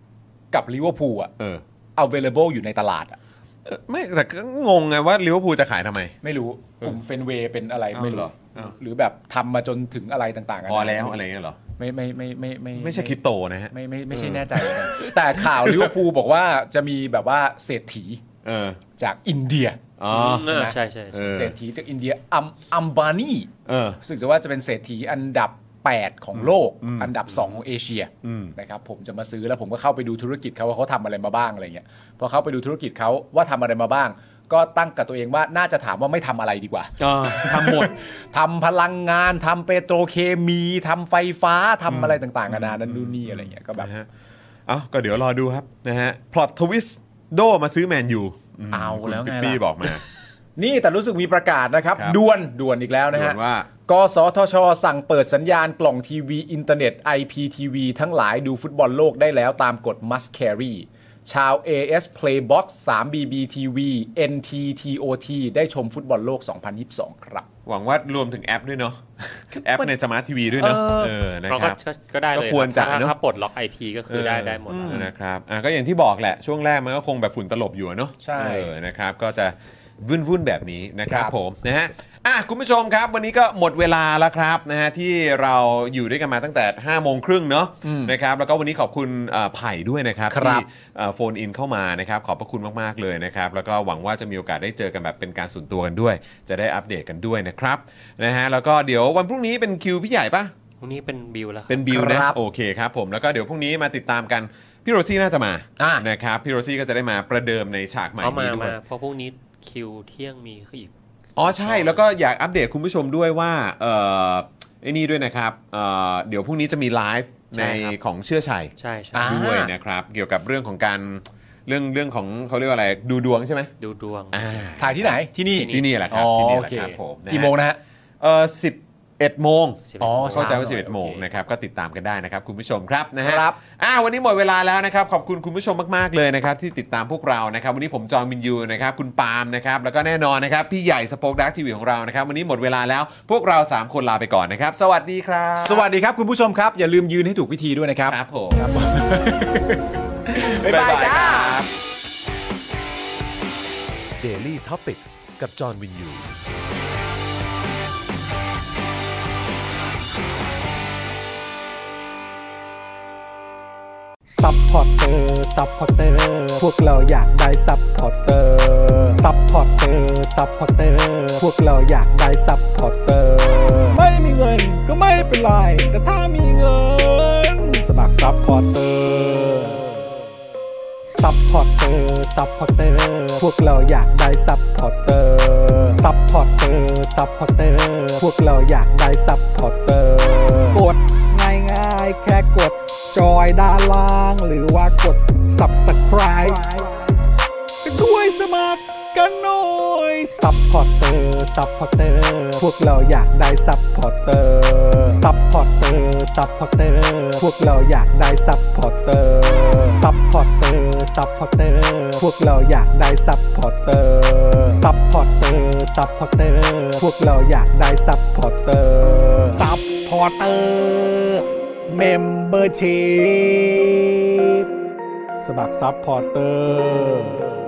[SPEAKER 3] กับลิเวอร์พูลอ่ะavailable อยู่ในตลาดอ่ะ
[SPEAKER 2] ไม่แต่ก็งงไงว่าลิเวอร์พูลจะขายทำไม
[SPEAKER 3] ไม่รู้กลุ่มเฟนเวย์เป็นอะไรไม่รู้หรือแบบทำมาจนถึงอะไรต่างๆ
[SPEAKER 2] พอแล้วอะไรเงี้ยหรอไม่ใช่คริปโตนะฮะ
[SPEAKER 3] ไม่ใช่แน่ใจแต่ข่าวลิเวอร์พูลบอกว่าจะมีแบบว่าเศรษฐีจากอินเดีย
[SPEAKER 4] ใช่
[SPEAKER 3] เศรษฐีจากอินเดียอัมบานีรู้สึกว่าจะเป็นเศรษฐีอันดับ8ของโลกอันดับ2ของเอเชียนะครับผมจะมาซื้อแล้วผมก็เข้าไปดูธุรกิจเขาว่าเขาทำอะไรมาบ้างอะไรเงี้ยพอเข้าไปดูธุรกิจเขาว่าทำอะไรมาบ้างก็ตั้งกับตัวเองว่าน่าจะถามว่าไม่ทำอะไรดีกว่า
[SPEAKER 2] ทำหมด
[SPEAKER 3] ทำพลังงานทำเปโตรเคมีทำไฟฟ้าทำอะไรต่างๆนานานั่นนู่นนี่อะไรเงี้ยก็แบบ
[SPEAKER 2] ก็เดี๋ยวรอดูครับนะฮะพลอตทวิสโดมาซื้อแมนยู
[SPEAKER 3] เอาแล้วไงล่ะ
[SPEAKER 2] พี่บอกมา
[SPEAKER 3] นี่แต่รู้สึกมีประกาศนะครับด่วนอีกแล้วนะฮะว่ากสทช.สั่งเปิดสัญญาณกล่องทีวีอินเทอร์เน็ต IPTV ทั้งหลายดูฟุตบอลโลกได้แล้วตามกฎ must carry ชาว AS Playbox 3BB TV NT TOT ได้ชมฟุตบอลโลก 2022 ครับ
[SPEAKER 2] หวังว่ารวมถึงแอปด้วยเนาะแอปในสมาร์ททีวีด้วยเนาะ
[SPEAKER 4] นะครับก็ได้เลย
[SPEAKER 2] ควรจะ
[SPEAKER 4] ถ้าปลดล็อก IP ก็คือได้หมด
[SPEAKER 2] นะครับก็อย่างที่บอกแหละช่วงแรกมันก็คงแบบฝุ่นตลบอยู่เนาะ
[SPEAKER 3] ใช่
[SPEAKER 2] นะครับก็จะวุ่นแบบนี้นะครับผมนะฮะคุณผู้ชมครับวันนี้ก็หมดเวลาแล้วครับนะฮะที่เราอยู่ด้วยกันมาตั้งแต่ 5:30 น.เนาะนะครับแล้วก็วันนี้ขอบคุณไผ่ด้วยนะครับที่โฟนอินเข้ามานะครับขอบพระคุณมากๆเลยนะครับแล้วก็หวังว่าจะมีโอกาสได้เจอกันแบบเป็นการส่วนตัวกันด้วยจะได้อัปเดตกันด้วยนะครับนะฮะแล้วก็เดี๋ยววันพรุ่งนี้เป็นคิวพี่ใหญ่ปะ
[SPEAKER 4] พรุ่งนี้เป็นบิวแล้ว
[SPEAKER 2] เป็นบิวนะโอเคครับผมแล้วก็เดี๋ยวพรุ่งนี้มาติดตามกันพี่โรซี่น่าจะมานะครับพี่โรซี่ก็จะได้มาประเดิมในฉากใหม่นี้ด้วย
[SPEAKER 4] เพราะพรุ่งนี้คิวเที่ยงมีอีก
[SPEAKER 2] ใช่แล้วก็อยากอัปเดตคุณผู้ชมด้วยว่าไอ้นี่ด้วยนะครับเดี๋ยวพรุ่งนี้จะมีไลฟ์ในของเชื่อชัย
[SPEAKER 4] ใช่
[SPEAKER 2] ด้วยนะครับเกี่ยวกับเรื่องของการเรื่องของเขาเรียกว่าอะไรดูดวงใช่ไหม
[SPEAKER 4] ดูดวง
[SPEAKER 3] ถ่ายที่ไหนที่
[SPEAKER 2] นี่แหละครับที่นี่แหละครับผม
[SPEAKER 3] กี่โมงนะฮะ
[SPEAKER 2] 11 โมงเข้าใจว่า11 โมงนะครับก็ติดตามกันได้นะครับคุณผู้ชมครับนะฮะวันนี้หมดเวลาแล้วนะครับขอบคุณคุณผู้ชมมากๆเลยนะครับที่ติดตามพวกเรานะครับวันนี้ผมจอห์นวินยูนะครับคุณปาล์มนะครับแล้วก็แน่นอนนะครับพี่ใหญ่สป็อคดักทีวีของเรานะครับวันนี้หมดเวลาแล้วพวกเรา3คนลาไปก่อนนะครับสวัสดีครับ
[SPEAKER 3] สวัสดีครับคุณผู้ชมครับอย่าลืมยืนให้ถูกวิธีด้วยนะครับ
[SPEAKER 2] ครับผม
[SPEAKER 3] บ๊ายบายครับ
[SPEAKER 7] Daily Topics กับจอห์นวินยู
[SPEAKER 1] ซัพพอร์เตอร์พวกเราอยากได้ซัพพอร์เตอร์พวกเราอยากได้ซัพพอร์เตอร์ไม่มีเงินก็ไม่เป็นไรแต่ถ้ามีเงินสมัครซัพพอร์เตอร์พวกเราอยากได้ซัพพอร์เตอร์พวกเราอยากได้ซัพพอร์เตอร์กดง่ายๆแค่กดจอยด้านล่างหรือว่ากด Subscribe ไปด้วยสมัครกันหน่อยซัพพอร์เตอร์พวกเราอยากได้ซัพพอร์เตอร์พวกเราอยากได้ซัพพอร์เตอร์พวกเราอยากได้ซัพพอร์เตอร์พวกเราอยากได้ซัพพอร์เตอร์เมมเบอร์ชีพสมัครซัพพอร์เตอร์